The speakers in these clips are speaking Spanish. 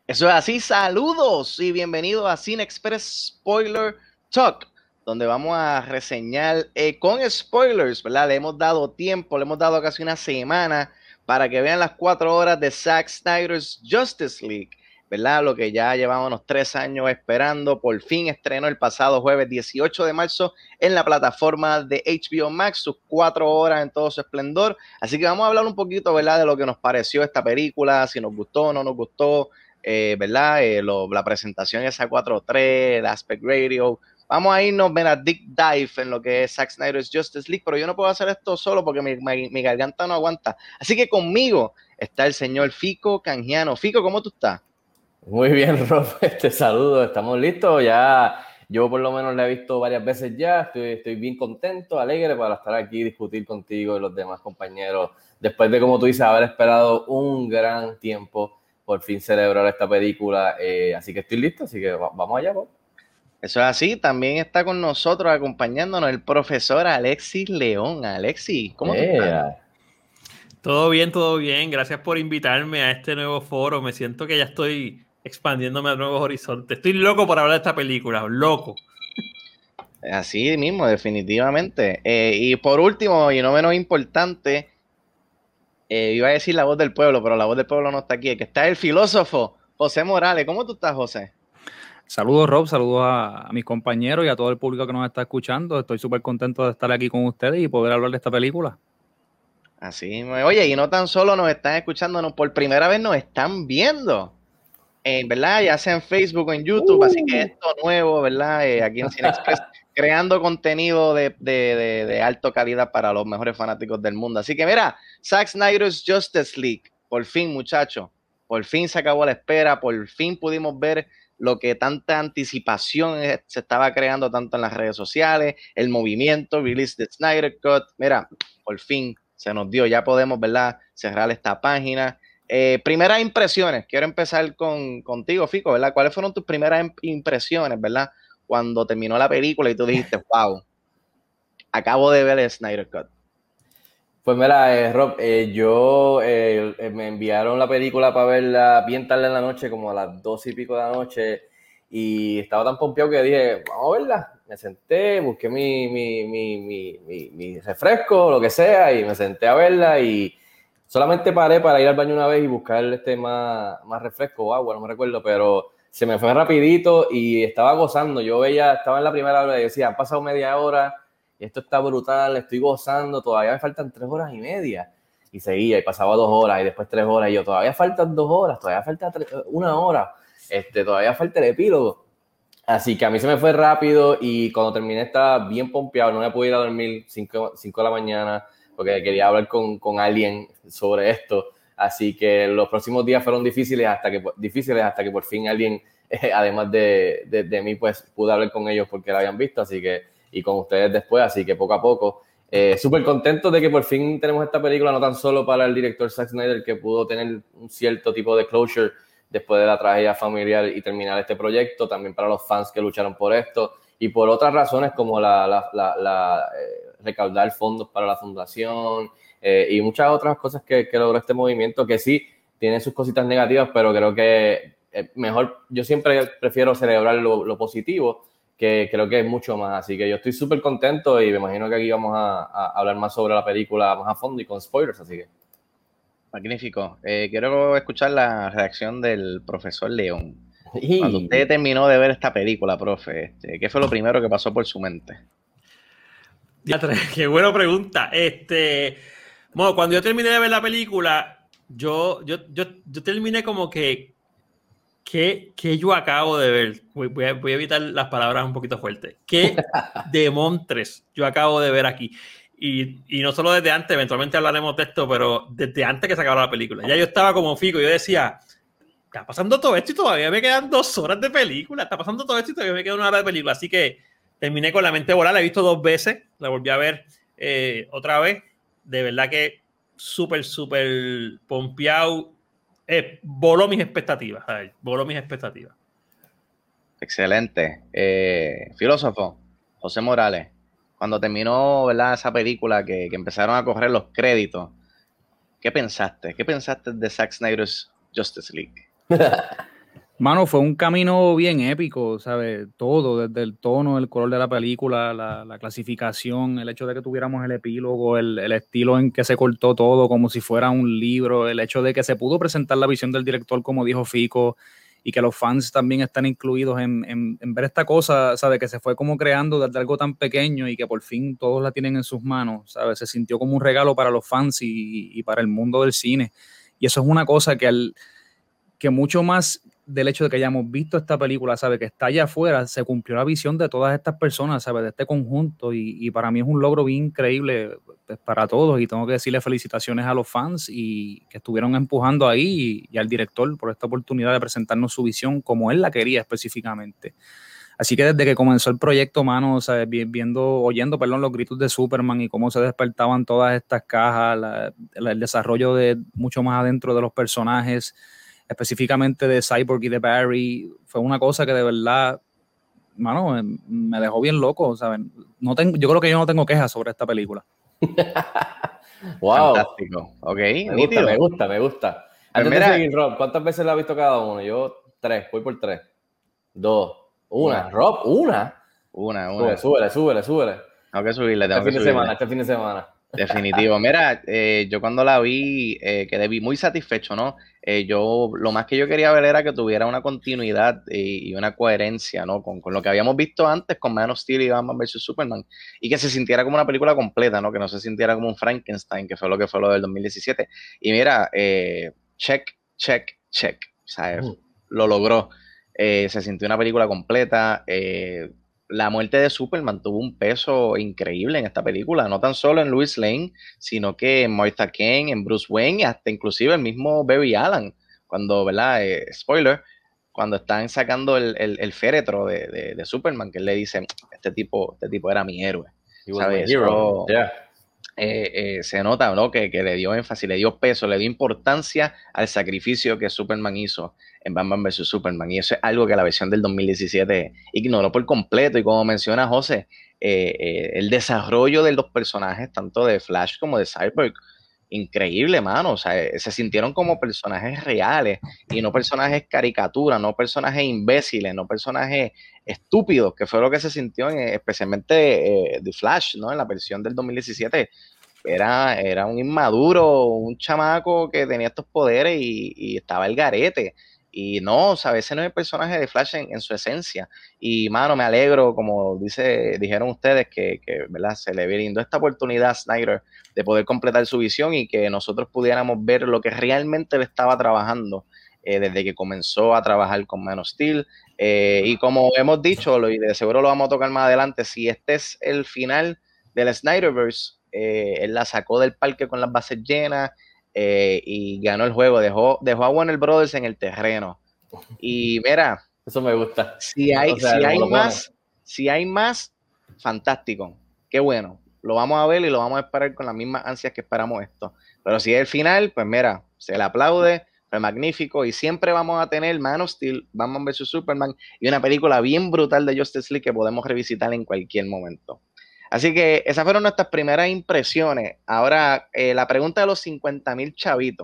Eso es así, saludos y bienvenidos a Cine Express Spoiler Talk, donde vamos a reseñar con spoilers, ¿verdad? Le hemos dado tiempo, le hemos dado casi una semana para que vean las 4 horas de Zack Snyder's Justice League, ¿verdad? Lo que ya llevamos unos 3 años esperando, por fin estrenó el pasado jueves 18 de marzo en la plataforma de HBO Max, sus 4 horas en todo su esplendor. Así que vamos a hablar un poquito, ¿verdad? De lo que nos pareció esta película, si nos gustó o no nos gustó, ¿verdad? La presentación esa 4:3, el aspect ratio. Vamos a irnos a deep dive en lo que es Zack Snyder's Justice League, pero yo no puedo hacer esto solo porque mi garganta no aguanta. Así que conmigo está el señor Fico Canjiano. Fico, ¿cómo tú estás? Muy bien, Rob, saludo, estamos listos. Ya yo por lo menos la he visto varias veces ya, estoy bien contento, alegre para estar aquí y discutir contigo y los demás compañeros. Después de, como tú dices, haber esperado un gran tiempo, por fin celebrar esta película. Así que estoy listo, así que vamos allá, Rob. Eso es así. También está con nosotros acompañándonos el profesor Alexis León. Alexis, ¿cómo tú estás? Eh, Todo bien. Gracias por invitarme a este nuevo foro. Me siento que ya estoy expandiéndome a nuevos horizontes. Estoy loco por hablar de esta película, loco. Así mismo, definitivamente. Y por último, y no menos importante, iba a decir la voz del pueblo, pero la voz del pueblo no está aquí. Que está el filósofo José Morales. ¿Cómo tú estás, José? Saludos, Rob, saludos a mis compañeros y a todo el público que nos está escuchando. Estoy súper contento de estar aquí con ustedes y poder hablar de esta película. Así mismo. Oye, y no tan solo nos están escuchando, no, por primera vez nos están viendo. ¿Verdad? Ya sea en Facebook o en YouTube, así que esto nuevo, ¿verdad? Aquí en Cine Express, creando contenido de alta calidad para los mejores fanáticos del mundo. Así que mira, Zack Snyder's Justice League, por fin, muchachos, por fin se acabó la espera, por fin pudimos ver lo que tanta anticipación se estaba creando tanto en las redes sociales, el movimiento, release the Snyder Cut, mira, por fin se nos dio, ya podemos, ¿verdad? Cerrar esta página. Primeras impresiones, quiero empezar contigo, Fico, ¿verdad? ¿Cuáles fueron tus primeras impresiones, ¿verdad? Cuando terminó la película y tú dijiste, wow, acabo de ver el Snyder Cut. Pues mira, Rob, me enviaron la película para verla bien tarde en la noche, como a las 2:00 y pico de la noche, y estaba tan pompeado que dije, vamos a verla. Me senté, busqué mi refresco, lo que sea, y me senté a verla y solamente paré para ir al baño una vez y buscar más refresco o agua, no me recuerdo, pero se me fue rapidito y estaba gozando. Estaba en la primera hora y decía, han pasado media hora, esto está brutal, estoy gozando, todavía me faltan 3 horas y media. Y seguía, y pasaba 2 horas, y después 3 horas, y yo, todavía faltan 2 horas, todavía falta 1 hora, todavía falta el epílogo. Así que a mí se me fue rápido, y cuando terminé estaba bien pompeado, no me pude ir a dormir 5 de la mañana, porque quería hablar con alguien sobre esto. Así que los próximos días fueron difíciles hasta que por fin alguien, además de mí, pues pude hablar con ellos porque la habían visto, así que, y con ustedes después, así que poco a poco. Súper contento de que por fin tenemos esta película, no tan solo para el director Zack Snyder, que pudo tener un cierto tipo de closure después de la tragedia familiar y terminar este proyecto, también para los fans que lucharon por esto, y por otras razones como recaudar fondos para la fundación, y muchas otras cosas que logró este movimiento, que sí tiene sus cositas negativas, pero creo que mejor, yo siempre prefiero celebrar lo positivo, que creo que es mucho más. Así que yo estoy súper contento y me imagino que aquí vamos a hablar más sobre la película más a fondo y con spoilers, así que. Magnífico. Quiero escuchar la reacción del profesor León. Cuando usted Y terminó de ver esta película, profe, ¿qué fue lo primero que pasó por su mente? Qué buena pregunta. Bueno, cuando yo terminé de ver la película, yo terminé como que yo acabo de ver. Voy a evitar las palabras un poquito fuertes. ¿Qué demontres yo acabo de ver aquí? Y no solo desde antes, eventualmente hablaremos de esto, pero desde antes que se acabara la película. Ya yo estaba como Fico, yo decía, está pasando todo esto y todavía me quedan 2 horas de película. Está pasando todo esto y todavía me queda 1 hora de película. Así que terminé con la mente volada. La he visto 2 veces. La volví a ver otra vez. De verdad que súper pompeado. Voló mis expectativas. Voló mis expectativas. Excelente. Filósofo, José Morales, cuando terminó, ¿verdad? Esa película que empezaron a correr los créditos, ¿qué pensaste? ¿Qué pensaste de Zack Snyder's Justice League? Mano, fue un camino bien épico, ¿sabes? Todo, desde el tono, el color de la película, la clasificación, el hecho de que tuviéramos el epílogo, el estilo en que se cortó todo como si fuera un libro, el hecho de que se pudo presentar la visión del director, como dijo Fico, y que los fans también están incluidos en ver esta cosa, ¿sabes? Que se fue como creando desde algo tan pequeño y que por fin todos la tienen en sus manos, ¿sabes? Se sintió como un regalo para los fans y para el mundo del cine. Y eso es una cosa que mucho más del hecho de que hayamos visto esta película, ¿sabe? Que está allá afuera, se cumplió la visión de todas estas personas, ¿sabe? De este conjunto y para mí es un logro bien increíble pues, para todos y tengo que decirle felicitaciones a los fans y que estuvieron empujando ahí y al director por esta oportunidad de presentarnos su visión como él la quería específicamente. Así que desde que comenzó el proyecto, mano, ¿sabes? Oyendo los gritos de Superman y cómo se despertaban todas estas cajas, el desarrollo de mucho más adentro de los personajes, específicamente de Cyborg y de Barry, fue una cosa que de verdad, mano, me dejó bien loco, ¿saben? Yo creo que yo no tengo quejas sobre esta película. Wow. Fantástico. Ok, Me gusta. Pues Antes mira, de seguir, Rob, ¿cuántas veces la ha visto cada uno? Yo 3, voy por 3. 2, 1. Rob, 1. Una. Súbele. Tengo que subirle, Este fin de semana. Definitivo. Mira, yo cuando la vi quedé muy satisfecho, ¿no? Lo más que yo quería ver era que tuviera una continuidad y una coherencia, ¿no? Con lo que habíamos visto antes con Man of Steel y Batman vs Superman y que se sintiera como una película completa, ¿no? Que no se sintiera como un Frankenstein, que fue lo del 2017. Y mira, check. O sea, lo logró. Se sintió una película completa. La muerte de Superman tuvo un peso increíble en esta película, no tan solo en Lois Lane, sino que en Martha Kent, en Bruce Wayne y hasta inclusive el mismo Barry Allen, cuando, ¿verdad? Spoiler, cuando están sacando el féretro de Superman, que él le dice, este tipo era mi héroe, ¿sabes? Eso, se nota, ¿no? Que le dio énfasis, le dio peso, le dio importancia al sacrificio que Superman hizo en Batman vs Superman. Y eso es algo que la versión del 2017 ignoró por completo. Y como menciona José, el desarrollo de los personajes, tanto de Flash como de Cyborg, increíble, mano. O sea, se sintieron como personajes reales y no personajes caricaturas, no personajes imbéciles, no personajes estúpidos, que fue lo que se sintió especialmente de Flash, ¿no? En la versión del 2017 era un inmaduro, un chamaco que tenía estos poderes y estaba el garete. Y no, o sea, ese no es el personaje de Flash en su esencia. Y, mano, me alegro, como dijeron ustedes, que ¿verdad? Se le brindó esta oportunidad a Snyder de poder completar su visión y que nosotros pudiéramos ver lo que realmente le estaba trabajando desde que comenzó a trabajar con Man of Steel. Y como hemos dicho, y de seguro lo vamos a tocar más adelante, si este es el final del Snyderverse, él la sacó del parque con las bases llenas y ganó el juego, dejó a Warner Brothers en el terreno. Y mira, eso me gusta. Si hay más, fantástico, qué bueno. Lo vamos a ver y lo vamos a esperar con las mismas ansias que esperamos esto. Pero si es el final, pues mira, se le aplaude, fue magnífico y siempre vamos a tener Man of Steel, Batman vs Superman y una película bien brutal de Justice League que podemos revisitar en cualquier momento. Así que esas fueron nuestras primeras impresiones. Ahora, la pregunta de los 50,000 chavitos.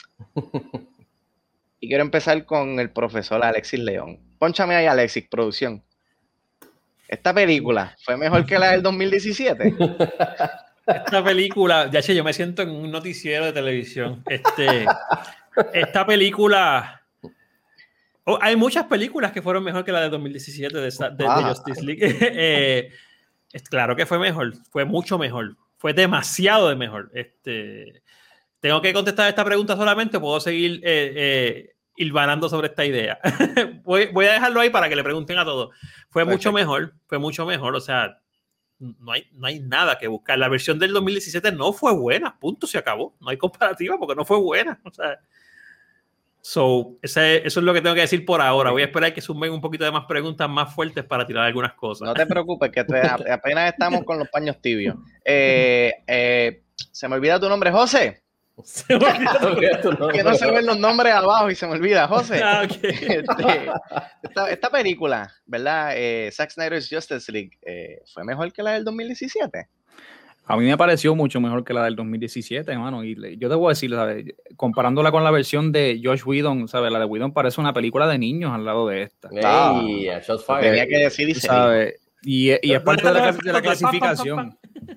Y quiero empezar con el profesor Alexis León. Pónchame ahí, Alexis, producción. ¿Esta película fue mejor que la del 2017? Esta película, ya sé, yo me siento en un noticiero de televisión. Esta película... hay muchas películas que fueron mejor que la de 2017 de Justice League. Claro que fue mejor, fue mucho mejor, fue demasiado de mejor. Tengo que contestar esta pregunta solamente, o puedo seguir hilvanando sobre esta idea. voy a dejarlo ahí para que le pregunten a todos. Fue mucho mejor, o sea, no hay nada que buscar. La versión del 2017 no fue buena, punto, se acabó. No hay comparativa porque no fue buena. O sea, eso es lo que tengo que decir por ahora. Voy a esperar que sumen un poquito de más preguntas más fuertes para tirar algunas cosas. No te preocupes, que apenas estamos con los paños tibios. Se me olvida tu nombre, José. Se me olvida tu nombre. Que no se ven los nombres abajo y se me olvida, José. Okay. Esta película, ¿verdad? Zack Snyder's Justice League, ¿fue mejor que la del 2017? A mí me pareció mucho mejor que la del 2017, hermano. Y yo te voy a decir, ¿sabes? Comparándola con la versión de Josh Whedon, ¿sabes? La de Whedon parece una película de niños al lado de esta. Ey, a shots Lo fired. tenía que decir y se dijo. ¿Sabes? Y es parte de la clasificación.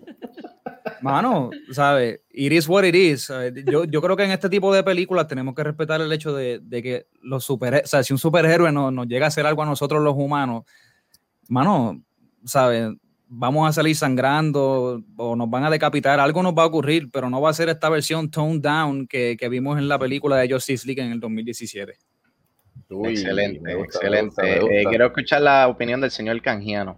Mano, ¿sabes? It is what it is. ¿Sabes? Yo creo que en este tipo de películas tenemos que respetar el hecho de que los superhéroes, o sea, si un superhéroe nos llega a hacer algo a nosotros los humanos, mano, ¿sabes? Vamos a salir sangrando o nos van a decapitar, algo nos va a ocurrir, pero no va a ser esta versión toned down que vimos en la película de Justice League en el 2017. Uy, Excelente, me gusta, excelente. me gusta. Quiero escuchar la opinión del señor Canjiano.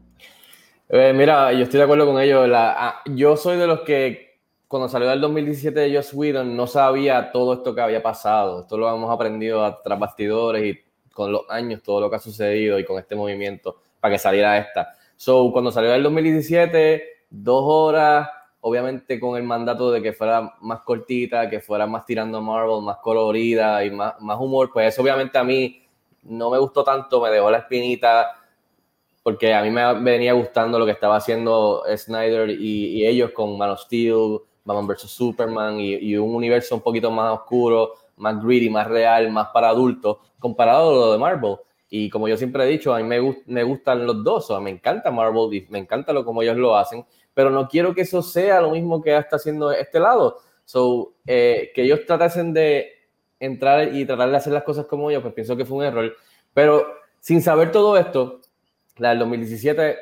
Mira, yo estoy de acuerdo con ellos. Yo soy de los que cuando salió el 2017 de Joss Whedon no sabía todo esto que había pasado. Esto lo hemos aprendido tras bastidores y con los años todo lo que ha sucedido y con este movimiento para que saliera esta. So, cuando salió el 2017, 2 horas, obviamente con el mandato de que fuera más cortita, que fuera más tirando a Marvel, más colorida y más humor, pues eso obviamente a mí no me gustó tanto, me dejó la espinita, porque a mí me venía gustando lo que estaba haciendo Snyder y ellos con Man of Steel, Batman vs. Superman y un universo un poquito más oscuro, más gritty, más real, más para adultos, comparado a lo de Marvel. Y como yo siempre he dicho, a mí me gustan los dos, o sea, me encanta Marvel y me encanta como ellos lo hacen, pero no quiero que eso sea lo mismo que está haciendo este lado. So, que ellos tratasen de entrar y tratar de hacer las cosas como ellos, pues pienso que fue un error. Pero sin saber todo esto, la del 2017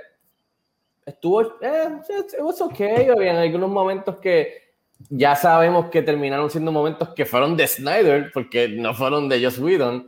estuvo, it was okay. Había algunos momentos que ya sabemos que terminaron siendo momentos que fueron de Snyder, porque no fueron de Joss Whedon.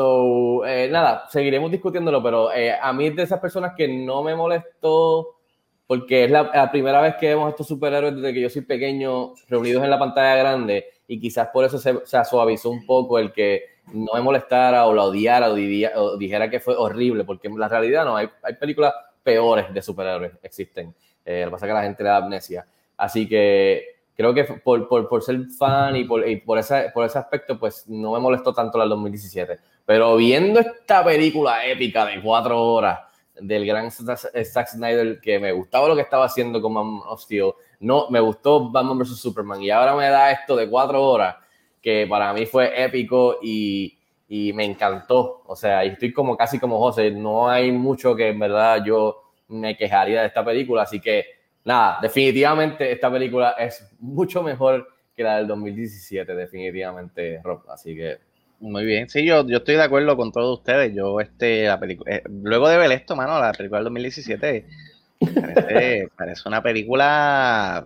So, nada, seguiremos discutiéndolo, pero a mí es de esas personas que no me molestó, porque es la primera vez que vemos estos superhéroes desde que yo soy pequeño reunidos en la pantalla grande, y quizás por eso se suavizó un poco el que no me molestara o la odiara o dijera que fue horrible, porque en la realidad no, hay películas peores de superhéroes, existen. Lo que pasa es que la gente le da amnesia. Así que creo que por ser fan y por ese aspecto, pues no me molestó tanto la del 2017. Pero viendo esta película épica de 4 horas del gran Zack Snyder, que me gustaba lo que estaba haciendo con Man of Steel, no, me gustó Batman vs. Superman, y ahora me da esto de 4 horas, que para mí fue épico y me encantó. O sea, estoy casi como José, no hay mucho que en verdad yo me quejaría de esta película, así que nada, definitivamente esta película es mucho mejor que la del 2017, definitivamente, Rob, así que muy bien, sí, yo estoy de acuerdo con todos ustedes. Yo, la película, luego de ver esto, mano, la película del 2017 parece una película.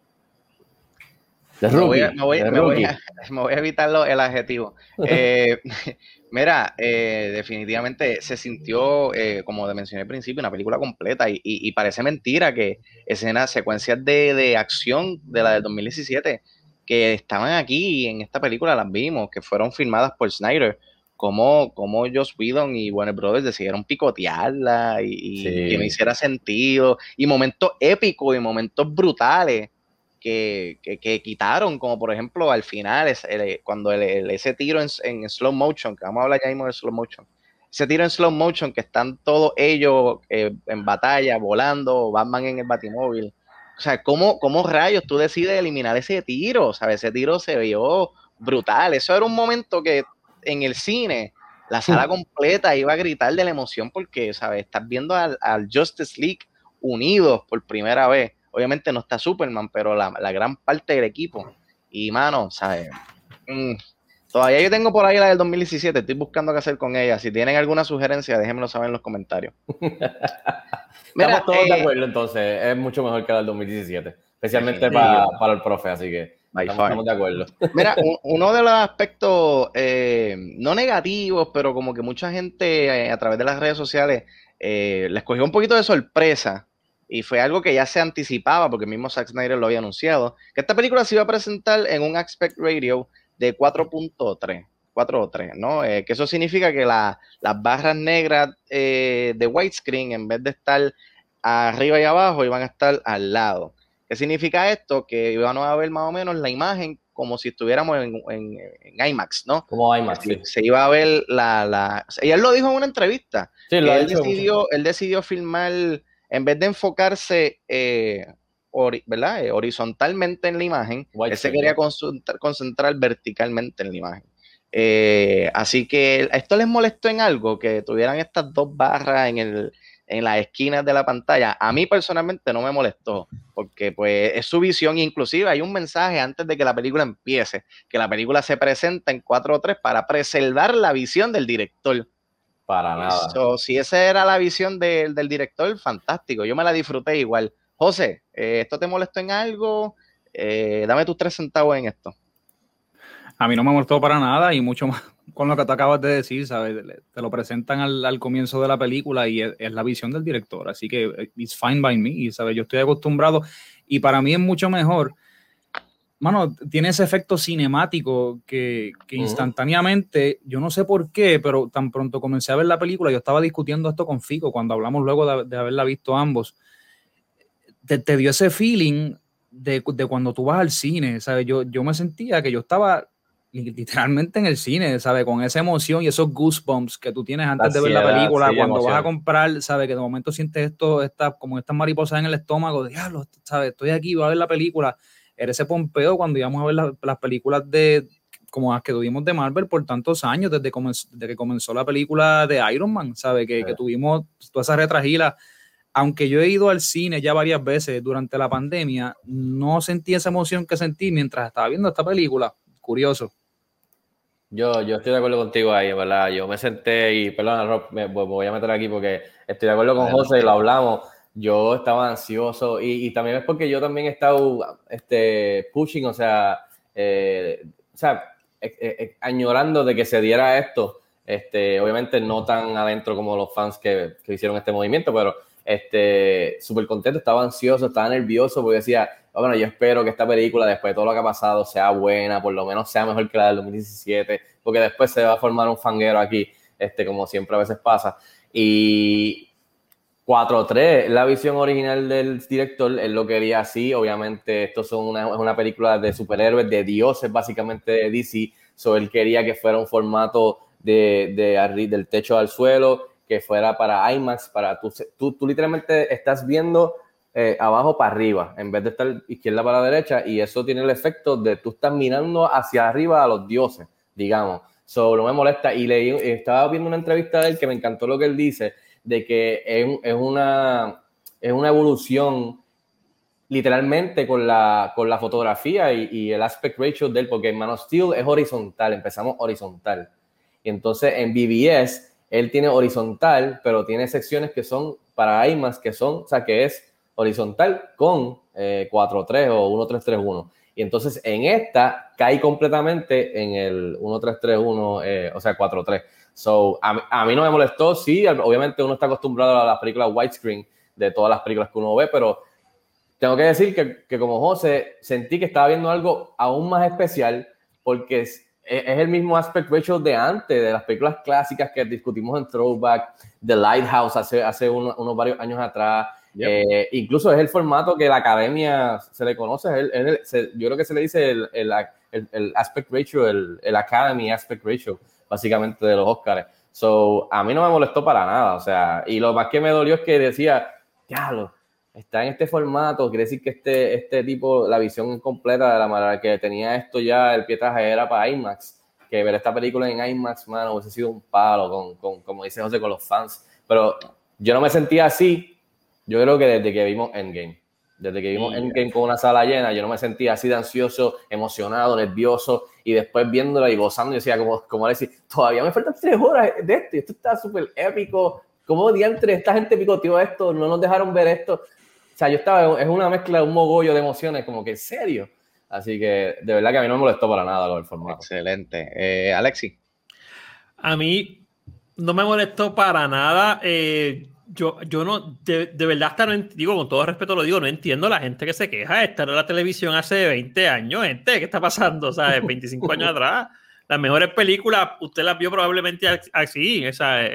Me voy a evitar el adjetivo. Mira, definitivamente se sintió, como mencioné al principio, una película completa y parece mentira que secuencias de acción de la del 2017 que estaban aquí en esta película las vimos, que fueron filmadas por Snyder, como Joss Whedon y Warner Brothers decidieron picotearla y sí, que no hiciera sentido, y momentos épicos y momentos brutales que quitaron, como por ejemplo al final, cuando ese tiro en slow motion, que vamos a hablar ya mismo de slow motion, ese tiro en slow motion que están todos ellos en batalla, volando, Batman en el Batimóvil. O sea, ¿cómo rayos tú decides eliminar ese tiro? ¿Sabes? Ese tiro se vio brutal. Eso era un momento que en el cine la sala completa iba a gritar de la emoción porque, ¿sabes? Estás viendo al Justice League unidos por primera vez. Obviamente no está Superman, pero la gran parte del equipo. Y, mano, ¿sabes? Todavía yo tengo por ahí la del 2017. Estoy buscando qué hacer con ella. Si tienen alguna sugerencia, déjenmelo saber en los comentarios. Mira, estamos todos de acuerdo, entonces. Es mucho mejor que la del 2017. Especialmente para el profe, así que estamos de acuerdo. Mira, uno de los aspectos no negativos, pero como que mucha gente a través de las redes sociales les cogió un poquito de sorpresa. Y fue algo que ya se anticipaba, porque el mismo Zack Snyder lo había anunciado, que esta película se iba a presentar en un aspect ratio de 4.3, ¿no? Que eso significa que las barras negras de widescreen, en vez de estar arriba y abajo, iban a estar al lado. ¿Qué significa esto? Que iban a ver más o menos la imagen como si estuviéramos en IMAX, ¿no? Como IMAX, sí. Se iba a ver y él lo dijo en una entrevista. Sí, que él decidió filmar, en vez de enfocarse ¿verdad? Horizontalmente en la imagen, él se quería concentrar verticalmente en la imagen. Así que ¿esto les molestó en algo? Que tuvieran estas dos barras en las esquinas de la pantalla. A mí personalmente no me molestó, porque pues es su visión, inclusive hay un mensaje antes de que la película empiece, que la película se presenta en 4:3 para preservar la visión del director. Para nada. Si esa era la visión del director, fantástico, yo me la disfruté igual. José, ¿esto te molestó en algo? Dame tus 3 centavos en esto. A mí no me molestó para nada y mucho más con lo que tú acabas de decir, ¿sabes? Te lo presentan al comienzo de la película y es la visión del director, así que it's fine by me, ¿sabes? Yo estoy acostumbrado y para mí es mucho mejor. Mano, tiene ese efecto cinemático que instantáneamente, yo no sé por qué, pero tan pronto comencé a ver la película, yo estaba discutiendo esto con Fico cuando hablamos luego de haberla visto ambos, te dio ese feeling de cuando tú vas al cine, ¿sabes? Yo me sentía que yo estaba literalmente en el cine, ¿sabes? Con esa emoción y esos goosebumps que tú tienes antes de ver la película, sí, cuando vas a comprar, ¿sabes? Que de momento sientes como estas mariposas en el estómago, diablo, ¿sabes? Estoy aquí, voy a ver la película. Era ese pompeo cuando íbamos a ver las películas como las que tuvimos de Marvel por tantos años, desde que comenzó la película de Iron Man, ¿sabes? Que tuvimos toda esa retragila. Aunque yo he ido al cine ya varias veces durante la pandemia, no sentí esa emoción que sentí mientras estaba viendo esta película. Curioso. Yo estoy de acuerdo contigo ahí, ¿verdad? Yo me senté y, perdona, Rob, me voy a meter aquí porque estoy de acuerdo con José y lo hablamos. Yo estaba ansioso y también es porque yo también he estado pushing, añorando de que se diera esto. Obviamente no tan adentro como los fans que hicieron este movimiento, pero súper contento, estaba ansioso, estaba nervioso porque decía, bueno, yo espero que esta película, después de todo lo que ha pasado, sea buena, por lo menos sea mejor que la del 2017, porque después se va a formar un fanguero aquí, como siempre a veces pasa. Y 4:3, la visión original del director, él lo quería así, obviamente esto es una película de superhéroes, de dioses básicamente de DC, so él quería que fuera un formato del techo al suelo, que fuera para IMAX, para tú literalmente estás viendo abajo para arriba, en vez de estar izquierda para la derecha, y eso tiene el efecto de tú estás mirando hacia arriba a los dioses, digamos. So, no me molesta. Y estaba viendo una entrevista de él que me encantó lo que él dice, de que es una evolución literalmente con la fotografía y el aspect ratio de él, porque en Man of Steel es horizontal, empezamos horizontal. Y entonces en BVS él tiene horizontal, pero tiene secciones que son para IMAX, que es horizontal con 4:3 o 1:3:3:1. Y entonces en esta cae completamente en el 1:3:3:1, 4:3. So, a mí no me molestó, sí, obviamente uno está acostumbrado a las películas widescreen de todas las películas que uno ve, pero tengo que decir que como José, sentí que estaba viendo algo aún más especial porque es el mismo aspect ratio de antes, de las películas clásicas que discutimos en Throwback, The Lighthouse hace unos varios años atrás. Yep. Incluso es el formato que la academia se le conoce, yo creo que se le dice el aspect ratio, el Academy aspect ratio, básicamente de los Oscars. So, a mí no me molestó para nada, o sea, y lo más que me dolió es que decía, diablo, está en este formato, quiere decir que este tipo, la visión completa de la manera que tenía esto ya, el pietaje era para IMAX, que ver esta película en IMAX, mano, hubiese sido un palo, como dice José, con los fans, pero yo no me sentía así, yo creo que desde que vimos Endgame, Endgame con una sala llena, yo no me sentía así de ansioso, emocionado, nervioso, y después viéndola y gozando, yo decía, como decir, todavía me faltan 3 horas de esto está súper épico, ¿cómo diantre esta gente picoteó esto? No nos dejaron ver esto. O sea, es una mezcla, un mogollo de emociones, como que en serio. Así que de verdad que a mí no me molestó para nada lo del formato. Excelente. Alexi. A mí no me molestó para nada. Yo no, de verdad, hasta no digo, con todo respeto lo digo, no entiendo la gente que se queja de estar en la televisión hace 20 años, gente, ¿qué está pasando? O sea, 25 años atrás, las mejores películas, usted las vio probablemente así,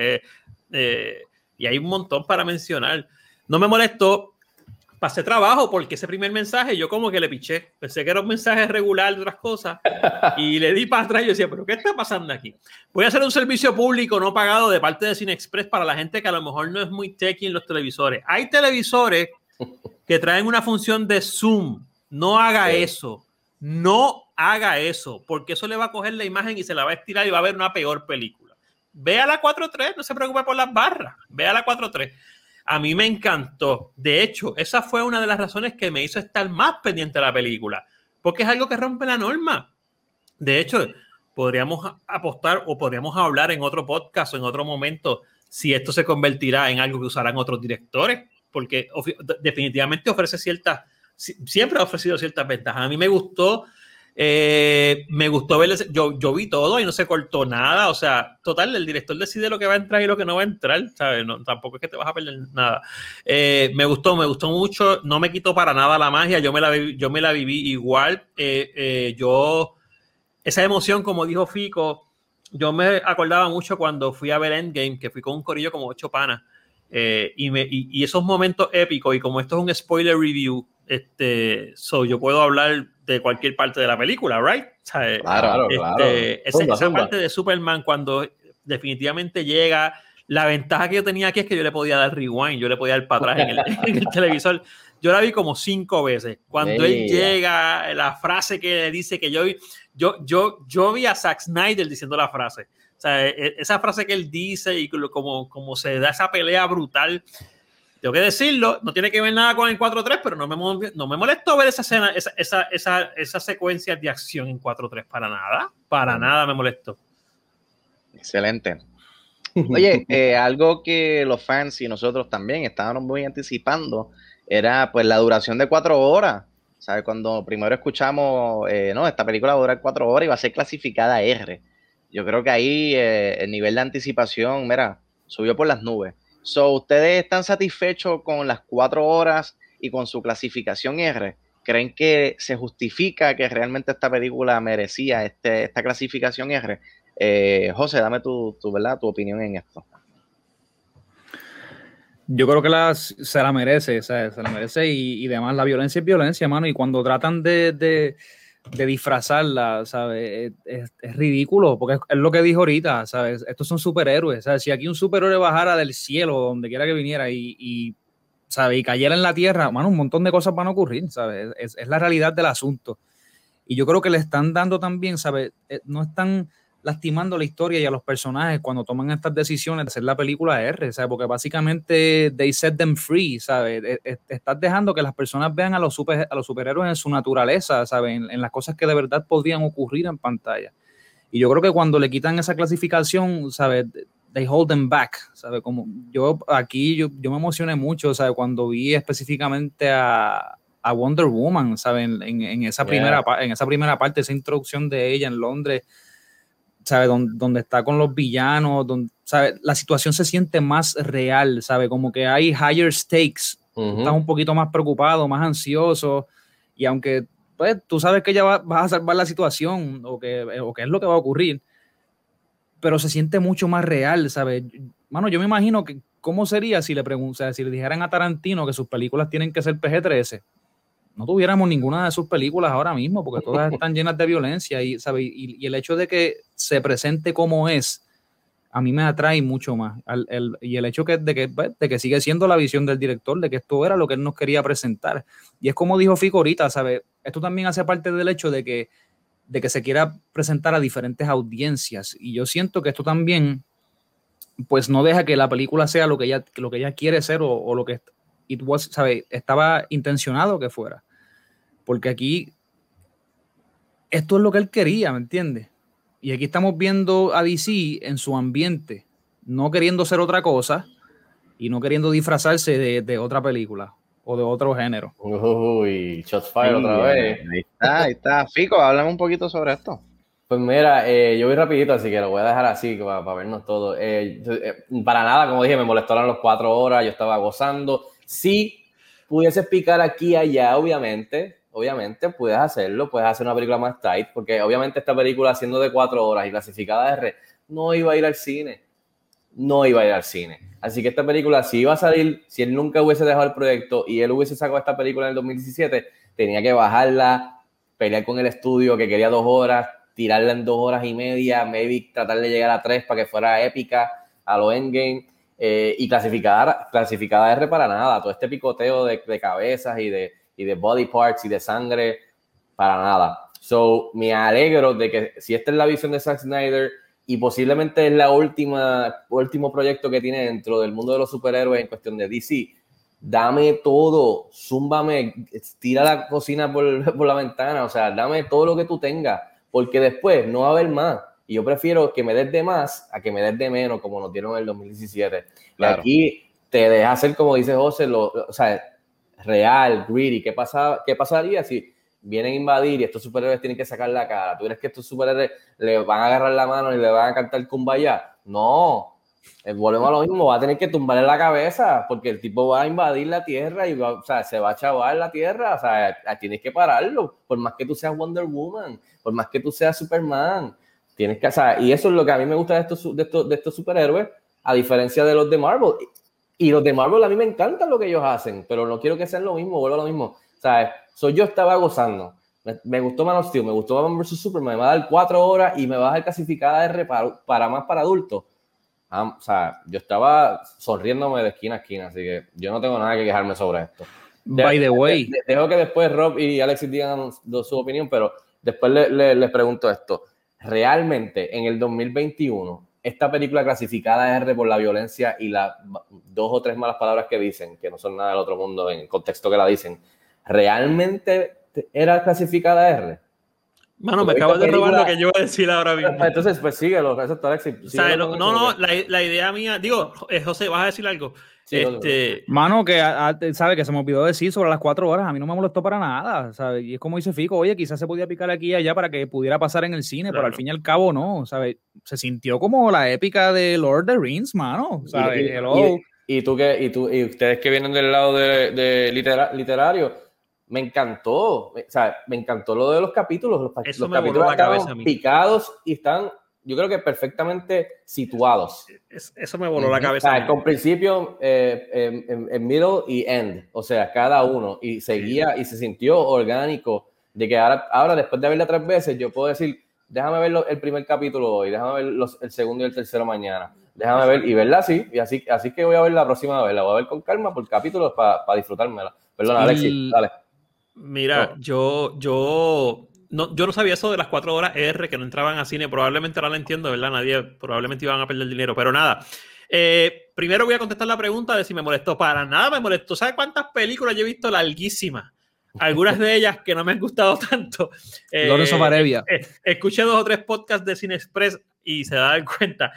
y hay un montón para mencionar. No me molestó, pasé trabajo porque ese primer mensaje yo como que le piché, pensé que era un mensaje regular de otras cosas y le di para atrás y yo decía, pero ¿qué está pasando aquí? Voy a hacer un servicio público no pagado de parte de Cinexpress para la gente que a lo mejor no es muy techy en los televisores. Hay televisores que traen una función de zoom. No haga eso. No haga eso, porque eso le va a coger la imagen y se la va a estirar y va a ver una peor película. Vea la 4.3, no se preocupe por las barras. Vea la 4.3. A mí me encantó. De hecho, esa fue una de las razones que me hizo estar más pendiente de la película, porque es algo que rompe la norma. De hecho, podríamos apostar o podríamos hablar en otro podcast o en otro momento si esto se convertirá en algo que usarán otros directores, porque definitivamente ofrece siempre ha ofrecido ciertas ventajas. A mí me gustó ver, yo vi todo y no se cortó nada, o sea, total, el director decide lo que va a entrar y lo que no va a entrar, ¿sabes? No, tampoco es que te vas a perder nada. Me gustó mucho, no me quitó para nada la magia, yo me la viví igual, esa emoción, como dijo Fico, yo me acordaba mucho cuando fui a ver Endgame, que fui con un corillo como 8 panas, y esos momentos épicos, y como esto es un spoiler review, yo puedo hablar de cualquier parte de la película, ¿right? O sea, claro. Esa parte de Superman, cuando definitivamente llega, la ventaja que yo tenía aquí es que yo le podía dar rewind, yo le podía dar para atrás en el televisor. Yo la vi como 5 veces. Cuando él llega, la frase que le dice que yo vi a Zack Snyder diciendo la frase. O sea, esa frase que él dice y como se da esa pelea brutal. Tengo que decirlo, no tiene que ver nada con el 4.3, pero no me molestó ver esa escena, esa secuencia de acción en 4.3 para nada me molestó. Excelente. Oye, algo que los fans y nosotros también estábamos muy anticipando era pues la duración de 4 horas. ¿Sabes? Cuando primero escuchamos, no, esta película va a durar 4 horas y va a ser clasificada R. Yo creo que ahí el nivel de anticipación, mira, subió por las nubes. ¿Ustedes están satisfechos con las 4 horas y con su clasificación R? ¿Creen que se justifica que realmente esta película merecía esta clasificación R? José, dame tu opinión en esto. Yo creo que se la merece, se la merece y demás. La violencia es violencia, mano, y cuando tratan de disfrazarla, ¿sabes? Es ridículo, porque es lo que dijo ahorita, ¿sabes? Estos son superhéroes, ¿sabes? Si aquí un superhéroe bajara del cielo, donde quiera que viniera ¿sabes? Y cayera en la tierra, mano, un montón de cosas van a ocurrir, ¿sabes? Es la realidad del asunto. Y yo creo que le están dando también, ¿sabes? No están lastimando la historia y a los personajes cuando toman estas decisiones de hacer la película R, ¿sabes? Porque básicamente they set them free, ¿sabes? Estás dejando que las personas vean a los superhéroes en su naturaleza, ¿sabes? En las cosas que de verdad podrían ocurrir en pantalla. Y yo creo que cuando le quitan esa clasificación, ¿sabes? They hold them back, ¿sabes? Como yo me emocioné mucho, ¿sabes? Cuando vi específicamente a Wonder Woman, ¿sabes? En esa primera parte, esa introducción de ella en Londres, ¿sabes? Donde está con los villanos, ¿sabes? La situación se siente más real, ¿sabes? Como que hay higher stakes, estás un poquito más preocupado, más ansioso, y aunque pues, tú sabes que ya vas a salvar la situación o que es lo que va a ocurrir, pero se siente mucho más real, ¿sabes? Mano, yo me imagino que cómo sería si le dijeran a Tarantino que sus películas tienen que ser PG-13. No tuviéramos ninguna de sus películas ahora mismo, porque todas están llenas de violencia y, ¿sabes? Y el hecho de que se presente como es, a mí me atrae mucho más. Y el hecho de que sigue siendo la visión del director, de que esto era lo que él nos quería presentar. Y es como dijo Fico ahorita, ¿sabes? Esto también hace parte del hecho de que se quiera presentar a diferentes audiencias. Y yo siento que esto también, pues no deja que la película sea lo que ella quiere ser o lo que ¿sabes? Estaba intencionado que fuera. Porque aquí esto es lo que él quería, ¿me entiendes? Y aquí estamos viendo a DC en su ambiente, no queriendo ser otra cosa y no queriendo disfrazarse de otra película o de otro género. Uy, shots fired otra vez. Ahí está. Fico, háblame un poquito sobre esto. Pues mira, yo voy rapidito, así que lo voy a dejar así para vernos todos. Para nada, como dije, me molestaron las 4 horas, yo estaba gozando. Si pudieses picar aquí y allá, obviamente puedes hacerlo, puedes hacer una película más tight, porque obviamente esta película siendo de 4 horas y clasificada R, no iba a ir al cine. Así que esta película, si iba a salir, si él nunca hubiese dejado el proyecto y él hubiese sacado esta película en el 2017, tenía que bajarla, pelear con el estudio que quería 2 horas, tirarla en 2 horas y media, maybe tratar de llegar a 3 para que fuera épica a lo Endgame. y clasificada R para nada. Todo este picoteo de cabezas y de body parts y de sangre, para nada. So, me alegro de que si esta es la visión de Zack Snyder y posiblemente es último proyecto que tiene dentro del mundo de los superhéroes en cuestión de DC, dame todo, zúmbame, tira la cocina por la ventana, o sea, dame todo lo que tú tengas, porque después no va a haber más. Y yo prefiero que me des de más a que me des de menos, como nos dieron en el 2017. Claro. Y aquí te deja hacer, como dice José, o sea, real, greedy. ¿Qué pasaría si vienen a invadir y estos superhéroes tienen que sacar la cara? ¿Tú crees que estos superhéroes le van a agarrar la mano y le van a cantar Kumbaya? No. Volvemos a lo mismo, va a tener que tumbarle la cabeza porque el tipo va a invadir la tierra y o sea, se va a chavar la tierra, o sea, tienes que pararlo, por más que tú seas Wonder Woman, por más que tú seas Superman, tienes que, o sea, y eso es lo que a mí me gusta de estos superhéroes, a diferencia de los de Marvel, y los de Marvel a mí me encanta lo que ellos hacen, pero no quiero que sean lo mismo, vuelvo a lo mismo, o sea, yo estaba gozando, me gustó Man of Steel, me gustó Batman vs Superman, me va a dar 4 horas y me va a dar clasificada R para adultos. O sea, yo estaba sonriéndome de esquina a esquina, así que yo no tengo nada que quejarme sobre esto. By the way, dejo que después Rob y Alexis digan su opinión, pero después les pregunto esto. ¿Realmente en el 2021 esta película clasificada R por la violencia y las 2 o 3 malas palabras que dicen, que no son nada del otro mundo en el contexto que la dicen, realmente era clasificada R? Mano, me acabas de robar lo que yo iba a decir ahora mismo. Entonces, pues síguelo, eso está Alexis. O sea, no, la idea mía, digo, José, ¿vas a decir algo? Sí, mano, que sabe que se me olvidó decir sobre las 4 horas, a mí no me molestó para nada, ¿sabes? Y es como dice Fico, oye, quizás se podía picar aquí y allá para que pudiera pasar en el cine, claro. Pero al fin y al cabo no, ¿sabes? Se sintió como la épica de Lord of the Rings, mano, ¿sabes? Y ustedes que vienen del lado de literario, me encantó, o sea, me encantó lo de los capítulos. Los capítulos están picados y están, yo creo que perfectamente situados. Eso me voló la cabeza. O sea, con principio, en middle y end, o sea, cada uno, y seguía y se sintió orgánico, de que ahora después de verla 3 veces, yo puedo decir, déjame ver el primer capítulo hoy, déjame ver el segundo y el tercero mañana, déjame ver y verla así, y así que voy a ver la próxima vez, la voy a ver con calma por capítulos para disfrutármela. Perdona, Alexis, dale. Mira, yo no sabía eso de las 4 horas R que no entraban a cine. Probablemente ahora lo entiendo, ¿verdad? Probablemente iban a perder dinero, pero nada. Primero voy a contestar la pregunta de si me molestó. Para nada me molestó. ¿Sabes cuántas películas yo he visto larguísimas? Algunas de ellas que no me han gustado tanto. Lorenzo Varevia. Escuché 2 o 3 podcasts de Cine Express y se dan cuenta.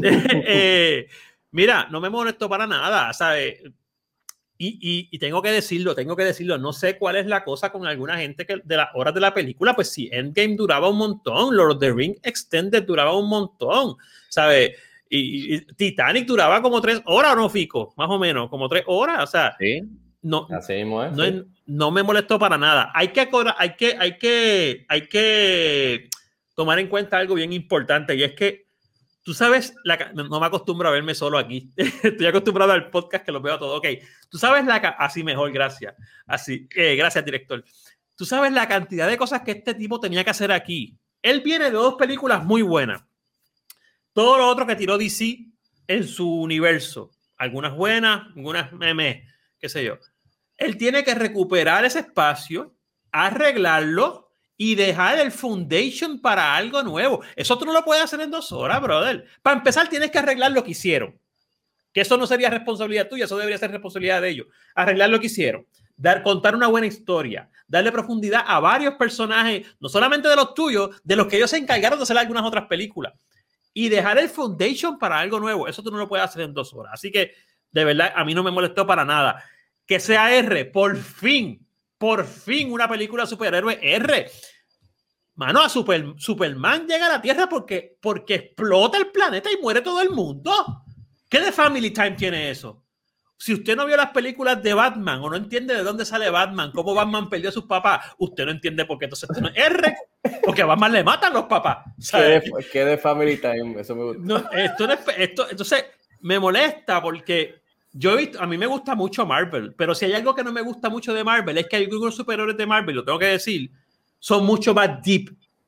Mira, no me molestó para nada, ¿sabes? Y tengo que decirlo, no sé cuál es la cosa con alguna gente que de las horas de la película, pues sí, Endgame duraba un montón, Lord of the Rings Extended duraba un montón, ¿sabes? Y Titanic duraba como 3 horas, ¿no, Fico? Más o menos, como 3 horas, o sea, sí. No, así mismo es, no me molestó para nada. Hay que tomar en cuenta algo bien importante, y es que tú sabes, no me acostumbro a verme solo aquí. Estoy acostumbrado al podcast que lo veo todo. Ok, tú sabes así mejor, gracias. Así, gracias, director. Tú sabes la cantidad de cosas que este tipo tenía que hacer aquí. Él viene de 2 películas muy buenas. Todo lo otro que tiró DC en su universo. Algunas buenas, algunas qué sé yo. Él tiene que recuperar ese espacio, arreglarlo y dejar el foundation para algo nuevo. Eso tú no lo puedes hacer en 2 horas, brother. Para empezar, tienes que arreglar lo que hicieron. Que eso no sería responsabilidad tuya, eso debería ser responsabilidad de ellos. Arreglar lo que hicieron. Contar una buena historia. Darle profundidad a varios personajes, no solamente de los tuyos, de los que ellos se encargaron de hacer algunas otras películas. Y dejar el foundation para algo nuevo. Eso tú no lo puedes hacer en 2 horas. Así que, de verdad, a mí no me molestó para nada. Que sea R, por fin una película de superhéroe R. Mano, a Superman llega a la Tierra porque explota el planeta y muere todo el mundo. ¿Qué de Family Time tiene eso? Si usted no vio las películas de Batman o no entiende de dónde sale Batman, cómo Batman perdió a sus papás, usted no entiende por qué entonces esto no es R, porque a Batman le matan los papás. ¿Qué de Family Time? Eso me gusta. No, entonces me molesta porque yo he visto, a mí me gusta mucho Marvel, pero si hay algo que no me gusta mucho de Marvel es que hay algunos superhéroes de Marvel, lo tengo que decir, son mucho más deep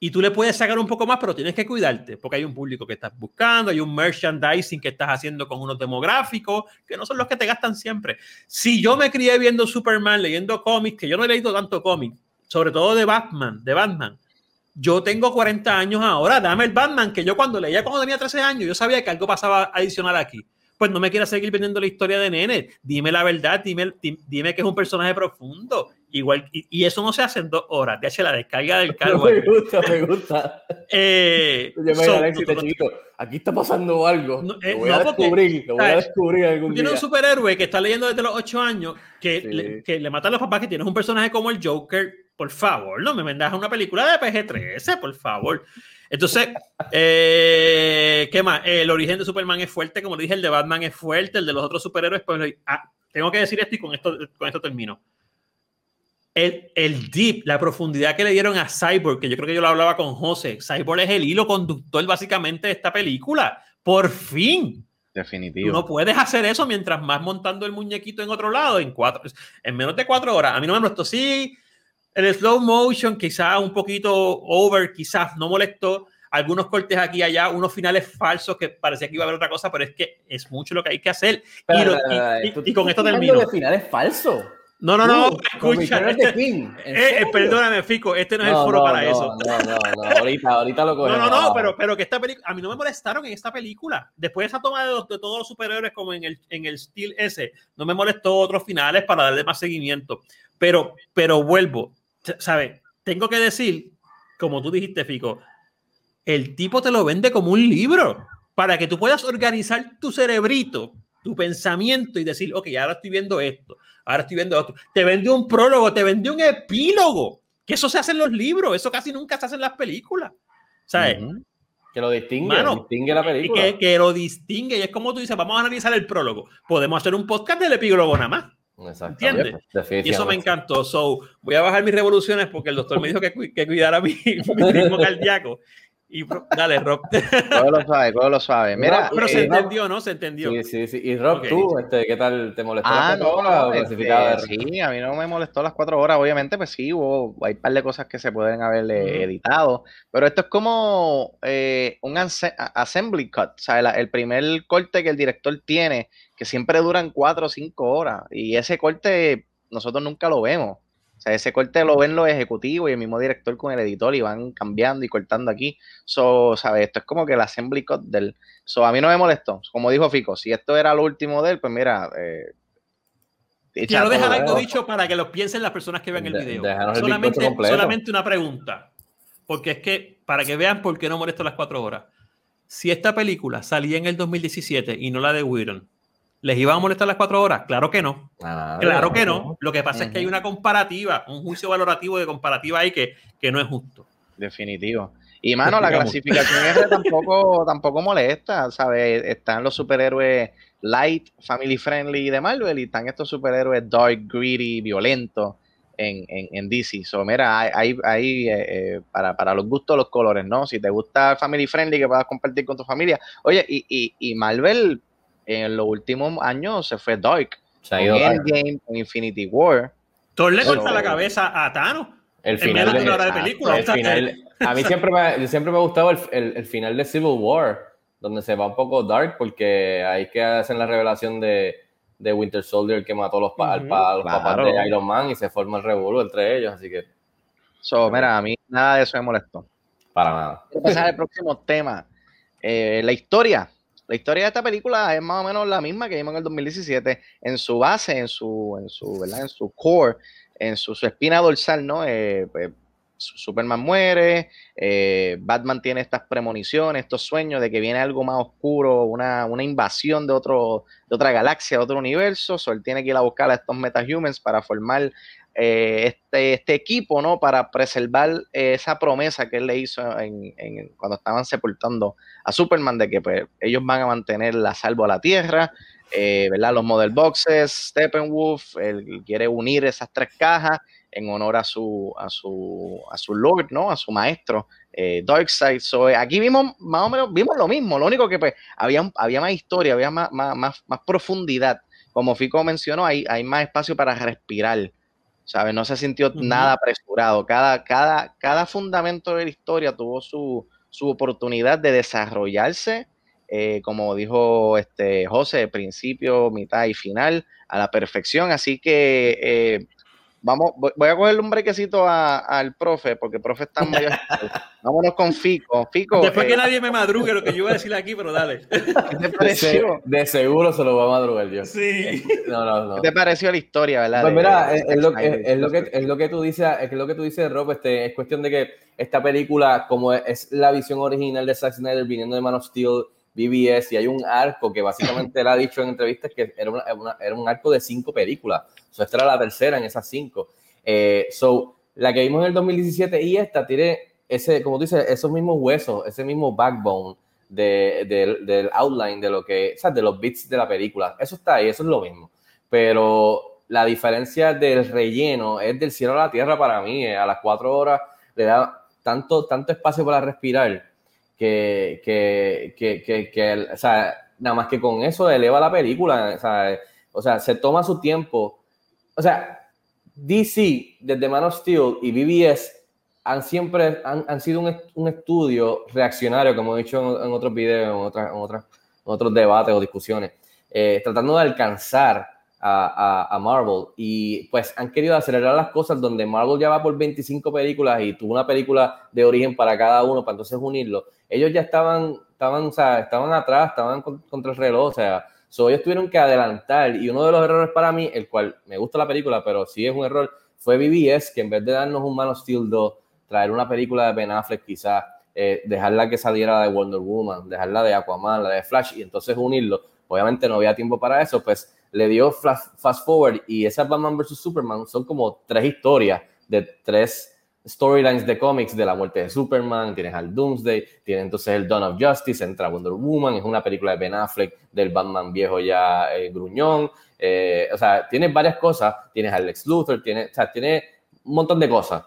y tú le puedes sacar un poco más, pero tienes que cuidarte, porque hay un público que estás buscando, hay un merchandising que estás haciendo con unos demográficos, que no son los que te gastan siempre. Si yo me crié viendo Superman, leyendo cómics, que yo no he leído tanto cómic, sobre todo de Batman, yo tengo 40 años ahora, dame el Batman, que yo cuando leía cuando tenía 13 años, yo sabía que algo pasaba adicional aquí. Pues no me quieras seguir vendiendo la historia de nene, dime la verdad, dime que es un personaje profundo, igual, y eso no se hace en 2 horas, te hace la descarga del cargo. Me gusta. Yo me Alexis de chiquito, aquí está pasando algo, lo voy a descubrir algún día. Tienes un superhéroe que está leyendo desde los 8 años, que le matan a los papás, que tienes un personaje como el Joker, por favor, no me vendas una película de PG-13, por favor. Entonces, ¿qué más? El origen de Superman es fuerte, como le dije, el de Batman es fuerte, el de los otros superhéroes, pues tengo que decir esto y con esto termino. El deep, la profundidad que le dieron a Cyborg, que yo creo que yo lo hablaba con José, Cyborg es el hilo conductor básicamente de esta película. Por fin. Definitivo. Tú no puedes hacer eso mientras más montando el muñequito en otro lado en menos de 4 horas. A mí no me molestó. Sí, el slow motion quizás un poquito over, quizás no molestó. Algunos cortes aquí y allá, unos finales falsos que parecía que iba a haber otra cosa, pero es que es mucho lo que hay que hacer. Y con esto termino. ¿De finales falsos? No, escucha. Perdóname, Fico, este no es el foro para eso. No, ahorita lo cogemos. Pero que esta película, a mí no me molestaron en esta película. Después de esa toma de todos los superhéroes como en el Steel ese, no me molestó otros finales para darle más seguimiento. Pero vuelvo, ¿sabes? Tengo que decir, como tú dijiste, Fico, el tipo te lo vende como un libro para que tú puedas organizar tu cerebrito, tu pensamiento y decir, ok, ahora estoy viendo esto, ahora estoy viendo otro. Te vende un prólogo, te vende un epílogo, que eso se hace en los libros, eso casi nunca se hace en las películas, ¿sabes? Que lo distingue, distingue la película. Que lo distingue, y es como tú dices, vamos a analizar el prólogo, podemos hacer un podcast del epílogo nada más. ¿Entiendes? Y eso me encantó. Voy a bajar mis revoluciones porque el doctor me dijo que cuidara mi ritmo cardíaco. Y dale, Rob. Todo lo sabe. Mira, pero se entendió, ¿no? Se entendió. Sí. Y Rob, okay. ¿Tú qué tal? ¿Te molestó las 4 horas? Sí, a mí no me molestó las 4 horas. Obviamente, pues sí, hay un par de cosas que se pueden haber editado. Pero esto es como un assembly cut. O sea, el primer corte que el director tiene, que siempre duran 4 o 5 horas. Y ese corte nosotros nunca lo vemos. O sea, ese corte lo ven los ejecutivos y el mismo director con el editor y van cambiando y cortando aquí. ¿Sabes? Esto es como que el assembly cut del... a mí no me molestó. Como dijo Fico, si esto era lo último de él, pues mira... Quiero dejar algo dicho para que lo piensen las personas que ven el video. Solamente una pregunta. Porque es que, para que vean por qué no molesto las 4 horas. Si esta película salía en el 2017 y no la de Whedon, ¿les iban a molestar las 4 horas? Claro que no. Claro que no. Lo que pasa es que hay una comparativa, un juicio valorativo de comparativa ahí que no es justo. Definitivo. Y, mano, la clasificación R tampoco molesta, ¿sabes? Están los superhéroes light, family friendly de Marvel y están estos superhéroes dark, greedy, violentos en DC. Mira, hay para los gustos los colores, ¿no? Si te gusta family friendly que puedas compartir con tu familia. Oye, y Marvel... en los últimos años se fue dark. Con Endgame, con Infinity War. Thor le corta la cabeza a Thanos. El final de una hora de película. A mí siempre me ha gustado el final de Civil War, donde se va un poco dark, porque ahí que hacen la revelación de Winter Soldier que mató a los papás de Iron Man y se forma el revuelo entre ellos, así que... Mira, a mí nada de eso me molestó. Para nada. Vamos a pasar al próximo tema. La historia. La historia de esta película es más o menos la misma que vimos en el 2017, en su base, en su core, en su espina dorsal, ¿no? Superman muere, Batman tiene estas premoniciones, estos sueños de que viene algo más oscuro, una invasión de otra galaxia, de otro universo, él tiene que ir a buscar a estos metahumans para formar este equipo, ¿no? Para preservar esa promesa que él le hizo cuando estaban sepultando a Superman, de que pues, ellos van a mantener a salvo a la Tierra, ¿verdad? Los Model Boxes, Steppenwolf, él quiere unir esas 3 cajas en honor a su Lord, ¿no? A su maestro, Darkseid. Aquí vimos más o menos lo mismo, lo único que pues, había más historia, había más profundidad. Como Fico mencionó, hay más espacio para respirar ¿sabes? No se sintió nada apresurado. Cada fundamento de la historia tuvo su oportunidad de desarrollarse, como dijo José, principio, mitad y final, a la perfección. Así que voy a cogerle un brequecito al profe, porque el profe está medio... Vámonos con Fico. Fico, Después que nadie me madrugue lo que yo iba a decir aquí, pero dale. ¿qué te pareció? De seguro se lo va a madrugar yo. Sí. No. ¿Qué te pareció la historia, verdad? Pues mira, es lo que tú dices, Rob, es cuestión de que esta película, como es la visión original de Zack Snyder viniendo de Man of Steel, BBS, y hay un arco que básicamente él ha dicho en entrevistas que era un arco de 5 películas. Esta era la tercera en esas 5. La que vimos en el 2017 y esta tiene como tú dices, esos mismos huesos, ese mismo backbone del outline de lo que, o sea, de los bits de la película. Eso está ahí, eso es lo mismo. Pero la diferencia del relleno es del cielo a la tierra para mí. A las 4 horas le da tanto espacio para respirar que o sea, nada más que con eso eleva la película. O sea, se toma su tiempo. O sea, DC, desde Man of Steel y BBS han sido un estudio reaccionario, como he dicho en otros videos, en otros debates o discusiones, tratando de alcanzar a Marvel, y pues han querido acelerar las cosas donde Marvel ya va por 25 películas y tuvo una película de origen para cada uno para entonces unirlo. Ellos ya estaban atrás, estaban contra el reloj, o sea, ellos tuvieron que adelantar, y uno de los errores para mí, el cual me gusta la película, pero sí es un error, fue BBS, que en vez de darnos un Man of Steel 2, traer una película de Ben Affleck quizás, dejarla que saliera de Wonder Woman, dejarla de Aquaman, la de Flash, y entonces unirlo. Obviamente no había tiempo para eso, pues le dio fast forward, y esa Batman vs. Superman son como 3 historias de 3 storylines de cómics de la muerte de Superman, tienes al Doomsday, tienes entonces el Dawn of Justice, entra Wonder Woman, es una película de Ben Affleck, del Batman viejo ya gruñón, o sea, tienes varias cosas, tienes al Lex Luthor, tiene un montón de cosas.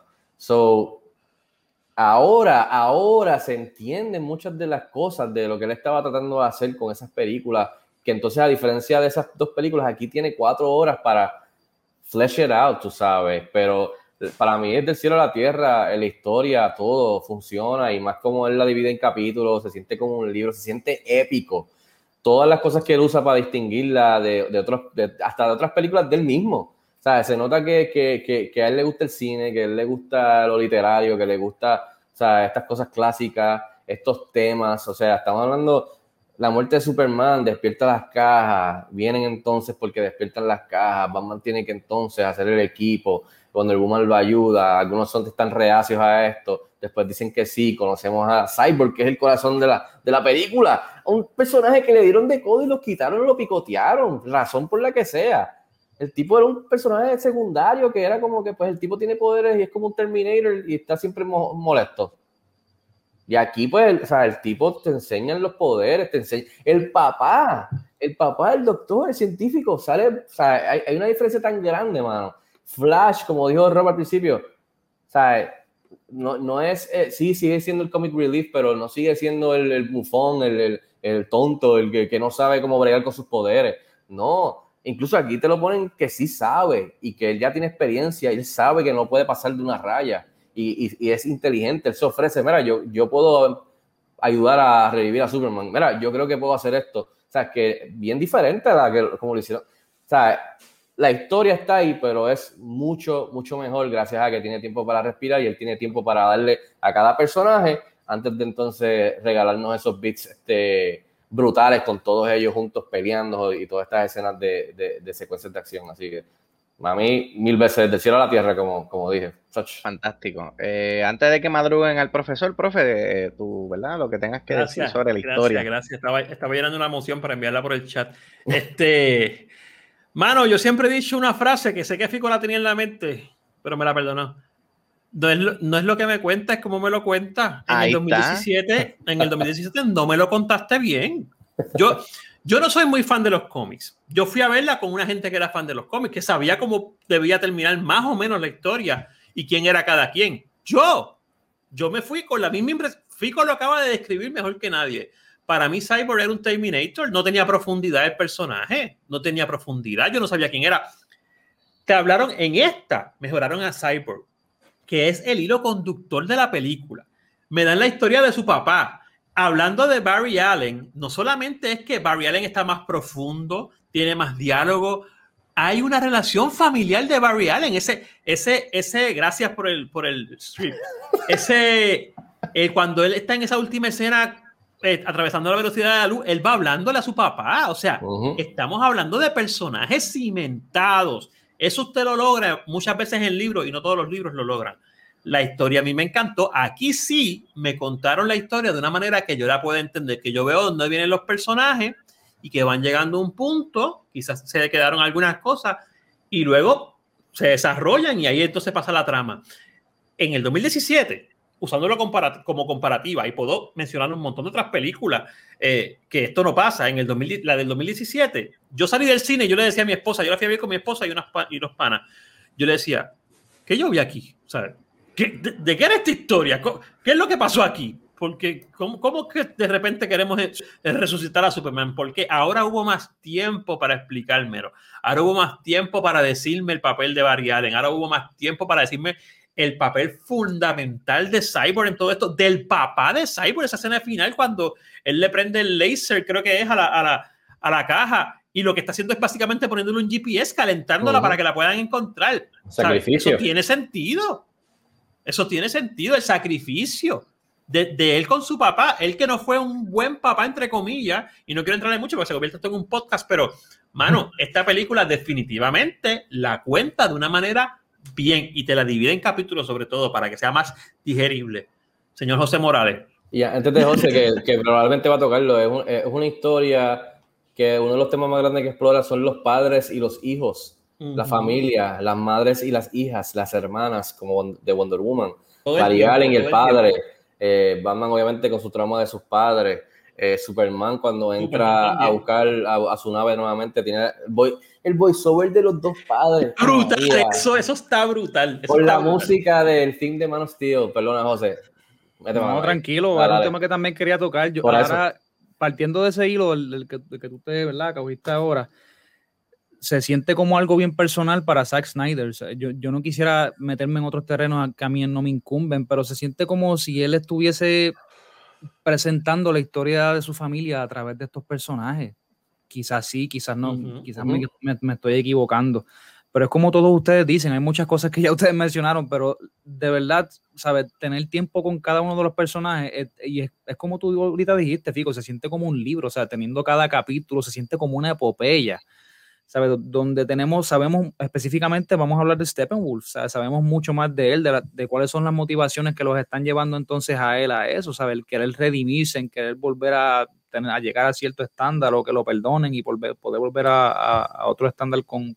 Ahora se entienden muchas de las cosas de lo que él estaba tratando de hacer con esas películas, que entonces, a diferencia de esas 2 películas, aquí tiene 4 horas para flesh it out, tú sabes, pero para mí es del cielo a la tierra, la historia, todo funciona, y más como él la divide en capítulos, se siente como un libro, se siente épico. Todas las cosas que él usa para distinguirla hasta de otras películas de él mismo. O sea, se nota que a él le gusta el cine, que a él le gusta lo literario, que le gusta, o sea, estas cosas clásicas, estos temas. O sea, estamos hablando, la muerte de Superman despierta las cajas, vienen entonces porque despiertan las cajas, Batman tiene que entonces hacer el equipo, Wonder Woman lo ayuda, algunos están reacios a esto, después dicen que sí, conocemos a Cyborg, que es el corazón de la película, un personaje que le dieron de codo y lo quitaron, lo picotearon, razón por la que sea. El tipo era un personaje secundario que era como que pues el tipo tiene poderes y es como un Terminator y está siempre molesto. Y aquí pues, o sea, el tipo te enseña los poderes, te enseña... El papá del doctor, el científico, sale... O sea, hay una diferencia tan grande, mano. Flash, como dijo Rob al principio, o sea, no es... sí, sigue siendo el comic relief, pero no sigue siendo el bufón, el tonto, el que no sabe cómo bregar con sus poderes. No, incluso aquí te lo ponen que sí sabe y que él ya tiene experiencia, él sabe que no puede pasar de una raya y es inteligente, él se ofrece, mira, yo puedo ayudar a revivir a Superman, mira, yo creo que puedo hacer esto. O sea, que bien diferente a la que como lo hicieron. O sea, la historia está ahí, pero es mucho, mucho mejor gracias a que tiene tiempo para respirar y él tiene tiempo para darle a cada personaje antes de entonces regalarnos esos beats brutales con todos ellos juntos peleando y todas estas escenas de secuencias de acción. Así que a mí 1000 veces del cielo a la tierra, como dije. Fantástico. Antes de que madruguen al profesor, profe, tú, ¿verdad? Lo que tengas que decir sobre la historia. Gracias. Estaba llenando una moción para enviarla por el chat. Mano, yo siempre he dicho una frase que sé que Fico la tenía en la mente, pero me la perdonó. No es lo que me cuenta, es como me lo cuenta. En el 2017 no me lo contaste bien. Yo no soy muy fan de los cómics. Yo fui a verla con una gente que era fan de los cómics, que sabía cómo debía terminar más o menos la historia y quién era cada quien. Yo me fui con la misma impresión. Fico lo acaba de describir mejor que nadie. Para mí Cyborg era un Terminator, no tenía profundidad el personaje, no tenía profundidad, yo no sabía quién era. te hablaron en esta, mejoraron a Cyborg, que es el hilo conductor de la película. Me dan la historia de su papá. Hablando de Barry Allen, no solamente es que Barry Allen está más profundo, tiene más diálogo, hay una relación familiar de Barry Allen. Ese gracias por el strip. Cuando él está en esa última escena atravesando la velocidad de la luz, él va hablándole a su papá. O sea, estamos hablando de personajes cimentados. Eso usted lo logra muchas veces en el libro y no todos los libros lo logran. La historia a mí me encantó. Aquí sí me contaron la historia de una manera que yo la puedo entender, que yo veo dónde vienen los personajes y que van llegando a un punto, quizás se quedaron algunas cosas y luego se desarrollan y ahí entonces pasa la trama. En el 2017, usándolo como comparativa, y puedo mencionar un montón de otras películas que esto no pasa, la del 2017, yo salí del cine y yo le decía a mi esposa, yo la fui a ver con mi esposa y unos panas, yo le decía, ¿qué yo vi aquí? ¿Sabes? ¿De qué era esta historia? ¿Qué es lo que pasó aquí? Porque ¿cómo que de repente queremos resucitar a Superman? Porque ahora hubo más tiempo para explicármelo. Ahora hubo más tiempo para decirme el papel de Barry Allen. Ahora hubo más tiempo para decirme el papel fundamental de Cyborg en todo esto. Del papá de Cyborg, esa escena final cuando él le prende el láser, creo que es a la caja. Y lo que está haciendo es básicamente poniéndole un GPS, calentándola para que la puedan encontrar. Sacrificio. Eso tiene sentido. Eso tiene sentido, el sacrificio de él con su papá, él que no fue un buen papá, entre comillas, y no quiero entrar en mucho porque se convierte esto en un podcast, pero, mano, esta película definitivamente la cuenta de una manera bien y te la divide en capítulos, sobre todo, para que sea más digerible. Señor José Morales. Y antes de José, que probablemente va a tocarlo, es una historia que uno de los temas más grandes que explora son los padres y los hijos. La familia, las madres y las hijas, las hermanas, como de Wonder Woman, Barry Allen y el padre, Batman obviamente con su trauma de sus padres, Superman cuando entra a buscar a su nave nuevamente, tiene el voiceover de los dos padres. Brutal, eso está brutal. Con la música del theme de Man of Steel, perdona José. No, tranquilo, era un tema que también quería tocar. Yo, ahora, partiendo de ese hilo, el que tú te, ¿verdad?, cogiste ahora, se siente como algo bien personal para Zack Snyder. O sea, yo no quisiera meterme en otros terrenos que a mí no me incumben, pero se siente como si él estuviese presentando la historia de su familia a través de estos personajes. Quizás sí, quizás no, quizás me estoy equivocando. Pero es como todos ustedes dicen, hay muchas cosas que ya ustedes mencionaron, pero de verdad, ¿sabes? Tener tiempo con cada uno de los personajes, y es como tú ahorita dijiste, Fico, se siente como un libro, o sea, teniendo cada capítulo, se siente como una epopeya. ¿Sabes? Donde sabemos específicamente, vamos a hablar de Steppenwolf, ¿sabes? Sabemos mucho más de él, de cuáles son las motivaciones que los están llevando entonces a él a eso, ¿sabes? El querer redimirse, en querer volver a llegar a cierto estándar o que lo perdonen y poder volver a otro estándar con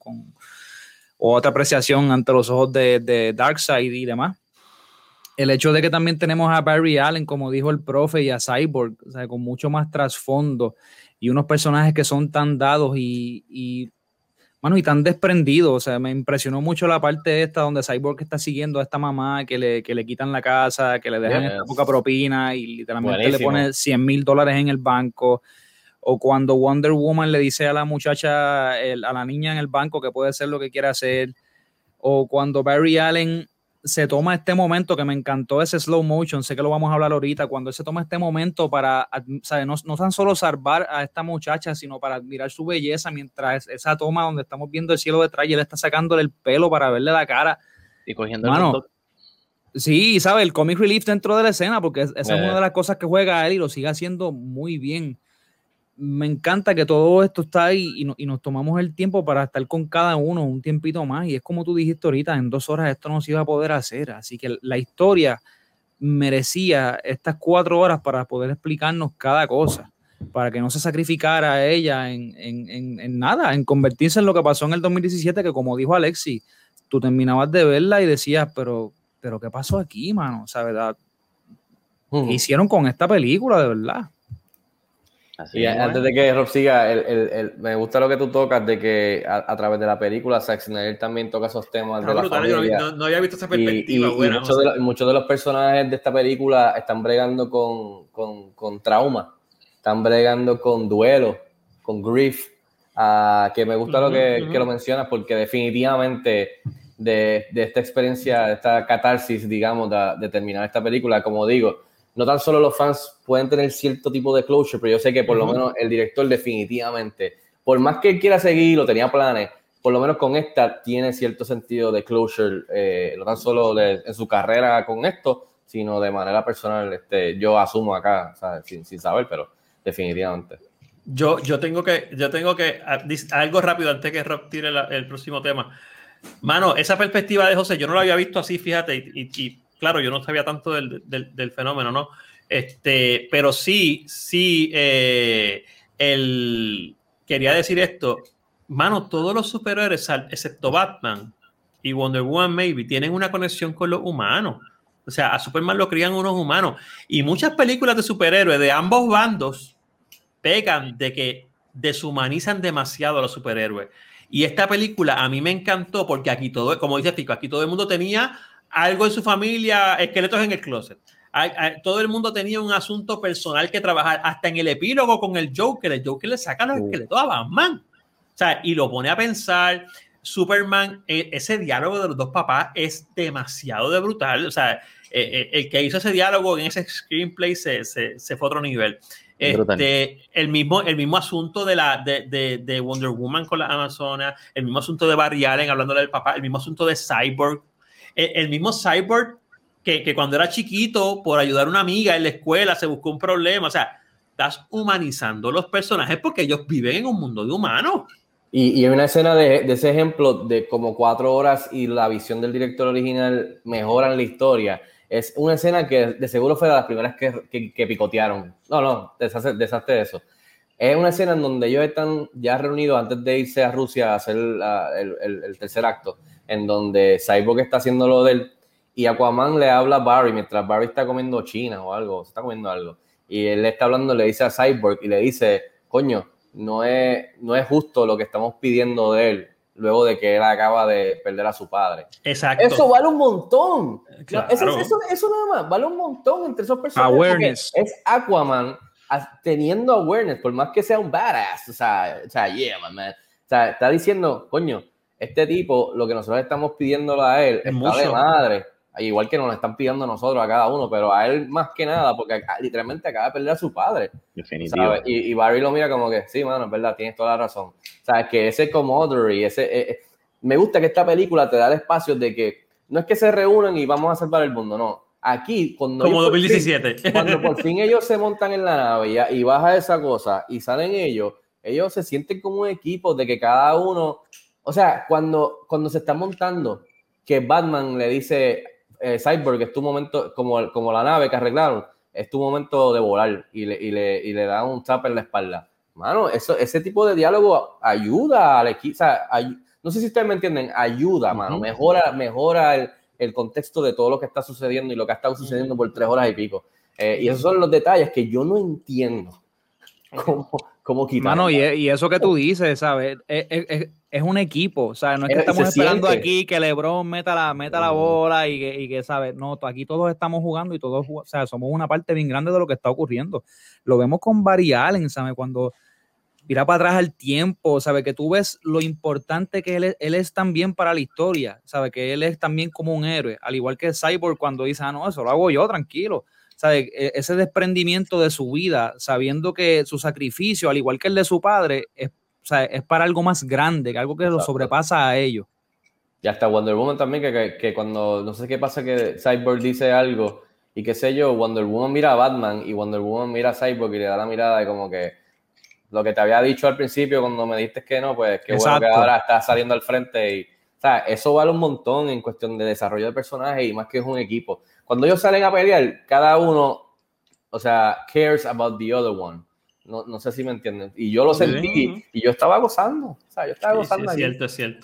o otra apreciación ante los ojos de Darkseid y demás. El hecho de que también tenemos a Barry Allen, como dijo el profe, y a Cyborg, o sea, con mucho más trasfondo y unos personajes que son tan dados y tan desprendidos. O sea, me impresionó mucho la parte esta donde Cyborg está siguiendo a esta mamá que le quitan la casa, que le dejan esta poca propina y literalmente le pone $100,000 en el banco. O cuando Wonder Woman le dice a la muchacha, a la niña en el banco que puede hacer lo que quiera hacer. O cuando Barry Allen se toma este momento, que me encantó ese slow motion, sé que lo vamos a hablar ahorita, cuando él se toma este momento para, ¿sabes? No tan solo salvar a esta muchacha, sino para admirar su belleza, mientras esa toma donde estamos viendo el cielo detrás y él está sacándole el pelo para verle la cara. Y cogiendo el sí, ¿sabes? El comic relief dentro de la escena, porque esa es una de las cosas que juega él y lo sigue haciendo muy bien. Me encanta que todo esto está ahí y nos tomamos el tiempo para estar con cada uno un tiempito más, y es como tú dijiste ahorita, en 2 horas esto no se iba a poder hacer, así que la historia merecía estas 4 horas para poder explicarnos cada cosa, para que no se sacrificara a ella en nada, en convertirse en lo que pasó en el 2017, que como dijo Alexi, tú terminabas de verla y decías, pero ¿qué pasó aquí, mano? O sea, ¿verdad? ¿Qué hicieron con esta película, de verdad? Y antes de que Rob siga, me gusta lo que tú tocas de que a través de la película Zack Snyder también toca esos temas de la familia. No había visto esa perspectiva. Y muchos de los personajes de esta película están bregando con trauma, están bregando con duelo, con grief, que me gusta lo que lo mencionas, porque definitivamente de esta experiencia, de esta catarsis, digamos, de terminar esta película, como digo, no tan solo los fans pueden tener cierto tipo de closure, pero yo sé que por lo menos el director definitivamente, por más que él quiera seguir o tenía planes, por lo menos con esta tiene cierto sentido de closure, no tan solo en su carrera con esto, sino de manera personal. Yo asumo acá, ¿sabes? Sin saber, pero definitivamente. Yo tengo que algo rápido antes que Rob tire el próximo tema. Mano, esa perspectiva de José, yo no la había visto así, fíjate, y claro, yo no sabía tanto del fenómeno, ¿no? Pero sí, quería decir esto, mano, todos los superhéroes, excepto Batman y Wonder Woman, maybe, tienen una conexión con los humanos. O sea, a Superman lo crían unos humanos. Y muchas películas de superhéroes de ambos bandos pegan de que deshumanizan demasiado a los superhéroes. Y esta película a mí me encantó porque aquí todo, como dice Pico, aquí todo el mundo tenía algo en su familia, esqueletos en el closet. Todo el mundo tenía un asunto personal que trabajar. Hasta en el epílogo con el Joker le saca los esqueletos a Batman. O sea, y lo pone a pensar. Superman, ese diálogo de los dos papás es demasiado de brutal. O sea, el que hizo ese diálogo en ese screenplay se fue a otro nivel. El mismo asunto de Wonder Woman con la Amazona, el mismo asunto de Barry Allen hablándole del papá, el mismo asunto de Cyborg, el mismo Cyborg que cuando era chiquito, por ayudar a una amiga en la escuela, se buscó un problema. O sea, estás humanizando los personajes porque ellos viven en un mundo de humanos. Y hay una escena de ese ejemplo de como 4 horas y la visión del director original mejoran la historia. Es una escena que de seguro fue de las primeras que picotearon. No, deshazte de eso. Es una escena en donde ellos están ya reunidos antes de irse a Rusia a hacer el tercer acto, en donde Cyborg está haciendo lo de él y Aquaman le habla a Barry mientras Barry está comiendo china o algo, está comiendo algo. Y él le está hablando, le dice a Cyborg y le dice, coño, no es justo lo que estamos pidiendo de él luego de que él acaba de perder a su padre. Exacto. Eso vale un montón. Claro. Eso nada más vale un montón entre esos personajes. Awareness. Es Aquaman teniendo awareness, por más que sea un badass. O sea, yeah, man. O sea, está diciendo, coño, este tipo, lo que nosotros estamos pidiéndolo a él, está de madre. Igual que nos lo están pidiendo a nosotros, a cada uno, pero a él más que nada, porque literalmente acaba de perder a su padre. Definitivo. Y Barry lo mira como que, sí, mano, es verdad, tienes toda la razón. Sabes que ese camaraderie, me gusta que esta película te da el espacio de que no es que se reúnan y vamos a salvar el mundo, no. Aquí, cuando como 2017. Cuando por fin ellos se montan en la nave y baja esa cosa y salen ellos se sienten como un equipo de que cada uno, o sea, cuando se están montando, que Batman le dice, Cyborg, es tu momento, como la nave que arreglaron, es tu momento de volar y le da un tap en la espalda. Mano, ese tipo de diálogo ayuda al equipo, o sea, no sé si ustedes me entienden, ayuda, mano, mejora el contexto de todo lo que está sucediendo y lo que ha estado sucediendo por 3 horas y pico. Y esos son los detalles que yo no entiendo cómo quitar. Mano, y eso que tú dices, ¿sabes? Es un equipo, o sea, no es que estamos esperando aquí que LeBron meta la bola y que, ¿sabes? No, aquí todos estamos jugando y todos, o sea, somos una parte bien grande de lo que está ocurriendo. Lo vemos con Barry Allen, ¿sabes? Cuando mira para atrás el tiempo, ¿sabes? Que tú ves lo importante que él es también para la historia, ¿sabes? Que él es también como un héroe, al igual que Cyborg cuando dice, no, eso lo hago yo, tranquilo. ¿Sabe? Ese desprendimiento de su vida, sabiendo que su sacrificio, al igual que el de su padre, es para algo más grande, que algo que lo sobrepasa a ellos. Y hasta Wonder Woman también, que cuando, no sé qué pasa, que Cyborg dice algo, y qué sé yo, Wonder Woman mira a Batman, y Wonder Woman mira a Cyborg y le da la mirada de como que lo que te había dicho al principio cuando me dijiste que no, pues qué bueno que ahora está saliendo al frente. Y, o sea, eso vale un montón en cuestión de desarrollo de personajes y más que es un equipo. Cuando ellos salen a pelear, cada uno, o sea, cares about the other one. No sé si me entienden. Y yo lo sentí y yo estaba gozando. O sea, yo estaba gozando. Sí, es cierto.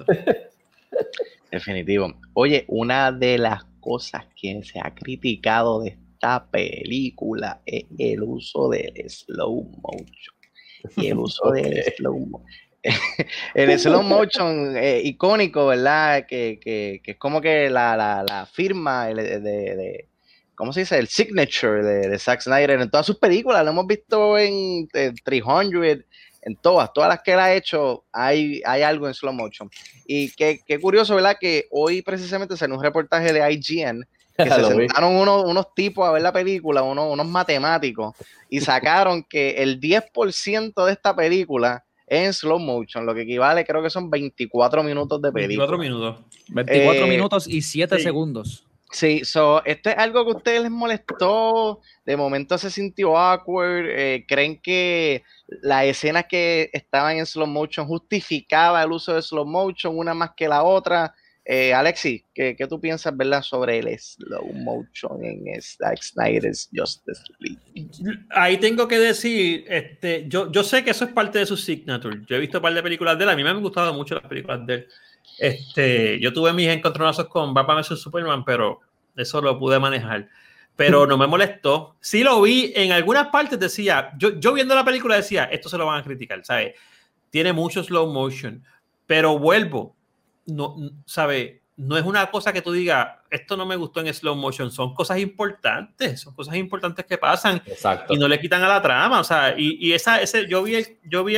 Definitivo. Oye, una de las cosas que se ha criticado de esta película es el uso del slow motion. Y el uso del slow motion. El slow motion icónico, ¿verdad? Que es como que la firma de ¿cómo se dice? El signature de Zack Snyder en todas sus películas. Lo hemos visto en 300, en todas las que él ha hecho, hay algo en slow motion. Y qué curioso, ¿verdad? Que hoy precisamente salió un reportaje de IGN que se sentaron unos tipos a ver la película, unos matemáticos, y sacaron que el 10% de esta película es en slow motion, lo que equivale, creo que son 24 minutos de película. 24 minutos y 7 segundos. Sí, ¿esto es algo que a ustedes les molestó? ¿De momento se sintió awkward? ¿Creen que las escenas que estaban en slow motion justificaba el uso de slow motion, una más que la otra? Alexis, ¿qué tú piensas, verdad, sobre el slow motion en Zack Snyder's Justice League? Ahí tengo que decir, yo sé que eso es parte de su signature. Yo he visto un par de películas de él, a mí me han gustado mucho las películas de él. Yo tuve mis encontronazos con Batman vs Superman, pero eso lo pude manejar. Pero no me molestó. Sí lo vi, en algunas partes decía, yo viendo la película decía, esto se lo van a criticar, ¿sabes? Tiene mucho slow motion, pero vuelvo, no, ¿sabes? No es una cosa que tú digas, esto no me gustó en slow motion, son cosas importantes que pasan. Exacto. Y no le quitan a la trama, o sea, yo vi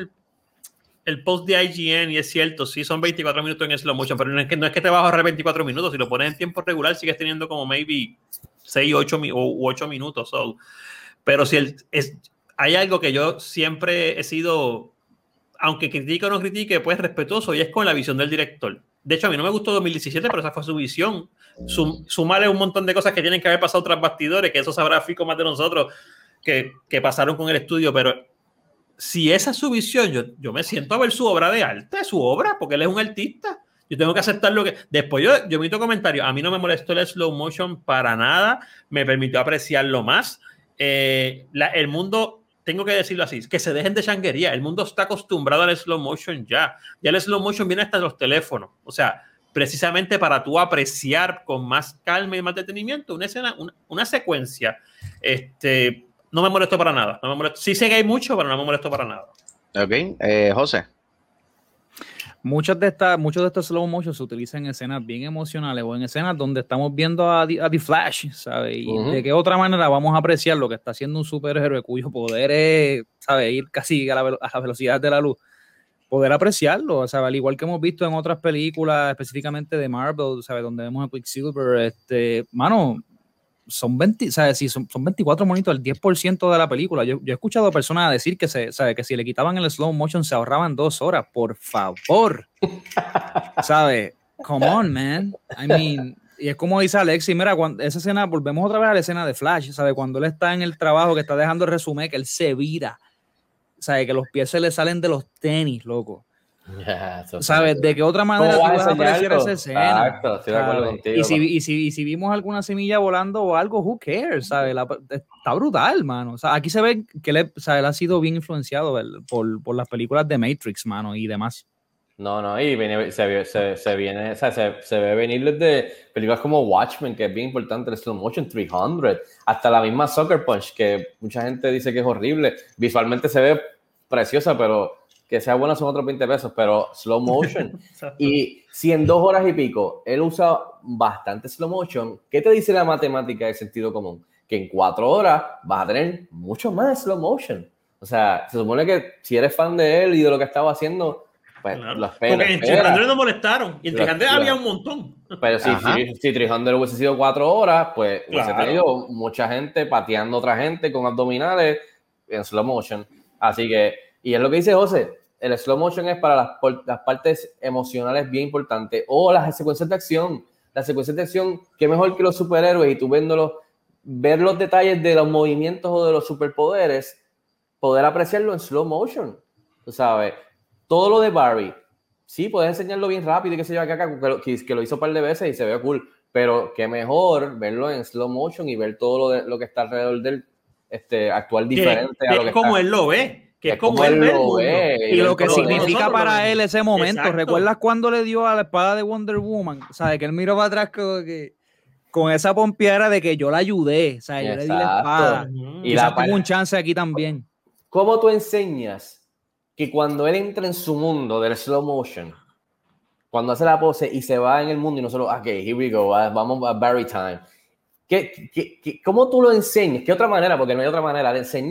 el post de IGN y es cierto, sí, son 24 minutos en slow motion, pero no es que te vas a ahorrar 24 minutos, si lo pones en tiempo regular sigues teniendo como maybe 6, 8 minutos. So. Pero si hay algo que yo siempre he sido, aunque critique o no critique, pues respetuoso, y es con la visión del director. De hecho, a mí no me gustó 2017, pero esa fue su visión. Sumarle un montón de cosas que tienen que haber pasado tras bastidores, que eso sabrá Fico más de nosotros, que pasaron con el estudio, pero si esa es su visión, yo me siento a ver su obra de arte, su obra, porque él es un artista. Yo tengo que aceptar lo que... Después yo emito comentarios. A mí no me molestó el slow motion para nada. Me permitió apreciarlo más. El mundo, tengo que decirlo así, que se dejen de changuería. El mundo está acostumbrado al slow motion ya. Ya el slow motion viene hasta los teléfonos. O sea, precisamente para tú apreciar con más calma y más detenimiento una escena, una secuencia. No me molestó para nada. No me molestó. Sí sé que hay mucho, pero no me molestó para nada. Ok, José. Muchos de estos slow motion se utilizan en escenas bien emocionales o en escenas donde estamos viendo a The Flash, ¿sabes? Y de qué otra manera vamos a apreciar lo que está haciendo un superhéroe cuyo poder es, ¿sabes? Ir casi a la velocidad de la luz. Poder apreciarlo, ¿sabes? Al igual que hemos visto en otras películas, específicamente de Marvel, ¿sabes? Donde vemos a Quicksilver, mano, son 20, ¿sabes? Sí, son 24 monitos, el 10% de la película. Yo he escuchado personas decir que ¿sabe? Que si le quitaban el slow motion se ahorraban 2 horas. Por favor. ¿Sabes? Come on, man. I mean, y es como dice Alexis, mira, cuando esa escena, volvemos otra vez a la escena de Flash, ¿sabes? Cuando él está en el trabajo, que está dejando el resumen, que él se vira, ¿sabes? Que los pies se le salen de los tenis, loco. ¿Sabes? ¿De qué otra manera tú vas a apreciar esa escena? Exacto, estoy de acuerdo contigo. Y si vimos alguna semilla volando o algo, who cares, ¿sabes? Está brutal, mano. O sea, aquí se ve que él ha sido bien influenciado por las películas de Matrix, mano, y demás. No, y se ve venir desde películas como Watchmen, que es bien importante, el slow motion, 300, hasta la misma Sucker Punch, que mucha gente dice que es horrible. Visualmente se ve preciosa, pero que sea buena son otros 20 pesos, pero slow motion. Y si en 2 horas y pico él usa bastante slow motion, ¿qué te dice la matemática de sentido común? Que en 4 horas vas a tener mucho más slow motion. O sea, se supone que si eres fan de él y de lo que estaba haciendo, pues claro. lo esperas. Porque en 300 no molestaron, y en 300 había un montón. Pero si 300 hubiese sido 4 horas, pues hubiese tenido mucha gente pateando a otra gente con abdominales en slow motion. Así que, y es lo que dice José, el slow motion es para las partes emocionales bien importantes, o las secuencias de acción. Las secuencias de acción, qué mejor que los superhéroes, y tú ver los detalles de los movimientos o de los superpoderes, poder apreciarlo en slow motion. Tú sabes, todo lo de Barry, sí, puedes enseñarlo bien rápido y que se lleva acá, que lo hizo un par de veces y se ve cool, pero qué mejor verlo en slow motion y ver todo lo que está alrededor de él, actuar diferente a lo que es como él lo ve. Que es como él lo ve. Y lo que significa para él ese momento. Exacto. ¿Recuerdas cuando le dio a la espada de Wonder Woman? ¿Sabes? Que él miró para atrás con esa pompiera de que yo la ayudé. ¿Sabes? Yo le di la espada. Y tuvo un chance aquí también. ¿Cómo tú enseñas que cuando él entra en su mundo del slow motion, cuando hace la pose y se va en el mundo y nosotros, ok, here we go, vamos a Barry time? ¿Cómo tú lo enseñas? ¿Qué otra manera? Porque no hay otra manera de enseñar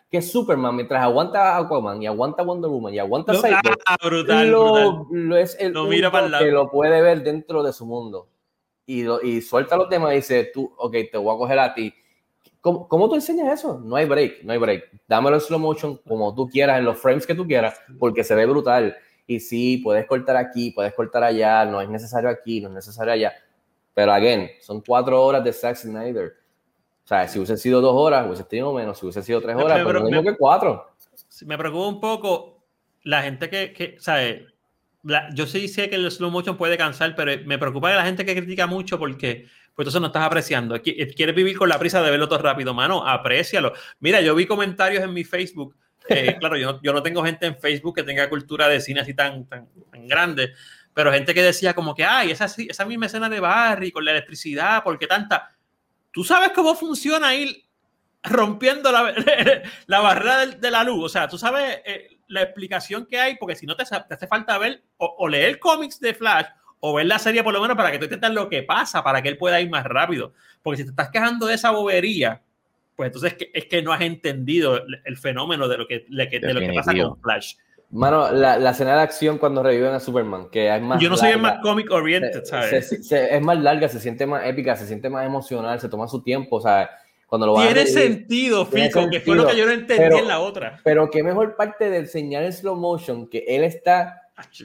que Superman, mientras aguanta a Aquaman y aguanta a Wonder Woman y aguanta a Cyborg, brutal. es el Lo mira para el único que lado. lo puede ver dentro de su mundo. Y suelta a los demás y dice, tú, ok, te voy a coger a ti. ¿Cómo tú enseñas eso? No hay break. Dámelo en slow motion como tú quieras, en los frames que tú quieras, porque se ve brutal. Y sí, puedes cortar aquí, puedes cortar allá, no es necesario aquí, no es necesario allá. Pero, again, son 4 horas de Zack Snyder. O sea, si hubiese sido 2 horas, hubiese tenido menos. Si hubiese sido 3 horas, pues lo mismo que 4. Me preocupa un poco la gente que ¿sabes? Yo sí sé que el slow motion puede cansar, pero me preocupa la gente que critica mucho porque pues entonces no estás apreciando. Quieres vivir con la prisa de verlo todo rápido, mano, aprécialo. Mira, yo vi comentarios en mi Facebook. Claro, yo no tengo gente en Facebook que tenga cultura de cine así tan grande, pero gente que decía como que, ay, esa misma escena de Barry con la electricidad, ¿por qué tanta? ¿Tú sabes cómo funciona ahí rompiendo la barrera de la luz? O sea, tú sabes la explicación que hay, porque si no te hace falta ver o leer cómics de Flash o ver la serie por lo menos para que tú entiendas lo que pasa, para que él pueda ir más rápido. Porque si te estás quejando de esa bobería, pues entonces es que no has entendido el fenómeno de lo que pasa con Flash. Mano, la escena de acción cuando reviven a Superman, que es más yo no soy larga, más comic oriented, ¿sabes? es más larga, se siente más épica, se siente más emocional, se toma su tiempo, ¿sabes? Cuando lo tiene sentido, Fico, que fue lo que yo no entendí en la otra. Pero qué mejor parte de enseñar en slow motion, que él está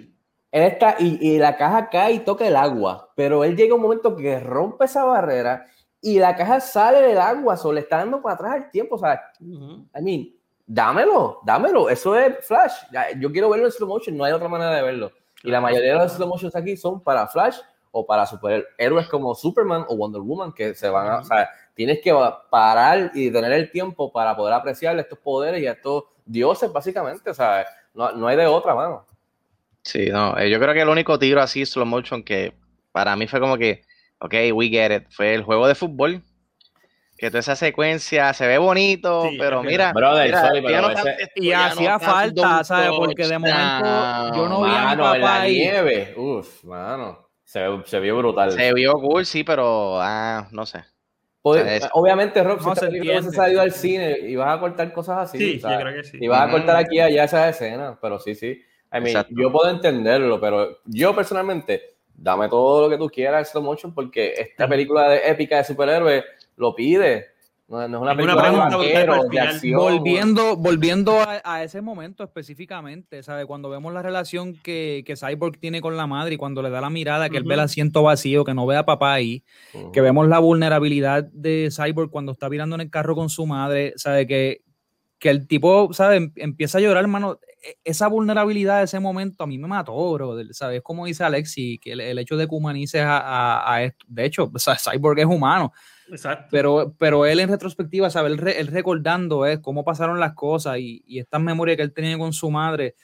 y la caja cae y toca el agua, pero él llega un momento que rompe esa barrera y la caja sale del agua, le está dando para atrás el tiempo, ¿sabes? I mean, dámelo, eso es Flash. Yo quiero verlo en slow motion, no hay otra manera de verlo. Y la mayoría de los slow motions aquí son para Flash o para superhéroes como Superman o Wonder Woman, que se van a, o sea, tienes que parar y tener el tiempo para poder apreciar estos poderes y a estos dioses, básicamente, o sea, no hay de otra, mano. Sí, no, yo creo que el único tiro así slow motion que para mí fue como que, ok, we get it, fue el juego de fútbol. Que toda esa secuencia se ve bonito, sí, pero mira, brother, sorry, pero y hacía falta, ¿sabes? Porque de momento yo no vi a mi papá en la ahí. nieve. Mano, se vio brutal. Se vio cool, sí, pero no sé. Obviamente, Rob, si esta película hubiese salido al cine y vas a cortar cosas así. Sí, yo creo que sí. Y vas a cortar aquí y allá esas escenas, pero sí. I mean, yo puedo entenderlo, pero yo personalmente, dame todo lo que tú quieras en slow motion porque esta película épica de superhéroes lo pide. No es una película de vaqueros, de acción. Volviendo a ese momento específicamente, ¿sabes? Cuando vemos la relación que Cyborg tiene con la madre y cuando le da la mirada, que él ve el asiento vacío, que no ve a papá ahí, que vemos la vulnerabilidad de Cyborg cuando está virando en el carro con su madre, ¿sabes? Que el tipo, ¿sabes? Empieza a llorar, hermano. Esa vulnerabilidad de ese momento a mí me mató, bro, ¿sabes? Como dice Alexi, que el hecho de que humanices a esto. De hecho, o sea, Cyborg es humano. Exacto. Pero él en retrospectiva, ¿sabes? Él recordando cómo pasaron las cosas y estas memorias que él tenía con su madre,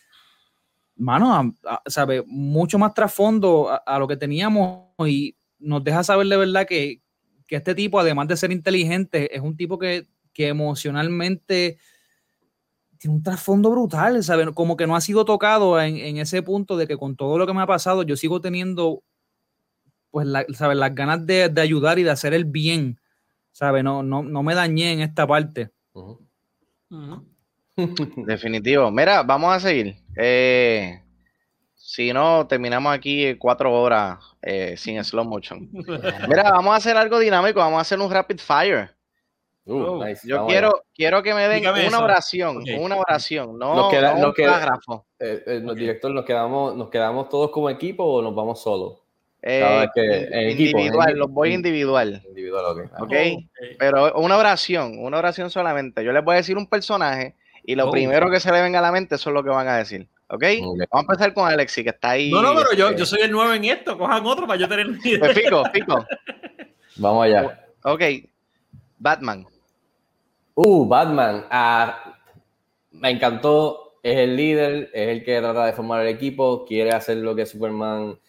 mano, ¿sabes? Mucho más trasfondo a lo que teníamos y nos deja saber de verdad que este tipo, además de ser inteligente, es un tipo que emocionalmente tiene un trasfondo brutal, ¿sabes? Como que no ha sido tocado en ese punto de que con todo lo que me ha pasado, yo sigo teniendo pues ¿sabes? Las ganas de ayudar y de hacer el bien, ¿sabes? No me dañé en esta parte. Definitivo. Mira, vamos a seguir. Si no, terminamos aquí 4 horas sin slow motion. Mira, vamos a hacer algo dinámico, vamos a hacer un rapid fire. Nice. Yo quiero que me den una oración, no un párrafo. Director, ¿nos quedamos todos como equipo o nos vamos solos? Individual, los voy individual. Okay. Pero una oración solamente. Yo les voy a decir un personaje y lo primero que se le venga a la mente, eso es lo que van a decir. ¿Okay? Vamos a empezar con Alexi, que está ahí. No, pero yo soy el nuevo en esto. Cojan otro para yo tener idea. Pues Fico. Vamos allá. Ok. Batman. Batman. Me encantó. Es el líder, es el que trata de formar el equipo, quiere hacer lo que Superman,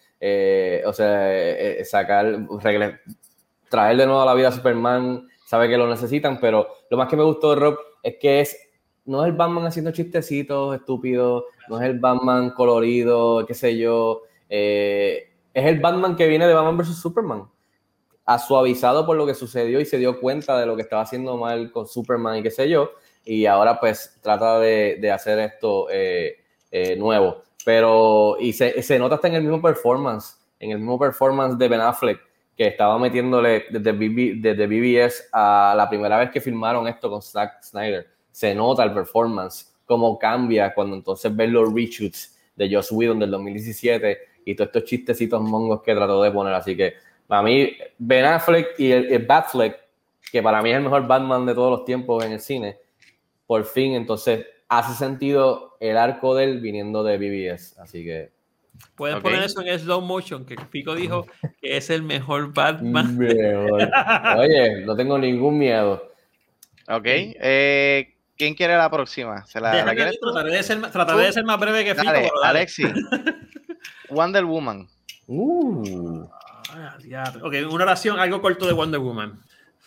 traer de nuevo a la vida a Superman, sabe que lo necesitan, pero lo más que me gustó de Rob es que no es el Batman haciendo chistecitos estúpidos, no es el Batman colorido, qué sé yo, es el Batman que viene de Batman vs. Superman, suavizado por lo que sucedió y se dio cuenta de lo que estaba haciendo mal con Superman y qué sé yo, y ahora pues trata de hacer esto nuevo. Pero, y se nota hasta en el mismo performance de Ben Affleck, que estaba metiéndole desde BBS a la primera vez que filmaron esto con Zack Snyder. Se nota el performance, cómo cambia cuando entonces ves los reshoots de Joss Whedon del 2017 y todos estos chistecitos mongos que trató de poner. Así que para mí Ben Affleck y el Batfleck, que para mí es el mejor Batman de todos los tiempos en el cine, por fin entonces hace sentido el arco de él viniendo de BBS. Así que pueden poner eso en slow motion, que Pico dijo que es el mejor Batman. Oye, no tengo ningún miedo. Ok. ¿Quién quiere la próxima? ¿La quieres tú? Trataré de ser más breve que Pico. Dale, pero dale. Alexi. Wonder Woman. Ok, una oración, algo corto de Wonder Woman.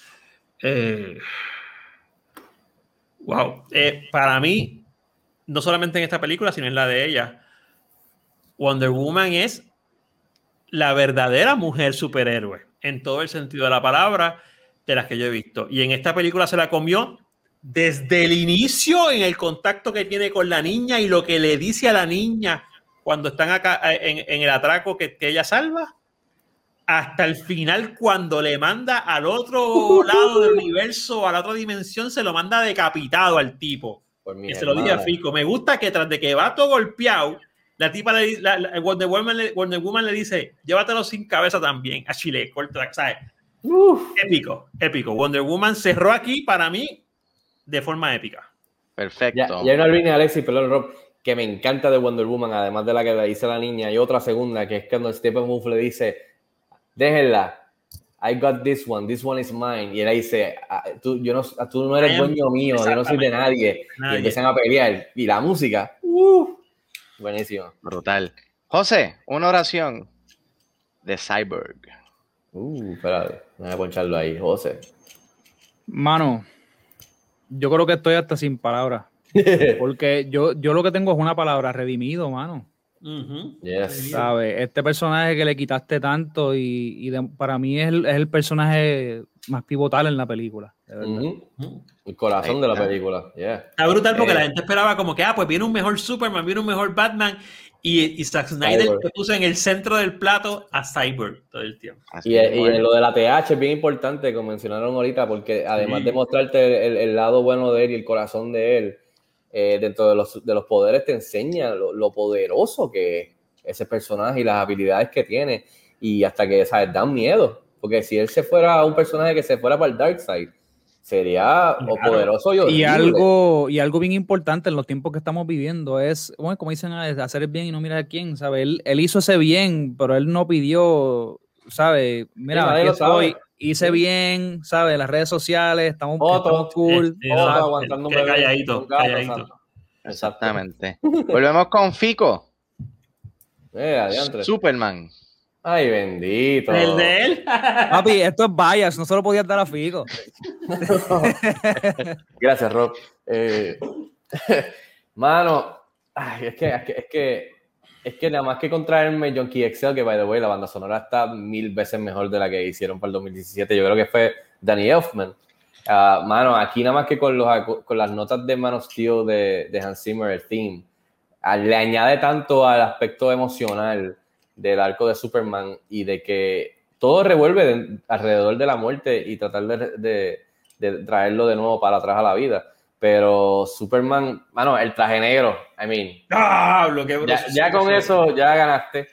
Wow. Para mí, no solamente en esta película, sino en la de ella, Wonder Woman es la verdadera mujer superhéroe, en todo el sentido de la palabra, de las que yo he visto. Y en esta película se la comió desde el inicio, en el contacto que tiene con la niña y lo que le dice a la niña cuando están acá en el atraco que ella salva, hasta el final cuando le manda al otro lado del universo, a la otra dimensión, se lo manda decapitado al tipo. Que se lo dije a Fico. Me gusta que tras de que va todo golpeado, la tipa Wonder Woman le dice, llévatelo sin cabeza también. A Chile, corta, ¿sabes? Épico. Wonder Woman cerró aquí para mí de forma épica. Perfecto. Ya hay una línea, Alexis, perdón, Rob, que me encanta de Wonder Woman, además de la que le dice la niña, y otra segunda, que es cuando Steppenwolf le dice, déjenla, I got this one is mine, y él dice, tú no eres dueño mío, yo no soy de nadie, y empiezan a pelear, y la música, buenísimo. Brutal. José, una oración de Cyborg. Espérate, voy a poncharlo ahí, José. Mano, yo creo que estoy hasta sin palabras. Porque yo lo que tengo es una palabra, redimido, mano. Yes. ¿Sabes? Este personaje que le quitaste tanto para mí es el personaje más pivotal en la película, de verdad. El corazón de la película. Está brutal porque la gente esperaba como que, pues viene un mejor Superman, viene un mejor Batman, y Zack Snyder te puso en el centro del plato a Cyborg todo el tiempo. Y lo de la TH es bien importante, como mencionaron ahorita, porque además de mostrarte el lado bueno de él y el corazón de él, dentro de los poderes te enseña lo poderoso que es ese personaje y las habilidades que tiene, y hasta que, ¿sabes? Dan miedo, porque si él se fuera un personaje que se fuera para el Darkseid, sería poderoso y horrible. Y algo bien importante en los tiempos que estamos viviendo es, bueno, como dicen, hacer el bien y no mirar a quién, ¿sabes? Él hizo ese bien, pero él no pidió, ¿sabes? Mira, aquí estoy, hice bien, ¿sabes? Las redes sociales, estamos cool. Aguantando un bebé. Calladito. Exactamente. Volvemos con Fico. Adiante. Superman. Ay, bendito. ¿El de él? Papi, esto es bias, no se lo podías dar a Fico. Gracias, Rob. Mano, es que nada más que contraerme Junkie XL, que by the way, la banda sonora está 1000 veces mejor de la que hicieron para el 2017. Yo creo que fue Danny Elfman. Mano, aquí nada más que con las notas de Man of Steel de Hans Zimmer, el theme, le añade tanto al aspecto emocional del arco de Superman y de que todo revuelve alrededor de la muerte y tratar de traerlo de nuevo para atrás a la vida. Pero Superman, mano, el traje negro, ya con eso ya ganaste.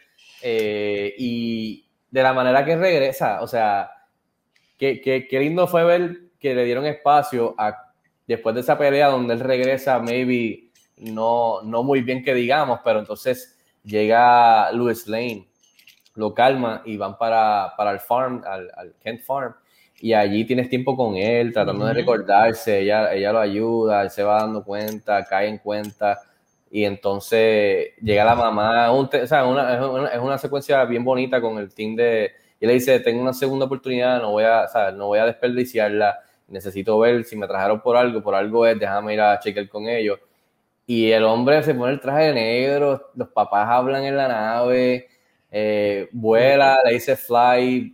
Y de la manera que regresa, o sea, qué lindo fue ver que le dieron espacio después de esa pelea donde él regresa, maybe no muy bien que digamos, pero entonces llega Lois Lane, lo calma y van para el farm, al Kent Farm, y allí tienes tiempo con él, tratando de recordarse, ella lo ayuda, él se va dando cuenta, cae en cuenta, y entonces llega la mamá, es una secuencia bien bonita con el team y le dice, tengo una segunda oportunidad, no voy a desperdiciarla, necesito ver si me trajeron por algo es, déjame ir a chequear con ellos. Y el hombre se pone el traje de negro, los papás hablan en la nave, vuela, le dice fly,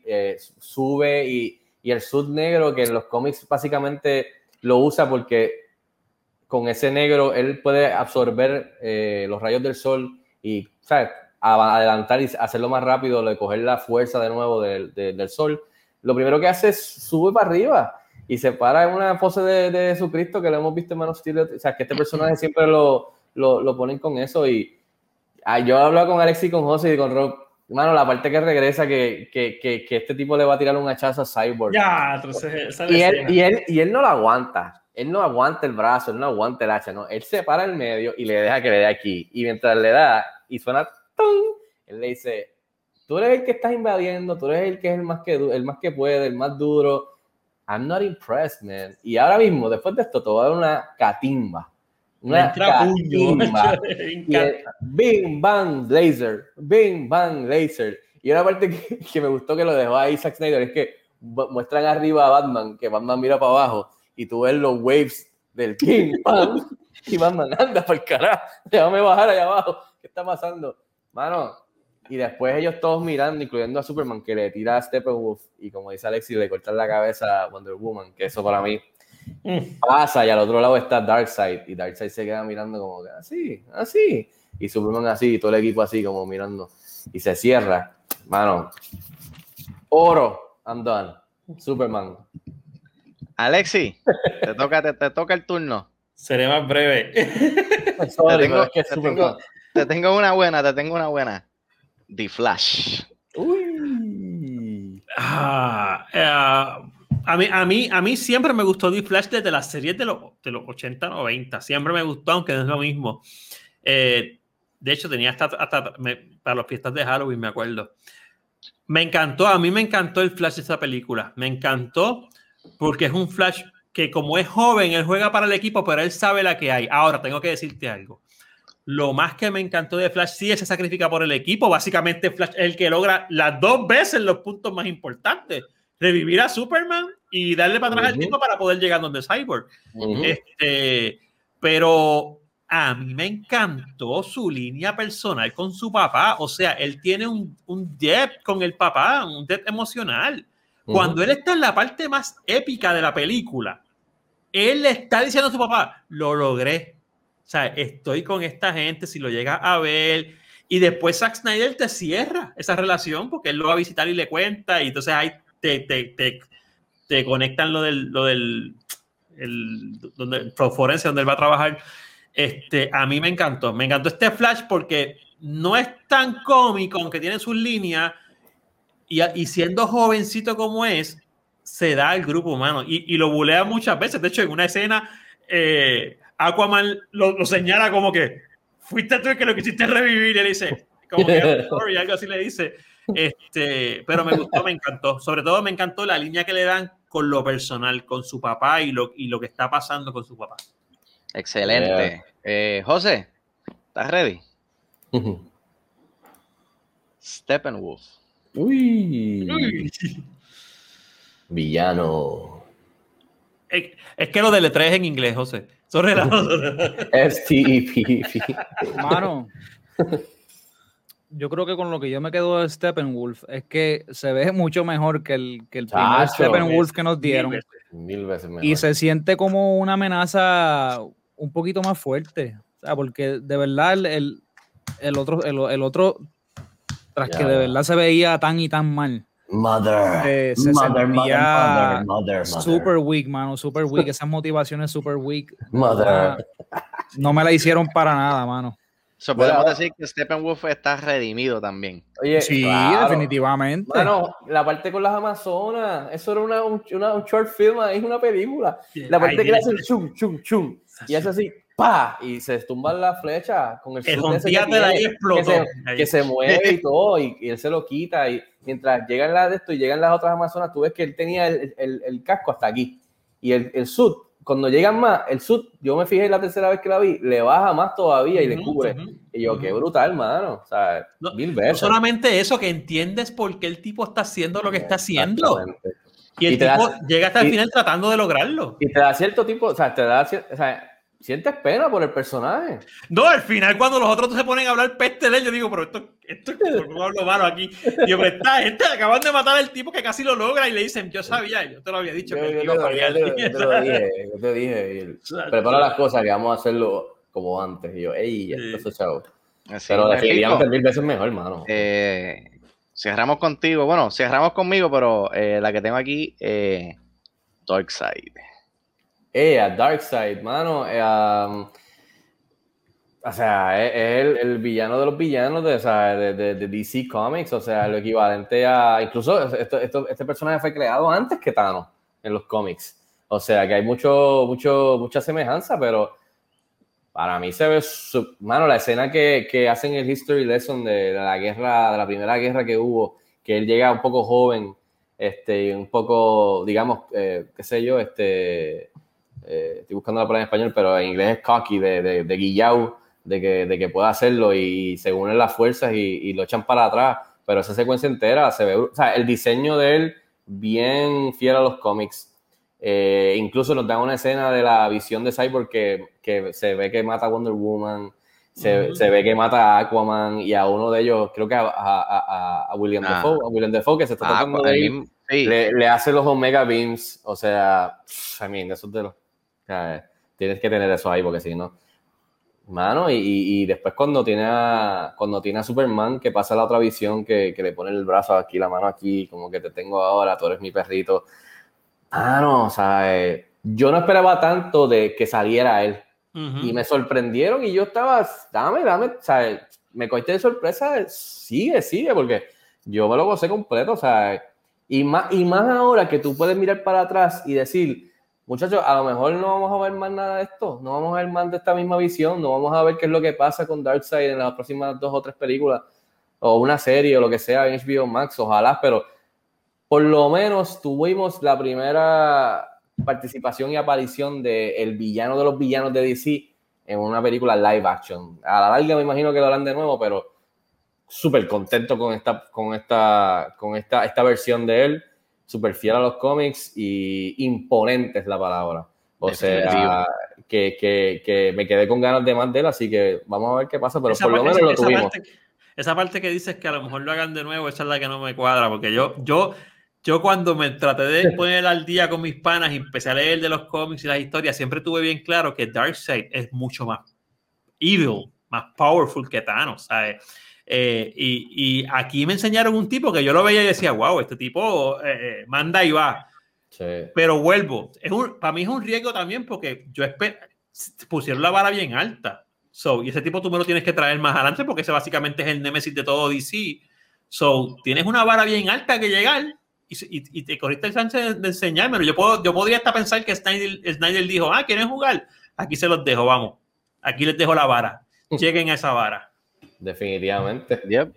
sube y el suit negro que en los cómics básicamente lo usa porque con ese negro, él puede absorber los rayos del sol y, ¿sabes? Adelantar y hacerlo más rápido, de coger la fuerza de nuevo del sol. Lo primero que hace es sube para arriba y se para en una pose de Jesucristo que lo hemos visto en Man of Steel. O sea, que este personaje siempre lo ponen con eso. Y yo he hablado con Alex y con José y con Rob. Mano, la parte que regresa, que este tipo le va a tirar un hachazo a Cyborg. Ya, entonces, y él no lo aguanta. Él no aguanta el brazo, él no aguanta el hacha, ¿no? Él se para en medio y le deja que le dé aquí. Y mientras le da y suena ¡tum!, él le dice, tú eres el que estás invadiendo, tú eres el que es el más que puede, el más duro. I'm not impressed, man. Y ahora mismo, después de esto, te voy a dar una catimba. Una catimba. Bing, bang, laser. Bing, bang, laser. Y una parte que me gustó que lo dejó ahí Zack Snyder es que muestran arriba a Batman, que Batman mira para abajo y tú ves los waves del Bing, bang. Y Batman, anda para el carajo. Déjame bajar allá abajo. ¿Qué está pasando? Mano, y después ellos todos mirando, incluyendo a Superman, que le tira a Steppenwolf y como dice Alexis, le cortan la cabeza a Wonder Woman, que eso para mí pasa, y al otro lado está Darkseid, y Darkseid se queda mirando como que así, y Superman así, y todo el equipo así como mirando, y se cierra. Mano, oro, I'm done. Superman. Alexis, te toca el turno. Seré más breve. Te tengo una buena. The Flash. Uy. A mí siempre me gustó The Flash desde las series de los 80, 90. Siempre me gustó, aunque no es lo mismo. De hecho, tenía hasta para las fiestas de Halloween, me acuerdo. A mí me encantó el Flash de esa película. Me encantó porque es un Flash que, como es joven, él juega para el equipo, pero él sabe la que hay. Ahora, tengo que decirte algo. Lo más que me encantó de Flash, sí, se sacrifica por el equipo. Básicamente, Flash es el que logra las 2 veces los puntos más importantes. Revivir a Superman y darle para atrás el tiempo para poder llegar donde Cyborg. Pero a mí me encantó su línea personal con su papá. O sea, él tiene un depth con el papá, un depth emocional. Cuando él está en la parte más épica de la película, él le está diciendo a su papá, lo logré. O sea, estoy con esta gente, si lo llegas a ver. Y después Zack Snyder te cierra esa relación porque él lo va a visitar y le cuenta. Y entonces ahí te conectan lo del forense donde él va a trabajar. A mí me encantó este Flash porque no es tan cómico, aunque tiene sus líneas. Y siendo jovencito como es, se da al grupo humano. Y lo bulea muchas veces. De hecho, en una escena... Aquaman lo señala como que fuiste tú el que lo quisiste revivir, y él dice como que sorry, algo así le dice. Pero me gustó, me encantó, sobre todo me encantó la línea que le dan con lo personal, con su papá y lo que está pasando con su papá. Excelente. José, ¿estás ready? Steppenwolf. Uy. Villano. Es que lo deletré en inglés, José. S-T-E-P-P. Mano, yo creo que con lo que yo me quedo de Steppenwolf es que se ve mucho mejor que el primer Steppenwolf que nos dieron. Mil veces mejor. Y se siente como una amenaza un poquito más fuerte. O sea, porque de verdad el otro tras que de verdad se veía tan y tan mal. Mother. Super weak, mano, super weak. Esas motivaciones super weak. Mother. No me la hicieron para nada, mano. Podemos decir que Steppenwolf está redimido también. Oye, sí, claro. Definitivamente. Mano, la parte con las Amazonas, eso era un short film, es una película. La parte que le hace el chum, chum, chum, y hace así, ¡pa! Y se tumban las flechas con el que se mueve y todo, y él se lo quita, y mientras llegan las otras Amazonas, tú ves que él tenía el casco hasta aquí, y el suit, cuando llegan más, el suit, yo me fijé la tercera vez que la vi, le baja más todavía y le cubre. Y yo, qué brutal, mano. O sea, mil veces. No solamente eso, que entiendes por qué el tipo está haciendo lo que está haciendo. Y el tipo llega hasta el final tratando de lograrlo. Y te da cierto tipo, o sea, sientes pena por el personaje. No, al final cuando los otros se ponen a hablar peste de él, yo digo, pero esto no hablo malo aquí. Digo, pero esta gente acaban de matar al tipo que casi lo logra y le dicen, yo sabía, yo te lo había dicho que él iba a fallar. Yo te dije, prepara las cosas que vamos a hacerlo como antes. Y yo, ey, esto es chavo. Pero definitivamente 1000 veces mejor, hermano. Cerramos contigo, bueno, cerramos conmigo, pero la que tengo aquí, Darkseid. A Darkseid, mano. O sea, es el villano de los villanos de DC Comics. O sea, lo equivalente a... Incluso este personaje fue creado antes que Thanos en los cómics. O sea, que hay mucha semejanza, pero para mí se ve... Mano, la escena que hacen el History Lesson de la guerra, de la primera guerra que hubo, que él llega un poco joven, un poco, digamos, qué sé yo, estoy buscando la palabra en español, pero en inglés es cocky, de guillau, de que pueda hacerlo y se unen las fuerzas y lo echan para atrás, pero esa secuencia entera se ve, o sea, el diseño de él bien fiel a los cómics. Incluso nos dan una escena de la visión de Cyborg que se ve que mata a Wonder Woman, se ve que mata a Aquaman y a uno de ellos, creo que a William Dafoe, que se está tratando de ir, sí. le hace los Omega Beams, o sea, eso de los... O sea, tienes que tener eso ahí porque si no... Mano, y después cuando tiene a Superman, que pasa la otra visión, que le pone el brazo aquí, la mano aquí, como que te tengo ahora, tú eres mi perrito. No, o sea, yo no esperaba tanto de que saliera él. Y me sorprendieron y yo estaba, dame, o sea, me cogiste de sorpresa, sigue, porque yo me lo gocé completo, o sea, y más ahora que tú puedes mirar para atrás y decir, muchachos, a lo mejor no vamos a ver más nada de esto, no vamos a ver más de esta misma visión, no vamos a ver qué es lo que pasa con Darkseid en las próximas 2 o 3 películas, o una serie o lo que sea en HBO Max, ojalá, pero por lo menos tuvimos la primera participación y aparición del villano de los villanos de DC en una película live action. A la larga me imagino que lo harán de nuevo, pero súper contento con esta versión de él, súper fiel a los cómics y imponente es la palabra. O sea, que me quedé con ganas de más de él, así que vamos a ver qué pasa, pero por lo menos lo tuvimos. Esa parte que dices que a lo mejor lo hagan de nuevo, esa es la que no me cuadra, porque yo cuando me traté de poner al día con mis panas y empecé a leer de los cómics y las historias, siempre tuve bien claro que Darkseid es mucho más evil, más powerful que Thanos, ¿sabes? Y aquí me enseñaron un tipo que yo lo veía y decía, wow, este tipo manda y va. Sí. Pero vuelvo, para mí es un riesgo también porque pusieron la vara bien alta. Y ese tipo tú me lo tienes que traer más adelante porque ese básicamente es el némesis de todo DC. Tienes una vara bien alta que llegar y te corriste el chance de enseñármelo. Yo podría hasta pensar que Snyder dijo, ¿quieren jugar? Aquí se los dejo, vamos. Aquí les dejo la vara. Lleguen a esa vara. Definitivamente. Yep.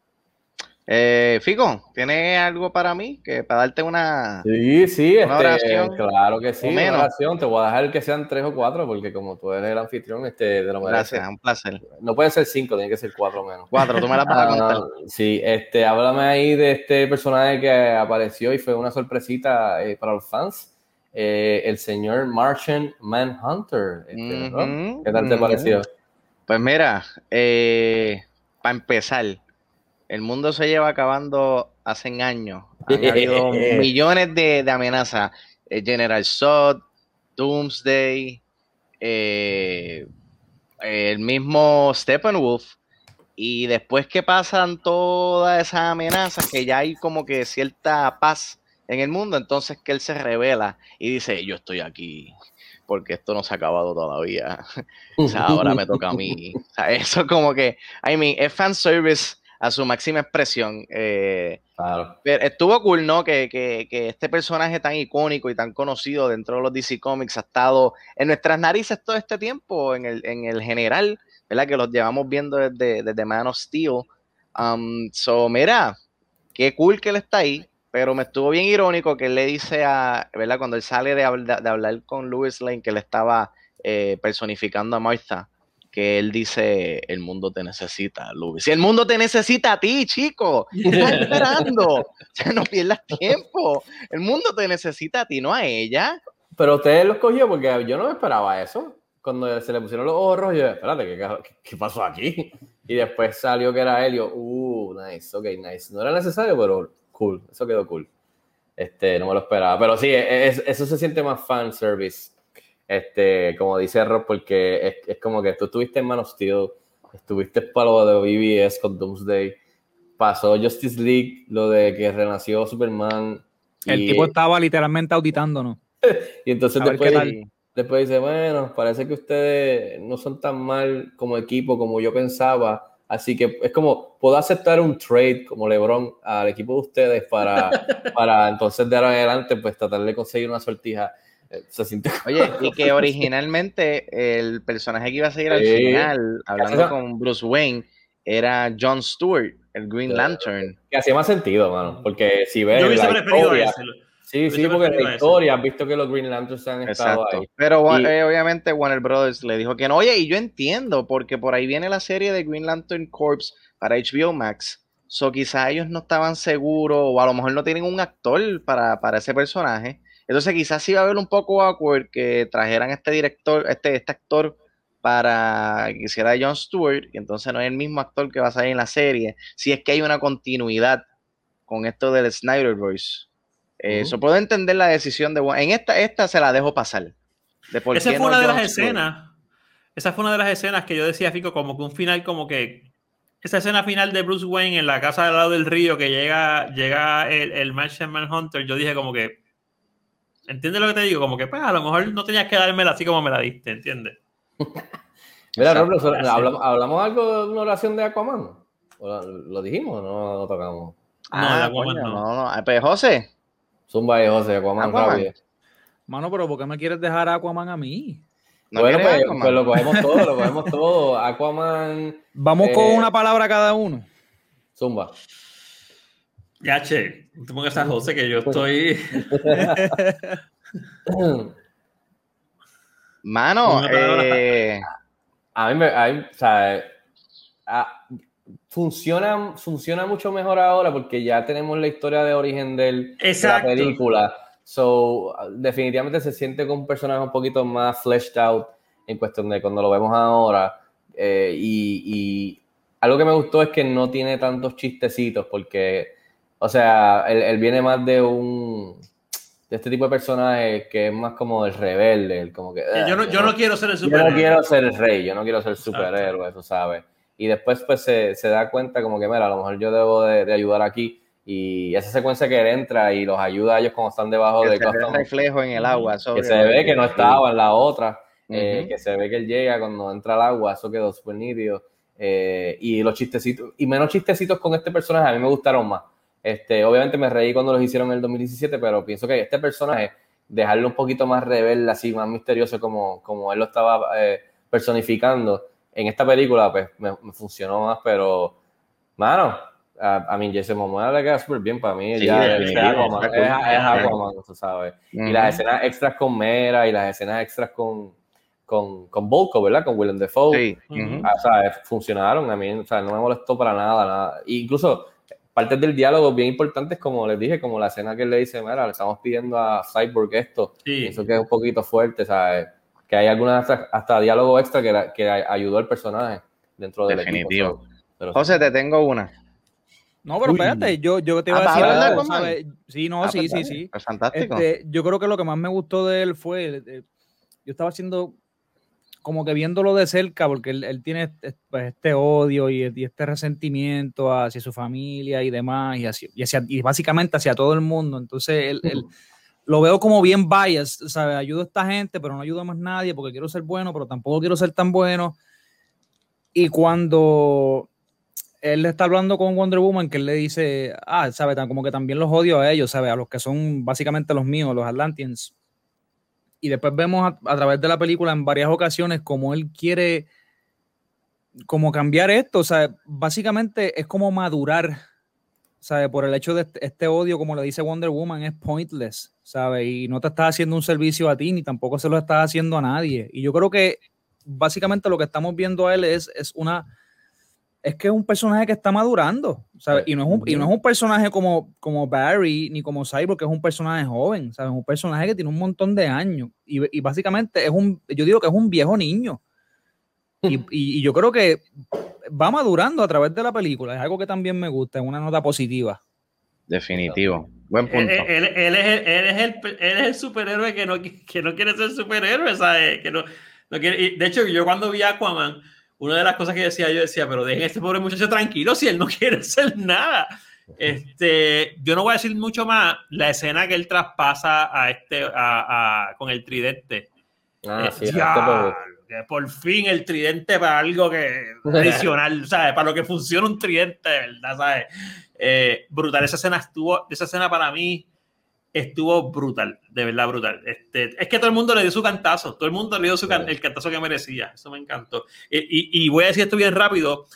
Fico, ¿tienes algo para mí? Para darte una oración. Claro que sí, una oración. Te voy a dejar que sean 3 o 4, porque como tú eres el anfitrión, te lo mereces. Gracias, un placer. No pueden ser 5, tiene que ser 4 menos. 4, tú me las vas a contar. Sí, háblame ahí de este personaje que apareció y fue una sorpresita para los fans. El señor Martian Manhunter. ¿No? ¿Qué tal te pareció? Pues mira, para empezar, el mundo se lleva acabando hace años. Han habido millones de amenazas. General Zod, Doomsday, el mismo Steppenwolf. Y después que pasan todas esas amenazas, que ya hay como que cierta paz en el mundo, entonces que él se revela y dice, yo estoy aquí porque esto no se ha acabado todavía. O sea, ahora me toca a mí. O sea, eso como que, es fanservice a su máxima expresión. Claro. Pero estuvo cool, ¿no? Que este personaje tan icónico y tan conocido dentro de los DC Comics ha estado en nuestras narices todo este tiempo, en el general, ¿verdad? Que los llevamos viendo desde Man of Steel. Mira, qué cool que él está ahí, pero me estuvo bien irónico que él le dice ¿verdad? Cuando él sale de hablar con Lois Lane, que le estaba personificando a Martha, que él dice, el mundo te necesita, Luis. Si el mundo te necesita a ti, chico, ¿qué estás esperando? O sea, no pierdas tiempo. El mundo te necesita a ti, no a ella. Pero usted lo escogió porque yo no me esperaba eso. cuando se le pusieron los ojos rojos, yo, espérate, ¿qué pasó aquí? Y después salió que era él, y yo, nice, ok, nice. No era necesario, pero cool, eso quedó cool. No me lo esperaba. Pero sí, eso se siente más fan service. Como dice Rob, porque es como que tú estuviste en Man of Steel, estuviste para lo de BBS con Doomsday, pasó Justice League, lo de que renació Superman. El tipo estaba literalmente auditándonos. Y entonces después dice, bueno, parece que ustedes no son tan mal como equipo como yo pensaba. Así que es como, puedo aceptar un trade como LeBron al equipo de ustedes para entonces de ahora en adelante pues tratar de conseguir una sortija. Se siente... Oye, y que originalmente el personaje que iba a seguir al final, hablando con Bruce Wayne, era Jon Stewart, el Green Lantern. Que hacía más sentido, mano, porque si ves yo hubiese preferido historia, a ese. Sí, porque en la historia has visto que los Green Lanterns han estado ahí. Pero obviamente Warner Brothers le dijo que no. Oye, y yo entiendo, porque por ahí viene la serie de Green Lantern Corps para HBO Max. So quizás ellos no estaban seguros, o a lo mejor no tienen un actor para ese personaje. Entonces quizás sí va a haber un poco awkward que trajeran este actor para que hiciera Jon Stewart, y entonces no es el mismo actor que va a salir en la serie, si es que hay una continuidad con esto del Snyderverse. Eso puedo entender la decisión de Warner. En esta se la dejo pasar. Esa fue una de las escenas. Esa fue una de las escenas que yo decía, Fico, como que un final, como que esa escena final de Bruce Wayne en la casa al lado del río, que llega el Martian Manhunter, yo dije como que, ¿entiendes lo que te digo? Como que pues a lo mejor no tenías que dármela así como me la diste, ¿entiendes? Mira, Rob, ¿hablamos algo de una oración de Aquaman? ¿Lo dijimos o no lo tocamos? No, de Aquaman no. Pues José. Zumba y José, Aquaman. Rápido. Mano, pero ¿por qué me quieres dejar a Aquaman a mí? No, bueno, pues lo cogemos todo. Aquaman. Vamos con una palabra cada uno. Zumba. Ya, che, no te pongas a José que yo estoy. Mano, a mí o sea, funciona mucho mejor ahora porque ya tenemos la historia de origen de la película. So, definitivamente se siente con un personaje un poquito más fleshed out en cuestión de cuando lo vemos ahora. Y algo que me gustó es que no tiene tantos chistecitos porque, o sea, él viene más de este tipo de personaje que es más como el rebelde, como que... yo no quiero ser el superhéroe. Yo no quiero ser el rey, yo no quiero ser el superhéroe, tú sabes. Y después pues se da cuenta como que, mira, a lo mejor yo debo de ayudar aquí. Y esa secuencia que él entra y los ayuda a ellos cuando están debajo de Gotham, reflejo en el agua. Que se ve que no estaba en la otra, que se ve que él llega cuando entra al agua, eso quedó súper nítido. Y los chistecitos, y menos chistecitos con este personaje, a mí me gustaron más. Obviamente me reí cuando los hicieron en el 2017, pero pienso que este personaje, dejarlo un poquito más rebelde, así, más misterioso como él lo estaba personificando, en esta película, pues me funcionó más, pero, mano, a mí Jason Momoa le queda súper bien para mí. Sí, es Aquaman, tú sabes. Y las escenas extras con Mera y las escenas extras con Volko, ¿verdad? Con Willem Dafoe. Sí. O sea, funcionaron a mí, o sea, no me molestó para nada. E incluso partes del diálogo bien importantes, como les dije, como la escena que él le dice, mira, le estamos pidiendo a Cyborg esto. Sí. Eso que es un poquito fuerte, ¿sabes? Que hay algunas hasta diálogo extra que ayudó al personaje dentro del equipo. Pero, José, te tengo una. No, pero espérate, yo te iba a decir algo, ¿sabes? Sí, no, sí. Es fantástico. Yo creo que lo que más me gustó de él fue, yo estaba haciendo como que viéndolo de cerca, porque él tiene pues, este odio y este resentimiento hacia su familia y demás, y básicamente hacia todo el mundo. Entonces, él lo veo como bien biased, ¿sabes? Ayudo a esta gente, pero no ayudo a más nadie porque quiero ser bueno, pero tampoco quiero ser tan bueno. Y cuando él está hablando con Wonder Woman, que él le dice, ¿sabes? Como que también los odio a ellos, ¿sabes? A los que son básicamente los míos, los Atlanteans. Y después vemos a través de la película en varias ocasiones como él quiere como cambiar esto, o sea, básicamente es como madurar, ¿sabes? Por el hecho de este odio, como le dice Wonder Woman, es pointless, ¿sabes? Y no te estás haciendo un servicio a ti, ni tampoco se lo estás haciendo a nadie. Y yo creo que básicamente lo que estamos viendo a él es es que es un personaje que está madurando, ¿sabes? Y no es un personaje como Barry ni como Cyborg, que es un personaje joven, ¿sabes? Es un personaje que tiene un montón de años y básicamente yo digo que es un viejo niño. Y yo creo que va madurando a través de la película. Es algo que también me gusta, es una nota positiva. Definitivo. Buen punto. Él es el superhéroe que no quiere ser superhéroe, ¿sabes? Que no quiere. De hecho, yo cuando vi a Aquaman, una de las cosas que yo decía, pero dejen a este pobre muchacho tranquilo si él no quiere hacer nada. Yo no voy a decir mucho más. La escena que él traspasa con el tridente. Que por fin el tridente para algo que adicional, ¿sabes? Para lo que funciona un tridente, de verdad, ¿sabes? Brutal. Esa escena para mí estuvo brutal, de verdad brutal. Es que todo el mundo le dio su cantazo, todo el mundo le dio el cantazo que merecía. Eso me encantó. Y voy a decir esto bien rápido.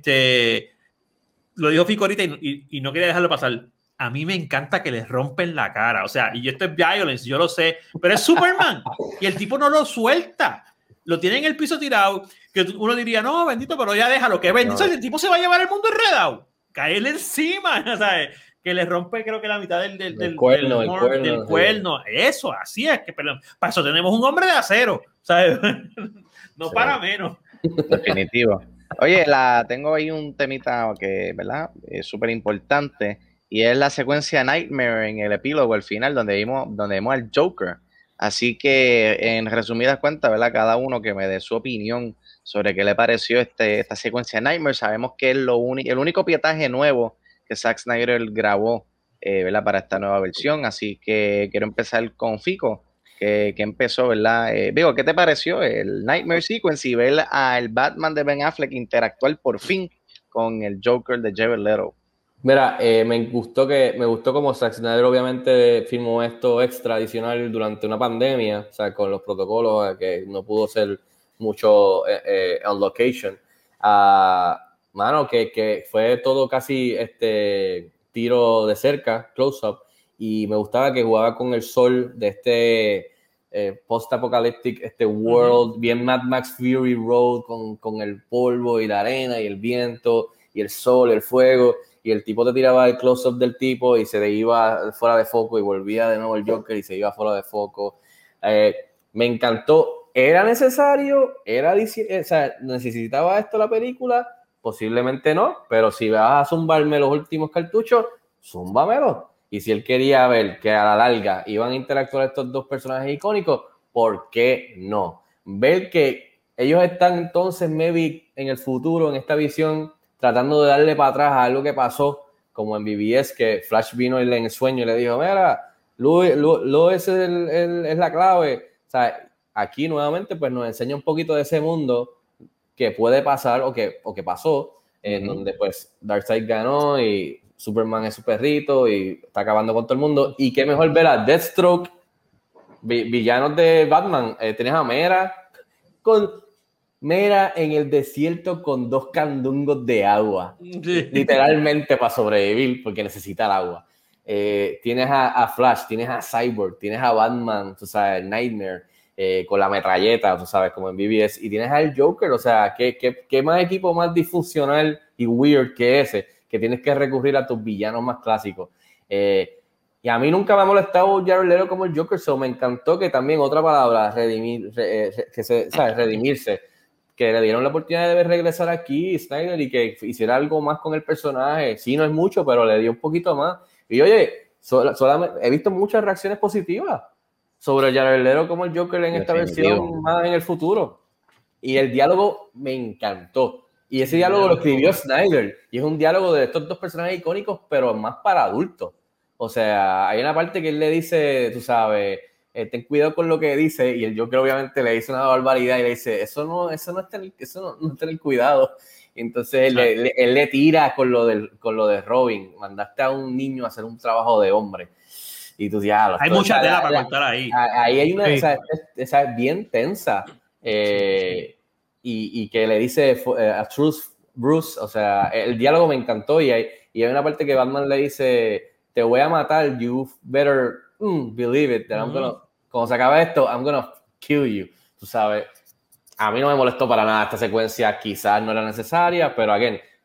Lo dijo Fico ahorita y no quería dejarlo pasar. A mí me encanta que les rompen la cara. O sea, y esto es violence, yo lo sé, pero es Superman y el tipo no lo suelta. Lo tiene en el piso tirado, que uno diría, no, bendito, pero ya déjalo, que bendito, el tipo se va a llevar el mundo enredado. Caerle encima, ¿sabes? Que le rompe, creo que la mitad del cuerno. Sí. Eso, así es. Para eso tenemos un hombre de acero, ¿sabes? No sí. Para menos. Definitivo. Oye, tengo ahí un temita que, ¿verdad? Es súper importante. Y es la secuencia Nightmare en el epílogo, el final, donde vemos al Joker. Así que, en resumidas cuentas, ¿verdad? Cada uno que me dé su opinión sobre qué le pareció esta secuencia Nightmare. Sabemos que es el único pietaje nuevo que Zack Snyder grabó, ¿verdad? Para esta nueva versión. Así que quiero empezar con Fico, que empezó, ¿verdad? Digo, ¿qué te pareció el Nightmare Sequence y ver al Batman de Ben Affleck interactuar por fin con el Joker de Jared Leto? Mira, me gustó como Zack Snyder obviamente filmó esto extra adicional durante una pandemia, o sea, con los protocolos que no pudo ser mucho on location. Mano, que fue todo casi tiro de cerca, close-up, y me gustaba que jugaba con el sol de post-apocalyptic world, bien Mad Max Fury Road, con el polvo y la arena y el viento y el sol, el fuego. Y el tipo te tiraba el close-up del tipo y se iba fuera de foco y volvía de nuevo el Joker y se iba fuera de foco. Me encantó. ¿Era necesario? ¿Necesitaba esto la película? Posiblemente no, pero si vas a zumbarme los últimos cartuchos, zúmbamelo. Y si él quería ver que a la larga iban a interactuar estos dos personajes icónicos, ¿por qué no? Ver que ellos están entonces, maybe en el futuro, en esta visión, tratando de darle para atrás a algo que pasó, como en BBS, que Flash vino en el sueño y le dijo, mira, Lois es la clave. O sea, aquí nuevamente pues nos enseña un poquito de ese mundo que puede pasar o que pasó, en donde pues Darkseid ganó y Superman es su perrito y está acabando con todo el mundo. Y qué mejor ver a Deathstroke, villanos de Batman. Tenés a Mera en el desierto con 2 candungos de agua, literalmente para sobrevivir porque necesita el agua. Tienes a Flash, tienes a Cyborg, tienes a Batman, tú sabes, Nightmare, con la metralleta, tú sabes, como en BBS, y tienes al Joker, o sea, ¿qué más equipo más disfuncional y weird que ese, que tienes que recurrir a tus villanos más clásicos? Y a mí nunca me ha molestado Jared Leto como el Joker, so me encantó que también otra palabra, redimirse, que le dieron la oportunidad de regresar aquí Snyder y que hiciera algo más con el personaje. Sí, no es mucho, pero le dio un poquito más. Y oye, solamente he visto muchas reacciones positivas sobre Jared Leto como el Joker en esta versión más en el futuro. Y el diálogo me encantó. Y ese diálogo lo escribió Snyder. Y es un diálogo de estos dos personajes icónicos, pero más para adultos. O sea, hay una parte que él le dice, tú sabes, ten cuidado con lo que dice, y el Joker obviamente le dice una barbaridad y le dice, eso no es tener cuidado. Y entonces él le tira con lo de Robin, mandaste a un niño a hacer un trabajo de hombre. Y tú ya... Hay mucha tela para contar ahí. Ahí hay una... Esa bien tensa. Y que le dice a Bruce, o sea, el diálogo me encantó y hay una parte que Batman le dice, te voy a matar, you better... believe it, that cuando se acabe esto, I'm gonna kill you. Tú sabes, a mí no me molestó para nada esta secuencia, quizás no era necesaria, pero again,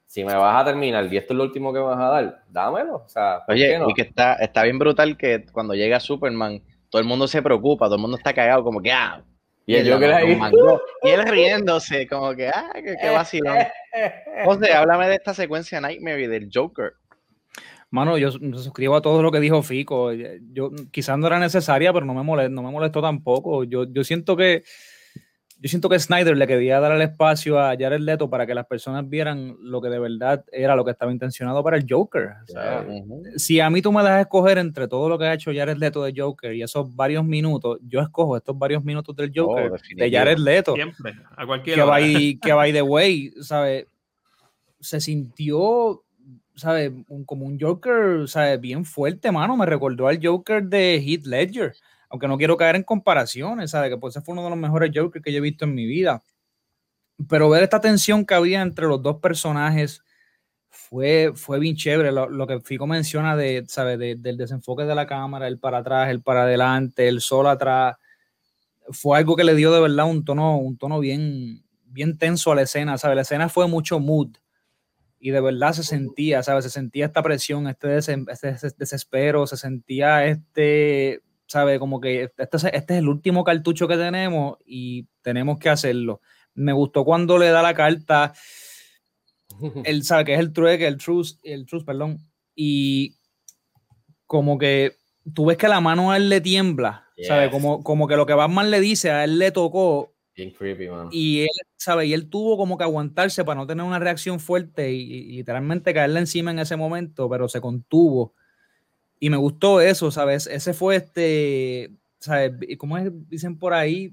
si me vas a terminar y esto es lo último que me vas a dar, dámelo. O sea, ¿por Oye, qué no? y que está bien brutal que cuando llega Superman, todo el mundo se preocupa, todo el mundo está cagado, como que, Y el mierda, Joker nos ahí. mangó. Y él riéndose, como que, qué vacilón. José, háblame de esta secuencia Nightmare y del Joker. Mano, yo me suscribo a todo lo que dijo Fico. Yo quizás no era necesaria, pero no me molestó tampoco. Yo siento que Snyder le quería dar el espacio a Jared Leto para que las personas vieran lo que de verdad era lo que estaba intencionado para el Joker. O sea, si a mí tú me das a escoger entre todo lo que ha hecho Jared Leto de Joker y esos varios minutos, yo escojo estos varios minutos del Joker de Jared Leto. Siempre, a cualquier hora. Que by the way, ¿sabes? Se sintió, ¿sabes? Como un Joker, ¿sabes? Bien fuerte, mano. Me recordó al Joker de Heath Ledger. Aunque no quiero caer en comparaciones, ¿sabes? Que pues ese fue uno de los mejores Jokers que yo he visto en mi vida. Pero ver esta tensión que había entre los dos personajes fue bien chévere. Lo que Fico menciona ¿sabes? Del desenfoque de la cámara, el para atrás, el para adelante, el sol atrás, fue algo que le dio de verdad un tono bien tenso a la escena, ¿sabes? La escena fue mucho mood. Y de verdad se sentía, ¿sabes? Se sentía esta presión, este desespero, se sentía ¿sabe? Como que este es el último cartucho que tenemos y tenemos que hacerlo. Me gustó cuando le da la carta, él sabe que es el truce, perdón, y como que tú ves que la mano a él le tiembla, ¿sabes? Como que lo que Batman le dice a él le tocó. Bien creepy, man. Y él, ¿sabe? Y él tuvo como que aguantarse para no tener una reacción fuerte y literalmente caerle encima en ese momento, pero se contuvo. Y me gustó eso, ¿sabes? Ese fue ¿sabes? ¿Cómo dicen por ahí?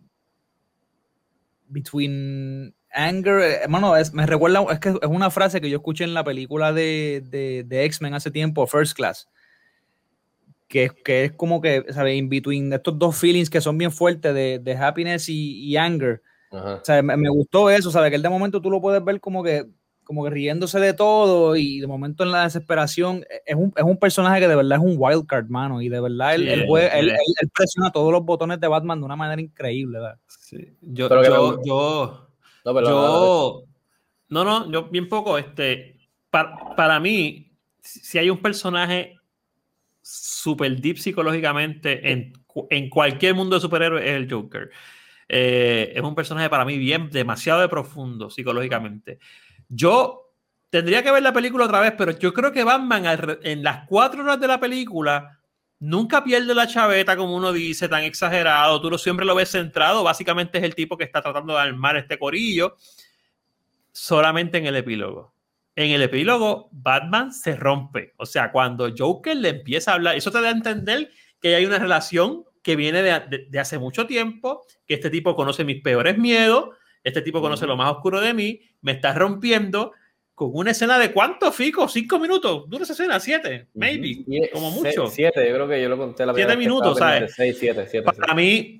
Between anger, hermano, me recuerda, es que es una frase que yo escuché en la película de X-Men hace tiempo, First Class, que es como que, ¿sabes? In between estos dos feelings que son bien fuertes de happiness y anger. Ajá. O sea, me gustó eso, ¿sabes? Que él de momento tú lo puedes ver como que riéndose de todo y de momento en la desesperación es un personaje que de verdad es un wildcard, mano, y de verdad Sí, él presiona todos los botones de Batman de una manera increíble, ¿verdad? Sí. Yo bien poco, para mí, si hay un personaje super deep psicológicamente en cualquier mundo de superhéroes, es el Joker. Es un personaje para mí demasiado de profundo psicológicamente. Yo tendría que ver la película otra vez, pero yo creo que Batman en las 4 horas de la película nunca pierde la chaveta, como uno dice, tan exagerado. Tú siempre lo ves centrado. Básicamente es el tipo que está tratando de armar este corillo. Solamente en el epílogo. En el epílogo, Batman se rompe. O sea, cuando Joker le empieza a hablar, eso te da a entender que hay una relación que viene de hace mucho tiempo, que este tipo conoce mis peores miedos, este tipo conoce lo más oscuro de mí, me está rompiendo con una escena de ¿cuántos, Fico? 5 minutos. ¿Dura esa escena? 7, maybe. Como mucho. 7, yo creo que yo lo conté la primera 7 minutos, ¿sabes? 6, 7. Para mí,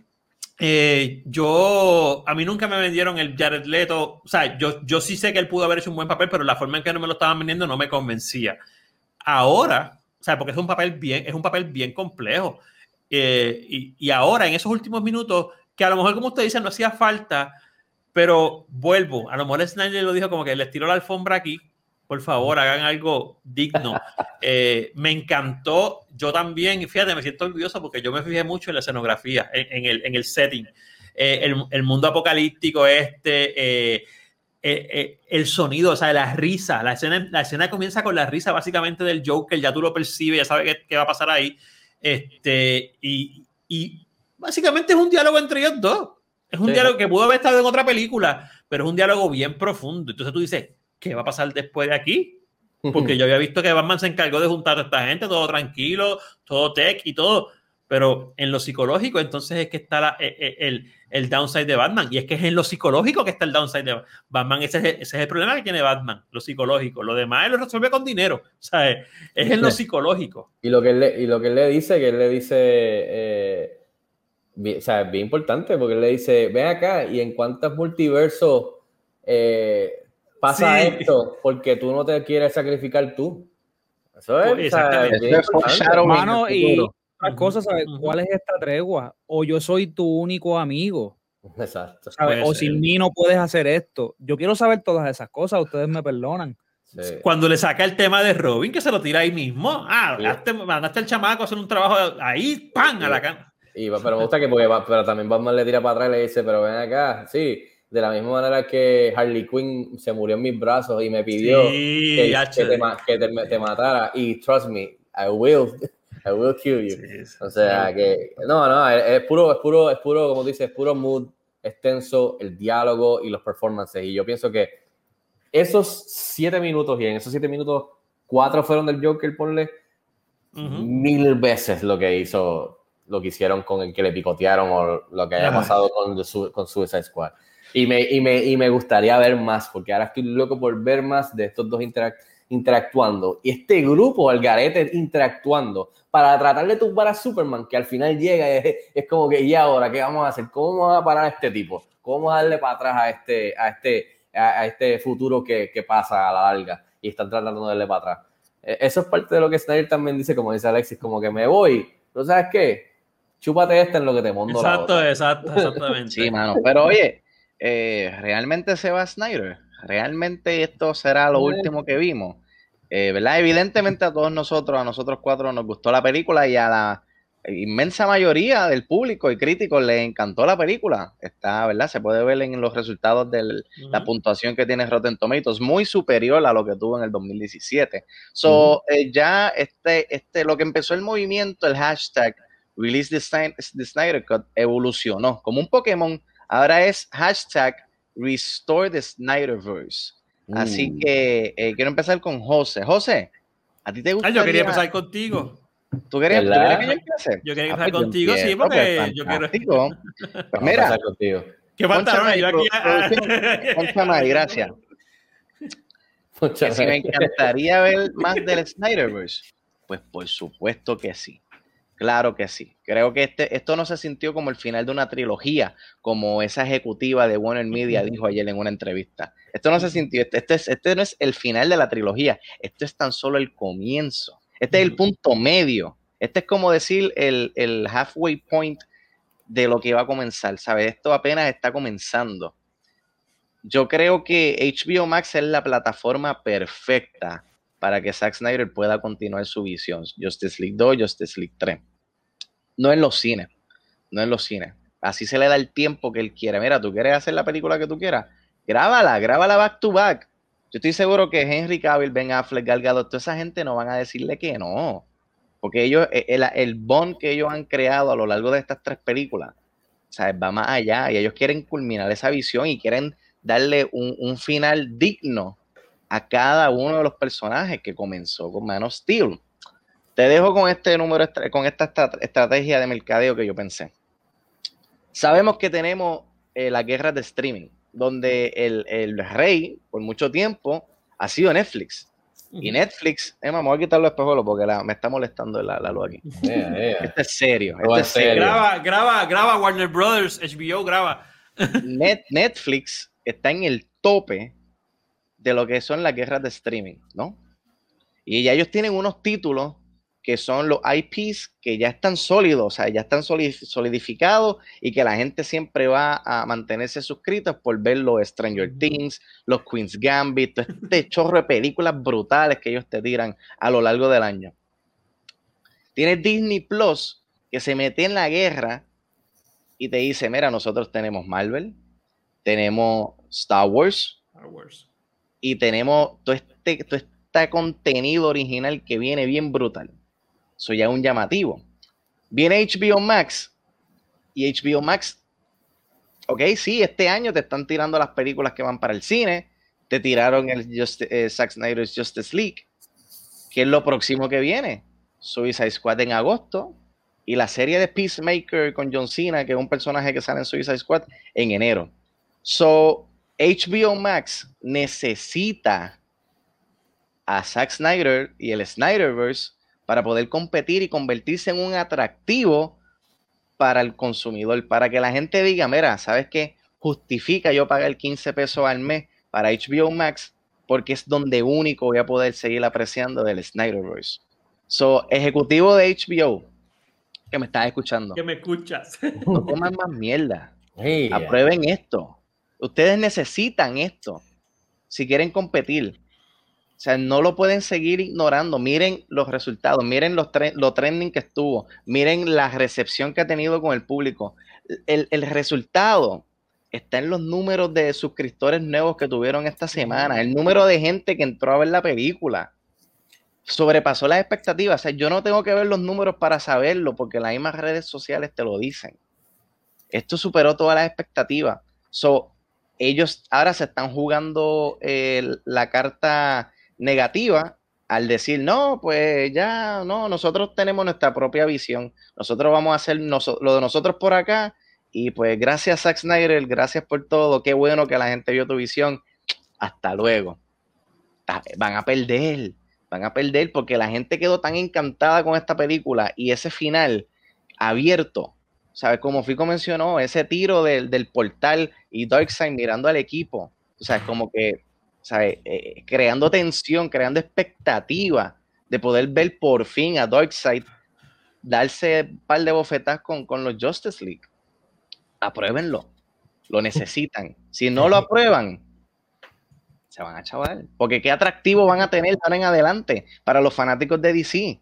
a mí nunca me vendieron el Jared Leto. O sea, yo sí sé que él pudo haber hecho un buen papel, pero la forma en que no me lo estaban vendiendo no me convencía. Ahora, o sea, porque es un papel bien complejo. Y ahora, en esos últimos minutos, que a lo mejor, como usted dice, no hacía falta, pero vuelvo. A lo mejor Snyder lo dijo como que les tiro la alfombra aquí. Por favor, hagan algo digno. Me encantó. Yo también, fíjate, me siento orgulloso porque yo me fijé mucho en la escenografía, en el setting. El mundo apocalíptico el sonido, o sea, la risa. La escena comienza con la risa básicamente del Joker. Ya tú lo percibes, ya sabes qué va a pasar ahí. Y básicamente es un diálogo entre ellos dos. Es un diálogo que pudo haber estado en otra película, pero es un diálogo bien profundo. Entonces tú dices, ¿qué va a pasar después de aquí? Porque yo había visto que Batman se encargó de juntar a esta gente, todo tranquilo, todo tech y todo, pero en lo psicológico entonces es que está el downside de Batman, y es que es en lo psicológico que está el downside de Batman. Ese es el problema que tiene Batman, lo psicológico. Lo demás él lo resuelve con dinero, o sea, es en lo psicológico. Y lo que él le dice, o sea, es bien importante, porque él le dice, ven acá, y en cuántos multiversos pasa esto, porque tú no te quieres sacrificar tú. Eso es, exactamente. Mano, y otra cosa, ¿sabes? ¿Cuál es esta tregua? O yo soy tu único amigo. Exacto. ¿Sabes? O sin mí no puedes hacer esto. Yo quiero saber todas esas cosas, ustedes me perdonan. Sí. Cuando le saca el tema de Robin, que se lo tira ahí mismo. Mandaste al chamaco a hacer un trabajo ahí, ¡pam! A la cama. Pero me gusta que pero también Batman le tira para atrás y le dice, pero ven acá, sí, de la misma manera que Harley Quinn se murió en mis brazos y me pidió que te matara, y trust me, I will kill you. Sí, o sea que, no, es puro, como dices, es puro mood, es tenso, el diálogo y los performances, y yo pienso que esos 7 minutos, y en esos 7 minutos 4 fueron del Joker, ponle 1000 veces lo que hicieron con el que le picotearon o lo que haya pasado con Suicide Squad. Y me gustaría ver más, porque ahora estoy loco por ver más de estos dos interactuando. Y este grupo, el garete, interactuando para tratar de tumbar a Superman, que al final llega y es como que, ¿y ahora qué vamos a hacer? ¿Cómo vamos a parar a este tipo? ¿Cómo vamos a darle para atrás a este futuro que pasa a la larga? Y están tratando de darle para atrás. Eso es parte de lo que Snyder también dice, como dice Alexis, como que me voy. ¿Pero sabes qué? Chúpate en lo que te mondo la boca. Exactamente. Sí, mano. Pero oye, ¿realmente se va Snyder? ¿Realmente esto será lo último que vimos? ¿Verdad? Evidentemente a nosotros 4 nos gustó la película y a la inmensa mayoría del público y críticos les encantó la película. Está, ¿verdad? Se puede ver en los resultados de la puntuación que tiene Rotten Tomatoes, muy superior a lo que tuvo en el 2017. Ya lo que empezó el movimiento, el hashtag Release the Snyder Cut, evolucionó como un Pokémon. Ahora es hashtag Restore the Snyderverse. Así que quiero empezar con José. José, ¿a ti te gustaría? Yo quería empezar contigo. ¿Tú querías que yo empiece? Yo quería empezar contigo, sí, porque yo quiero. Pues mira, contigo. ¿Qué pantalones? Yo aquí. Pónchame, gracias. Que si me encantaría ver más del Snyderverse, pues por supuesto que sí. Claro que sí. Creo que esto no se sintió como el final de una trilogía, como esa ejecutiva de Warner Media dijo ayer en una entrevista. Esto no se sintió. Este no es el final de la trilogía. Esto es tan solo el comienzo. Este es el punto medio. Este es como decir el halfway point de lo que va a comenzar, ¿sabes? Esto apenas está comenzando. Yo creo que HBO Max es la plataforma perfecta para que Zack Snyder pueda continuar su visión. Justice League 2, Justice League 3. No en los cines. Así se le da el tiempo que él quiere. Mira, tú quieres hacer la película que tú quieras, grábala back to back. Yo estoy seguro que Henry Cavill, Ben Affleck, Gal Gadot, toda esa gente no van a decirle que no. Porque ellos, el bond que ellos han creado a lo largo de estas 3 películas, ¿sabes? Va más allá y ellos quieren culminar esa visión y quieren darle un final digno a cada uno de los personajes que comenzó con Man of Steel. Te dejo con con esta estrategia de mercadeo que yo pensé. Sabemos que tenemos las guerras de streaming, donde el rey, por mucho tiempo, ha sido Netflix. Y Netflix, me voy a quitar los espejuelos porque me está molestando la luz aquí. Esto es serio. Graba Warner Brothers, HBO, graba. Netflix está en el tope de lo que son las guerras de streaming, ¿no? Y ya ellos tienen unos títulos que son los IPs que ya están sólidos, o sea, ya están solidificados y que la gente siempre va a mantenerse suscritos por ver los Stranger Things, los Queen's Gambit, este chorro de películas brutales que ellos te tiran a lo largo del año. Tienes Disney Plus, que se mete en la guerra y te dice, mira, nosotros tenemos Marvel, tenemos Star Wars. Y tenemos todo este contenido original que viene bien brutal. Eso ya es un llamativo. Viene HBO Max. Y HBO Max, ok, sí, este año te están tirando las películas que van para el cine. Te tiraron Zack Snyder's Justice League, que es lo próximo que viene. Suicide Squad en agosto. Y la serie de Peacemaker con John Cena, que es un personaje que sale en Suicide Squad, en enero. HBO Max necesita a Zack Snyder y el Snyderverse para poder competir y convertirse en un atractivo para el consumidor, para que la gente diga, mira, ¿sabes qué? Justifica yo pagar 15 pesos al mes para HBO Max porque es donde único voy a poder seguir apreciando del Snyderverse. Ejecutivo de HBO, que me estás escuchando. Que me escuchas. No coman más mierda. Aprueben esto. Ustedes necesitan esto si quieren competir. sea, no lo pueden seguir ignorando. Miren los resultados, miren lo trending que estuvo, miren la recepción que ha tenido con el público. El resultado está en los números de suscriptores nuevos que tuvieron esta semana, el número de gente que entró a ver la película. Sobrepasó las expectativas. O sea, yo no tengo que ver los números para saberlo, porque las mismas redes sociales te lo dicen. Esto superó todas las expectativas. So, ellos ahora se están jugando la carta negativa al decir, no, pues ya, no, nosotros tenemos nuestra propia visión. Nosotros vamos a hacer lo de nosotros por acá. Y pues gracias, Zack Snyder, gracias por todo. Qué bueno que la gente vio tu visión. Hasta luego. Van a perder porque la gente quedó tan encantada con esta película y ese final abierto, ¿sabes? Como Fico mencionó, ese tiro del portal y Darkseid mirando al equipo, o sea, es como que, ¿sabes? Creando tensión, creando expectativa de poder ver por fin a Darkseid darse un par de bofetadas con los Justice League. Apruébenlo, lo necesitan. Si no lo aprueban, se van a chaval. Porque qué atractivo van a tener ahora en adelante para los fanáticos de DC.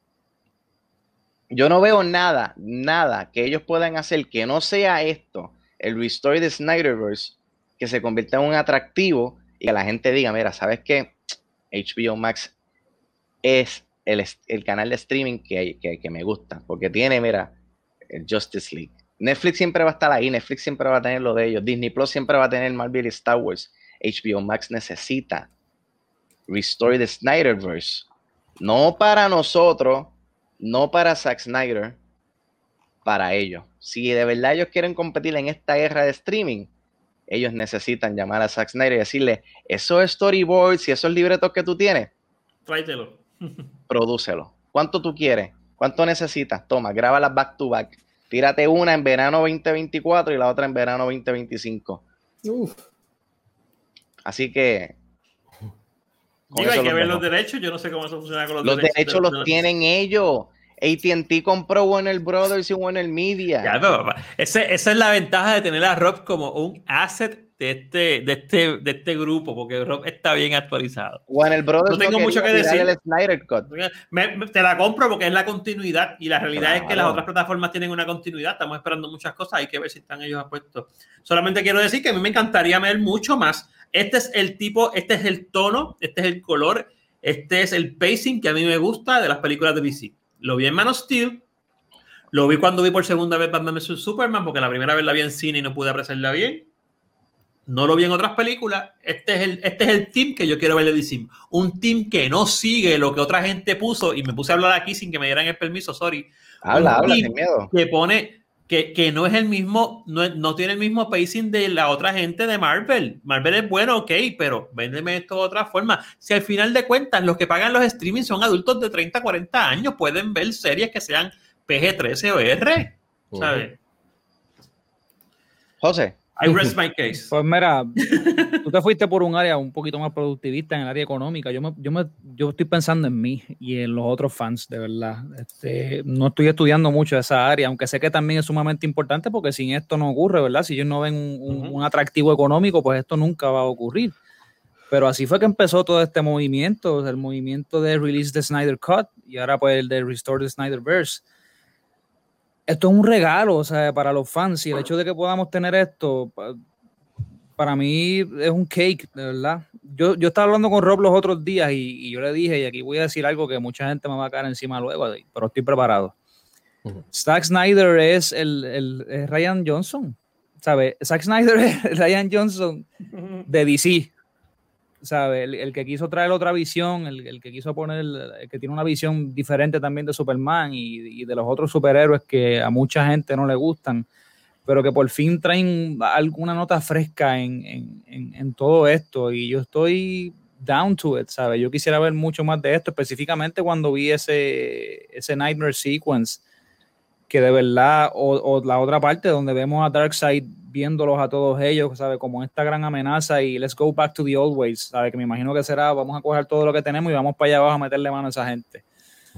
Yo no veo nada que ellos puedan hacer que no sea esto, el Restore the Snyderverse, que se convierta en un atractivo y que la gente diga, mira, ¿sabes qué? HBO Max es el canal de streaming que me gusta, porque tiene, mira, el Justice League. Netflix siempre va a estar ahí, Netflix siempre va a tener lo de ellos, Disney Plus siempre va a tener Marvel y Star Wars. HBO Max necesita Restore the Snyderverse. No para nosotros, no para Zack Snyder, para ellos. Si de verdad ellos quieren competir en esta guerra de streaming, ellos necesitan llamar a Zack Snyder y decirle, esos storyboards y esos libretos que tú tienes, tráetelo. Prodúcelo. ¿Cuánto tú quieres? ¿Cuánto necesitas? Toma, grábalas back to back. Tírate una en verano 2024 y la otra en verano 2025. Uf. Así que... Digo, hay que ver los derechos. Yo no sé cómo eso funciona con los derechos. Los tienen ellos. AT&T compró Warner Brothers y Warner Media. Ya, pero, esa es la ventaja de tener a Rob como un asset de este grupo, porque Rob está bien actualizado. Warner Brothers no tengo mucho que decir. El Snyder Cut. Te la compro porque es la continuidad y la realidad es que las otras plataformas tienen una continuidad. Estamos esperando muchas cosas. Hay que ver si están ellos apuestos. Solamente quiero decir que a mí me encantaría ver mucho más. Este es el tipo, este es el tono, este es el color, este es el pacing que a mí me gusta de las películas de DC. Lo vi en Man of Steel, lo vi cuando vi por segunda vez Batman vs Superman, porque la primera vez la vi en cine y no pude apreciarla bien. No lo vi en otras películas. Este es el team que yo quiero ver de DC. Un team que no sigue lo que otra gente puso, y me puse a hablar aquí sin que me dieran el permiso, sorry. Habla, sin miedo. Que pone que no es el mismo, no tiene el mismo pacing de la otra gente de Marvel. Marvel es bueno, ok, pero véndeme esto de otra forma. Si al final de cuentas los que pagan los streaming son adultos de 30, 40 años, pueden ver series que sean PG-13 o R, ¿sabes? José. I rest my case. Pues mira, tú te fuiste por un área un poquito más productivista en el área económica. Yo estoy pensando en mí y en los otros fans, de verdad. No estoy estudiando mucho esa área, aunque sé que también es sumamente importante porque sin esto no ocurre, ¿verdad? Si ellos no ven un atractivo económico, pues esto nunca va a ocurrir. Pero así fue que empezó todo este movimiento, el movimiento de Release the Snyder Cut y ahora pues el de Restore the Snyderverse. Esto es un regalo, o sea, para los fans, y el hecho de que podamos tener esto, para mí es un cake, de verdad. Yo estaba hablando con Rob los otros días y yo le dije, y aquí voy a decir algo que mucha gente me va a caer encima luego, pero estoy preparado. Zack Snyder es es Ryan Johnson, ¿sabes? Zack Snyder es Ryan Johnson de DC, ¿sabes? El que quiso traer otra visión, el que quiso poner, el que tiene una visión diferente también de Superman y de los otros superhéroes que a mucha gente no le gustan, pero que por fin traen alguna nota fresca en todo esto, y yo estoy down to it, ¿sabes? Yo quisiera ver mucho más de esto, específicamente cuando vi ese Nightmare Sequence, que de verdad, o la otra parte donde vemos a Darkseid viéndolos a todos ellos, ¿sabes? Como esta gran amenaza y let's go back to the old ways, ¿sabes? Que me imagino que será, vamos a coger todo lo que tenemos y vamos para allá abajo a meterle mano a esa gente.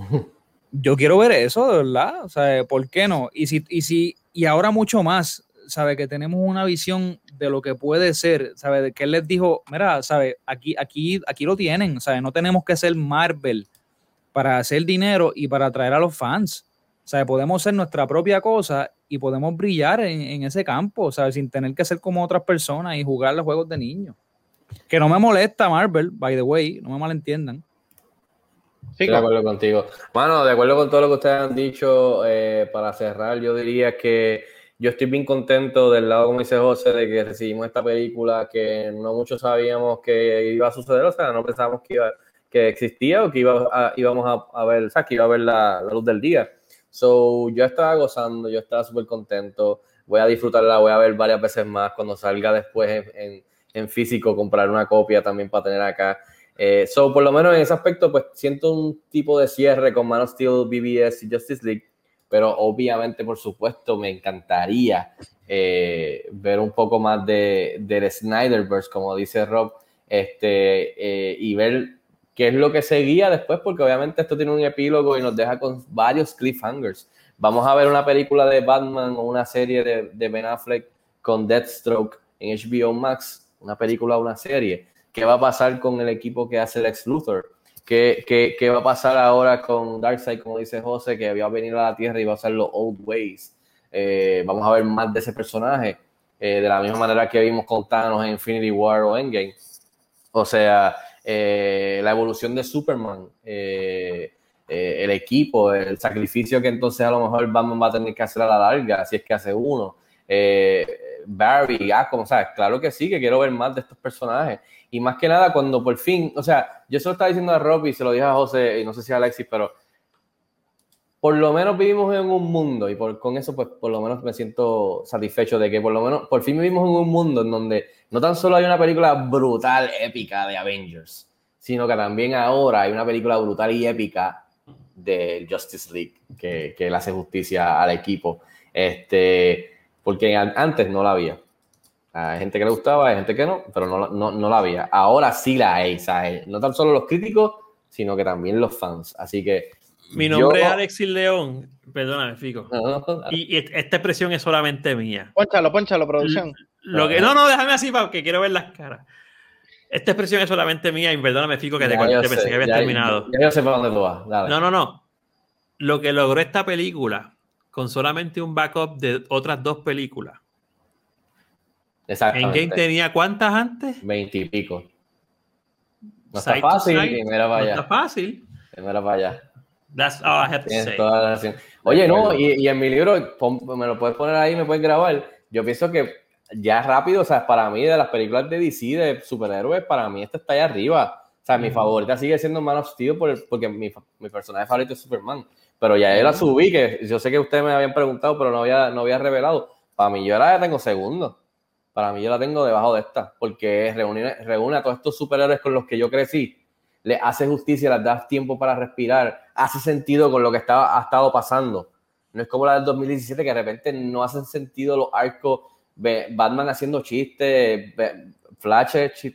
Yo quiero ver eso, de verdad, o sea, ¿por qué no? Y ahora mucho más, sabe que tenemos una visión de lo que puede ser, sabe, de que él les dijo, mira, sabe, aquí lo tienen, sabe, no tenemos que ser Marvel para hacer dinero y para atraer a los fans, sabe, podemos ser nuestra propia cosa y podemos brillar en ese campo, sabe, sin tener que ser como otras personas y jugar los juegos de niños. Que no me molesta Marvel, by the way, no me malentiendan. Estoy de acuerdo contigo. Bueno, de acuerdo con todo lo que ustedes han dicho, para cerrar, yo diría que yo estoy bien contento del lado, como dice José, de que recibimos esta película que no muchos sabíamos que iba a suceder, o sea, no pensábamos que existía o que íbamos a ver, o sea, que iba a ver la luz del día. So, yo estaba gozando, yo estaba súper contento, voy a disfrutarla, voy a ver varias veces más cuando salga después en físico, comprar una copia también para tener acá. So, por lo menos en ese aspecto, pues siento un tipo de cierre con Man of Steel, BVS y Justice League, pero obviamente, por supuesto, me encantaría ver un poco más del Snyderverse, como dice Rob, y ver qué es lo que seguía después, porque obviamente esto tiene un epílogo y nos deja con varios cliffhangers. Vamos a ver una película de Batman o una serie de Ben Affleck con Deathstroke en HBO Max, una película o una serie. ¿Qué va a pasar con el equipo que hace Lex Luthor? ¿Qué va a pasar ahora con Darkseid, como dice José, que va a venir a la Tierra y va a hacer los Old Ways? Vamos a ver más de ese personaje, de la misma manera que vimos con Thanos en Infinity War o Endgame. O sea, la evolución de Superman, el equipo, el sacrificio que entonces a lo mejor Batman va a tener que hacer a la larga, si es que hace uno. Barry, como sabes, claro que sí, que quiero ver más de estos personajes. Y más que nada, cuando por fin, o sea, yo se lo estaba diciendo a Rob y se lo dije a José, y no sé si a Alexis, pero por lo menos vivimos en un mundo, y con eso, pues, por lo menos me siento satisfecho de que por lo menos, por fin vivimos en un mundo en donde no tan solo hay una película brutal, épica de Avengers, sino que también ahora hay una película brutal y épica de Justice League, que le hace justicia al equipo. Porque antes no la había. Hay gente que le gustaba, hay gente que no, pero no la había. Ahora sí la hay, ¿sabes? No tan solo los críticos, sino que también los fans. Así que mi nombre es Alexis León, perdóname, Fico. Y esta expresión es solamente mía. Pónchalo, producción. No, déjame así porque quiero ver las caras. Esta expresión es solamente mía y perdóname, Fico, que te pensé que habías terminado. Ya yo sé para dónde tú vas. Dale. No. Lo que logró esta película con solamente un backup de otras dos películas. Exactamente. Endgame tenía ¿cuántas antes? 20 y pico. No está fácil. No está fácil. Mira para allá. That's all I have to say. Toda la razón. Oye, no, y en mi libro, me lo puedes poner ahí, me puedes grabar. Yo pienso que ya rápido, o sea, para mí, de las películas de DC, de superhéroes, para mí esta está allá arriba. O sea, mi favorita sigue siendo Man of Steel porque mi personaje favorito es Superman. Pero ya yo la subí, que yo sé que ustedes me habían preguntado, pero no había revelado. Para mí, yo la tengo segundo. Para mí, yo la tengo debajo de esta, porque reúne a todos estos superhéroes con los que yo crecí. Le hace justicia, les da tiempo para respirar, hace sentido con lo que ha estado pasando. No es como la del 2017, que de repente no hacen sentido los arcos, Batman haciendo chistes, Flash,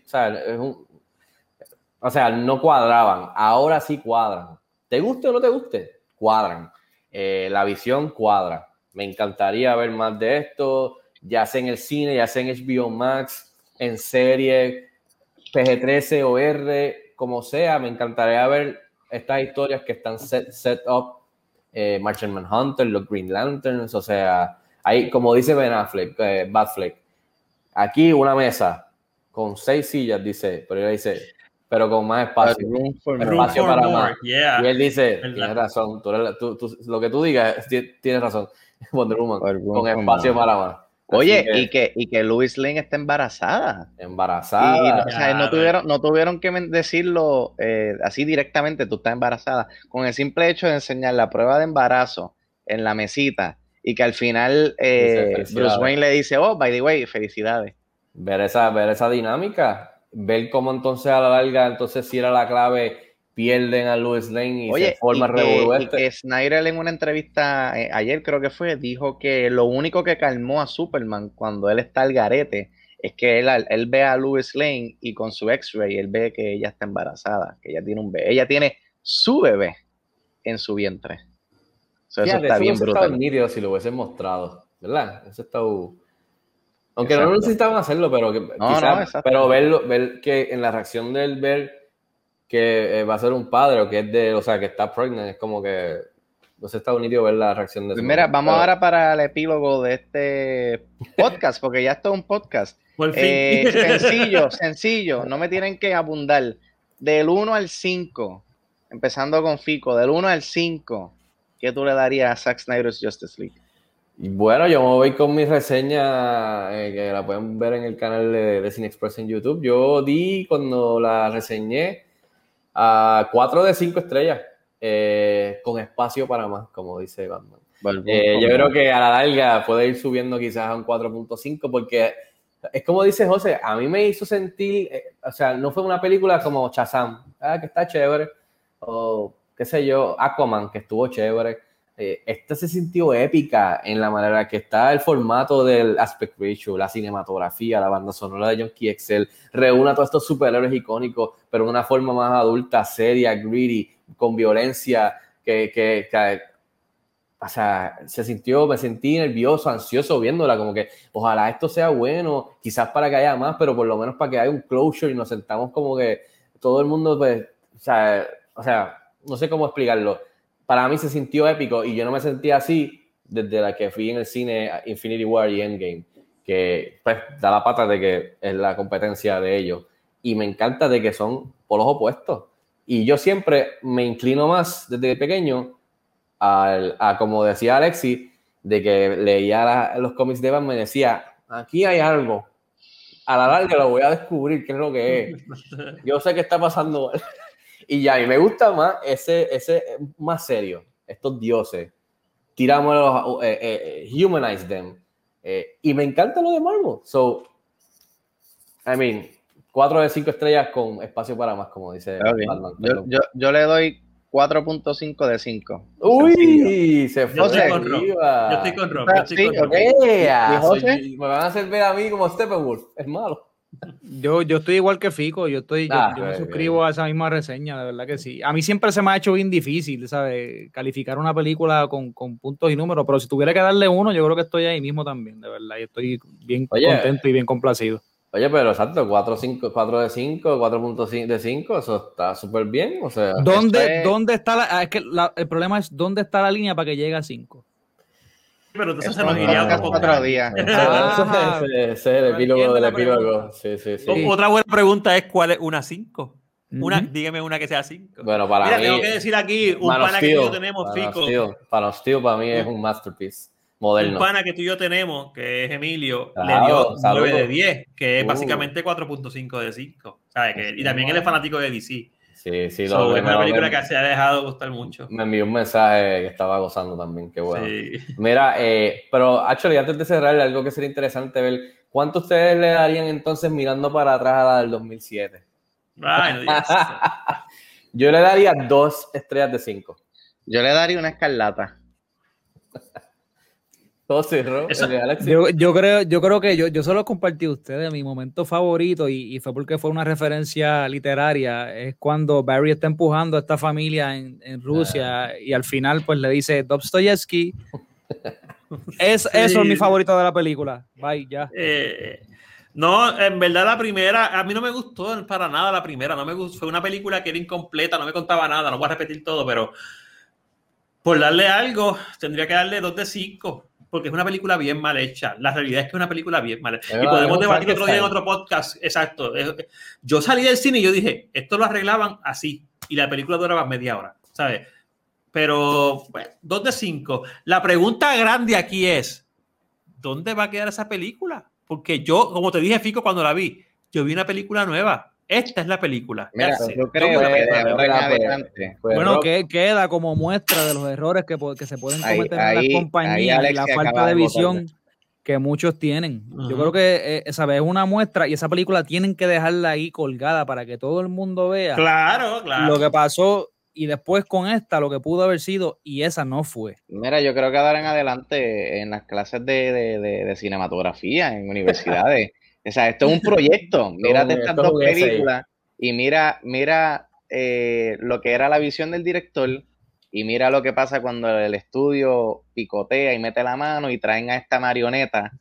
o sea, no cuadraban. Ahora sí cuadran. ¿Te guste o no te guste? Cuadran. La visión cuadra. Me encantaría ver más de esto, ya sea en el cine, ya sea en HBO Max, en serie, PG-13 o R, como sea. Me encantaría ver estas historias que están set up, Martian Manhunter, los Green Lanterns, o sea, hay, como dice Ben Affleck, Batfleck, aquí una mesa con 6 sillas, dice, pero él dice, pero con más espacio, espacio para más. Yeah. Y él dice, tienes razón, lo que tú digas, tienes razón, Wonder Woman, con espacio para más. Oye, y que Lois Lane está embarazada. Embarazada. O sea, no tuvieron que decirlo así directamente, tú estás embarazada. Con el simple hecho de enseñar la prueba de embarazo en la mesita y que al final Bruce Wayne le dice, oh, by the way, felicidades. Ver esa dinámica, ver cómo entonces a la larga, entonces si era la clave, pierden a Lois Lane y se forma revuelo. Y que Snyder en una entrevista ayer creo que fue, dijo que lo único que calmó a Superman cuando él está al garete es que él ve a Lois Lane y con su X-ray él ve que ella está embarazada, que ella tiene un bebé, ella tiene su bebé en su vientre. Eso está bien brutal. Nítido si lo hubiesen mostrado, ¿verdad? Eso está Aunque no necesitaban hacerlo, pero pero ver que en la reacción del ver que va a ser un padre o que es que está pregnant, es como que no sé, está bonito ver la reacción de Pues mira, vamos ahora para el epílogo de este podcast, porque ya esto es un podcast. Sencillo, no me tienen que abundar. Del 1 al 5, empezando con Fico, del 1 al 5, ¿qué tú le darías a Zack Snyder's Justice League? Bueno, yo me voy con mi reseña, que la pueden ver en el canal de Cine Express en YouTube. Yo di, cuando la reseñé, a 4 de 5 estrellas, con espacio para más, como dice Batman. Yo creo que a la larga puede ir subiendo quizás a un 4.5, porque es como dice José, a mí me hizo sentir, o sea, no fue una película como Shazam, que está chévere, o qué sé yo, Aquaman, que estuvo chévere. Esta se sintió épica en la manera que está el formato del aspect ratio, la cinematografía, la banda sonora de Junkie XL, reúne a todos estos superhéroes icónicos, pero de una forma más adulta, seria, gritty, con violencia, o sea, me sentí nervioso, ansioso viéndola, como que ojalá esto sea bueno, quizás para que haya más, pero por lo menos para que haya un closure y nos sentamos como que todo el mundo, pues, o sea, no sé cómo explicarlo. Para mí se sintió épico y yo no me sentía así desde la que fui en el cine Infinity War y Endgame, que pues da la pata de que es la competencia de ellos. Y me encanta de que son polos opuestos. Y yo siempre me inclino más desde pequeño a como decía Alexis, de que leía los cómics de Batman y me decía, aquí hay algo. A la larga lo voy a descubrir qué es lo que es. Yo sé qué está pasando. Y ya, y me gusta más ese más serio, estos dioses, tirámoslos, humanize them, y me encanta lo de Marvel. So, I mean, 4 de 5 estrellas con espacio para más, como dice Batman. Yo le doy 4.5 de 5. Uy, sencillo. Se fue arriba. Yo estoy con Rob. Me van a hacer ver a mí como Steppenwolf, es malo. Yo estoy igual que Fico, yo me suscribo a esa misma reseña, de verdad que sí. A mí siempre se me ha hecho bien difícil, ¿sabes? Calificar una película con puntos y números, pero si tuviera que darle uno, yo creo que estoy ahí mismo también, de verdad, y estoy bien contento y bien complacido. Oye, pero exacto, 4 de 5, 4.5 de 5, eso está súper bien, o sea. ¿Dónde está el problema es dónde está la línea para que llegue a 5? Pero entonces se nos iría otro día. Ese es el epílogo del epílogo. Sí. Otra buena pregunta es, ¿cuál es una 5? Dígame una que sea 5. Bueno, para mí, tengo que decir aquí, un pana que tú y yo tenemos, Fico. Para mí es un masterpiece moderno. Un pana que tú y yo tenemos, que es Emilio, le dio 9 de 10, que es básicamente 4.5 de 5. ¿Sabes? Y también él es fanático de DC. Sí. Es una película que se ha dejado gustar mucho. Me envió un mensaje que estaba gozando también, qué bueno. Sí. Mira, pero actually, antes de cerrar, algo que sería interesante ver, ¿cuánto ustedes le darían entonces mirando para atrás a la del 2007? Ay, no digas. Yo le daría 2 estrellas de 5. Yo le daría una escarlata. Todo cerró. Yo creo que yo se lo compartí a ustedes. Mi momento favorito, y fue porque fue una referencia literaria, es cuando Barry está empujando a esta familia en Rusia y al final pues le dice Dostoyevsky. Eso es mi favorito de la película. Bye, ya. No, en verdad la primera, a mí no me gustó para nada la primera. No me gustó. Fue una película que era incompleta, no me contaba nada, no voy a repetir todo, pero por darle algo, tendría que darle 2 de 5. Porque es una película bien mal hecha. La realidad es que es una película bien mal hecha. Y podemos debatir otro día en otro podcast. Exacto. Yo salí del cine y yo dije, esto lo arreglaban así. Y la película duraba media hora, ¿sabes? Pero, bueno, 2 de 5. La pregunta grande aquí es, ¿dónde va a quedar esa película? Porque yo, como te dije, Fico, cuando la vi, yo vi una película nueva. Esta es la película. Mira, yo creo que de ahora en adelante. Bueno, que queda como muestra de los errores que se pueden cometer en las compañías y la falta de visión que muchos tienen. Yo creo que ¿sabes? Es una muestra y esa película tienen que dejarla ahí colgada para que todo el mundo vea claro. Lo que pasó y después con esta lo que pudo haber sido y esa no fue. Mira, yo creo que de ahora en adelante en las clases de cinematografía en universidades. O sea, esto es un proyecto. Mírate estas 2 películas y mira lo que era la visión del director y mira lo que pasa cuando el estudio picotea y mete la mano y traen a esta marioneta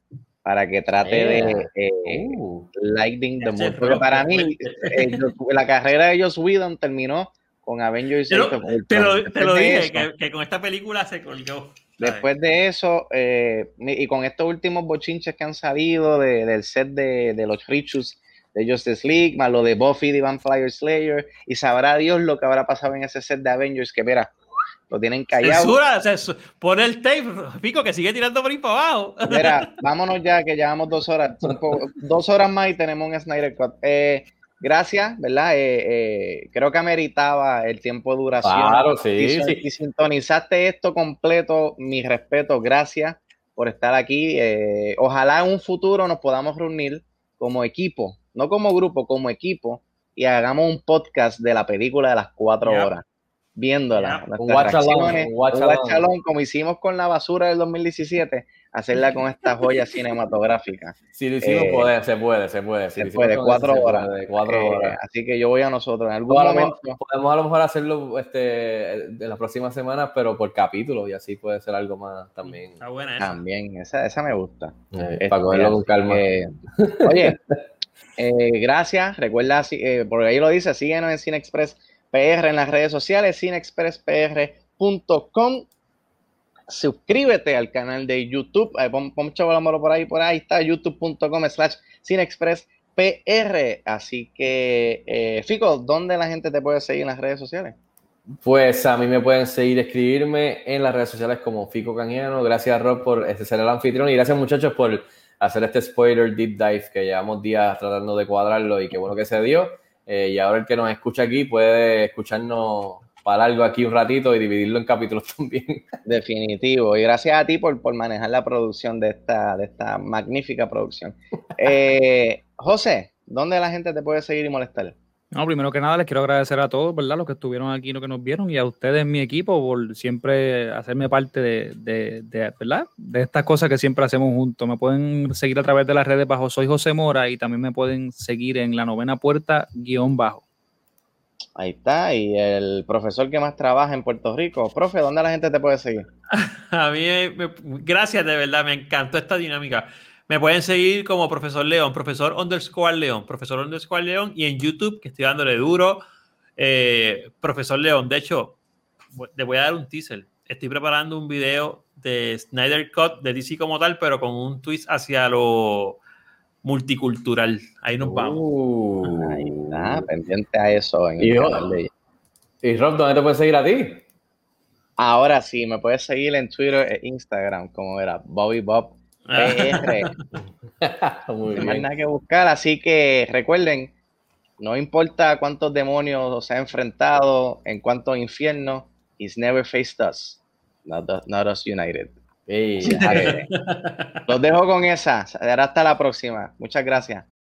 para que trate de lighting the mood. Porque para mí, la carrera de Joss Whedon terminó con Avengers Age of Ultron. Te lo dije, que con esta película se colgó. Después de eso, y con estos últimos bochinches que han salido del set de los reshoots de Justice League, más lo de Buffy the Vampire Slayer, y sabrá Dios lo que habrá pasado en ese set de Avengers, que mira, lo tienen callado. Pon el tape, Pico, que sigue tirando por ahí para abajo. Mira, vámonos ya, que llevamos 2 horas. 2 horas más y tenemos un Snyder Cut. Gracias, ¿verdad? Creo que ameritaba el tiempo de duración. Claro, sí. Y sintonizaste esto completo, mi respeto, gracias por estar aquí. Ojalá en un futuro nos podamos reunir como equipo, no como grupo, como equipo, y hagamos un podcast de la película de las 4 horas. Viéndola, un watch along, como hicimos con la basura del 2017, hacerla con esta joya cinematográfica. Si lo hicimos, se puede. Se puede, 4 horas. Así que yo voy a nosotros. En algún momento podemos a lo mejor hacerlo en las próximas semanas, pero por capítulo, y así puede ser algo más también. Está buena esa. También, esa me gusta. Para cogerlo con calma. Oye, gracias. Recuerda, porque ahí lo dice, síguenos en Cine Express PR en las redes sociales, cinexpresspr.com. Suscríbete al canal de YouTube. Pon por ahí está, youtube.com/cinexpresspr. Así que, Fico, ¿dónde la gente te puede seguir en las redes sociales? Pues a mí me pueden seguir, escribirme en las redes sociales como Fico Canjiano. Gracias, Rob, por ser el anfitrión, y gracias, muchachos, por hacer este spoiler deep dive que llevamos días tratando de cuadrarlo, y qué bueno que se dio. Y ahora el que nos escucha aquí puede escucharnos para algo aquí un ratito y dividirlo en capítulos también. Definitivo. Y gracias a ti por manejar la producción de esta magnífica producción. José, ¿dónde la gente te puede seguir y molestar? No, primero que nada les quiero agradecer a todos, ¿verdad? Los que estuvieron aquí, los que nos vieron, y a ustedes, mi equipo, por siempre hacerme parte de ¿verdad? De estas cosas que siempre hacemos juntos. Me pueden seguir a través de las redes bajo Soy José Mora, y también me pueden seguir en La Novena Puerta _. Ahí está. Y el profesor que más trabaja en Puerto Rico. Profe, ¿dónde la gente te puede seguir? A mí, gracias, de verdad, me encantó esta dinámica. Me pueden seguir como Profesor León, Profesor_León, y en YouTube, que estoy dándole duro, Profesor León. De hecho, le voy a dar un teaser. Estoy preparando un video de Snyder Cut de DC como tal, pero con un twist hacia lo multicultural. Ahí nos vamos. Ahí está, pendiente a eso. Y Rob, ¿dónde te puedes seguir a ti? Ahora sí, me puedes seguir en Twitter e Instagram, como era Bobby Bob PR. No hay más nada que buscar, así que recuerden, no importa cuántos demonios se ha enfrentado, en cuántos infiernos, he's never faced us, not us united. Los dejo con esa, hasta la próxima. Muchas gracias.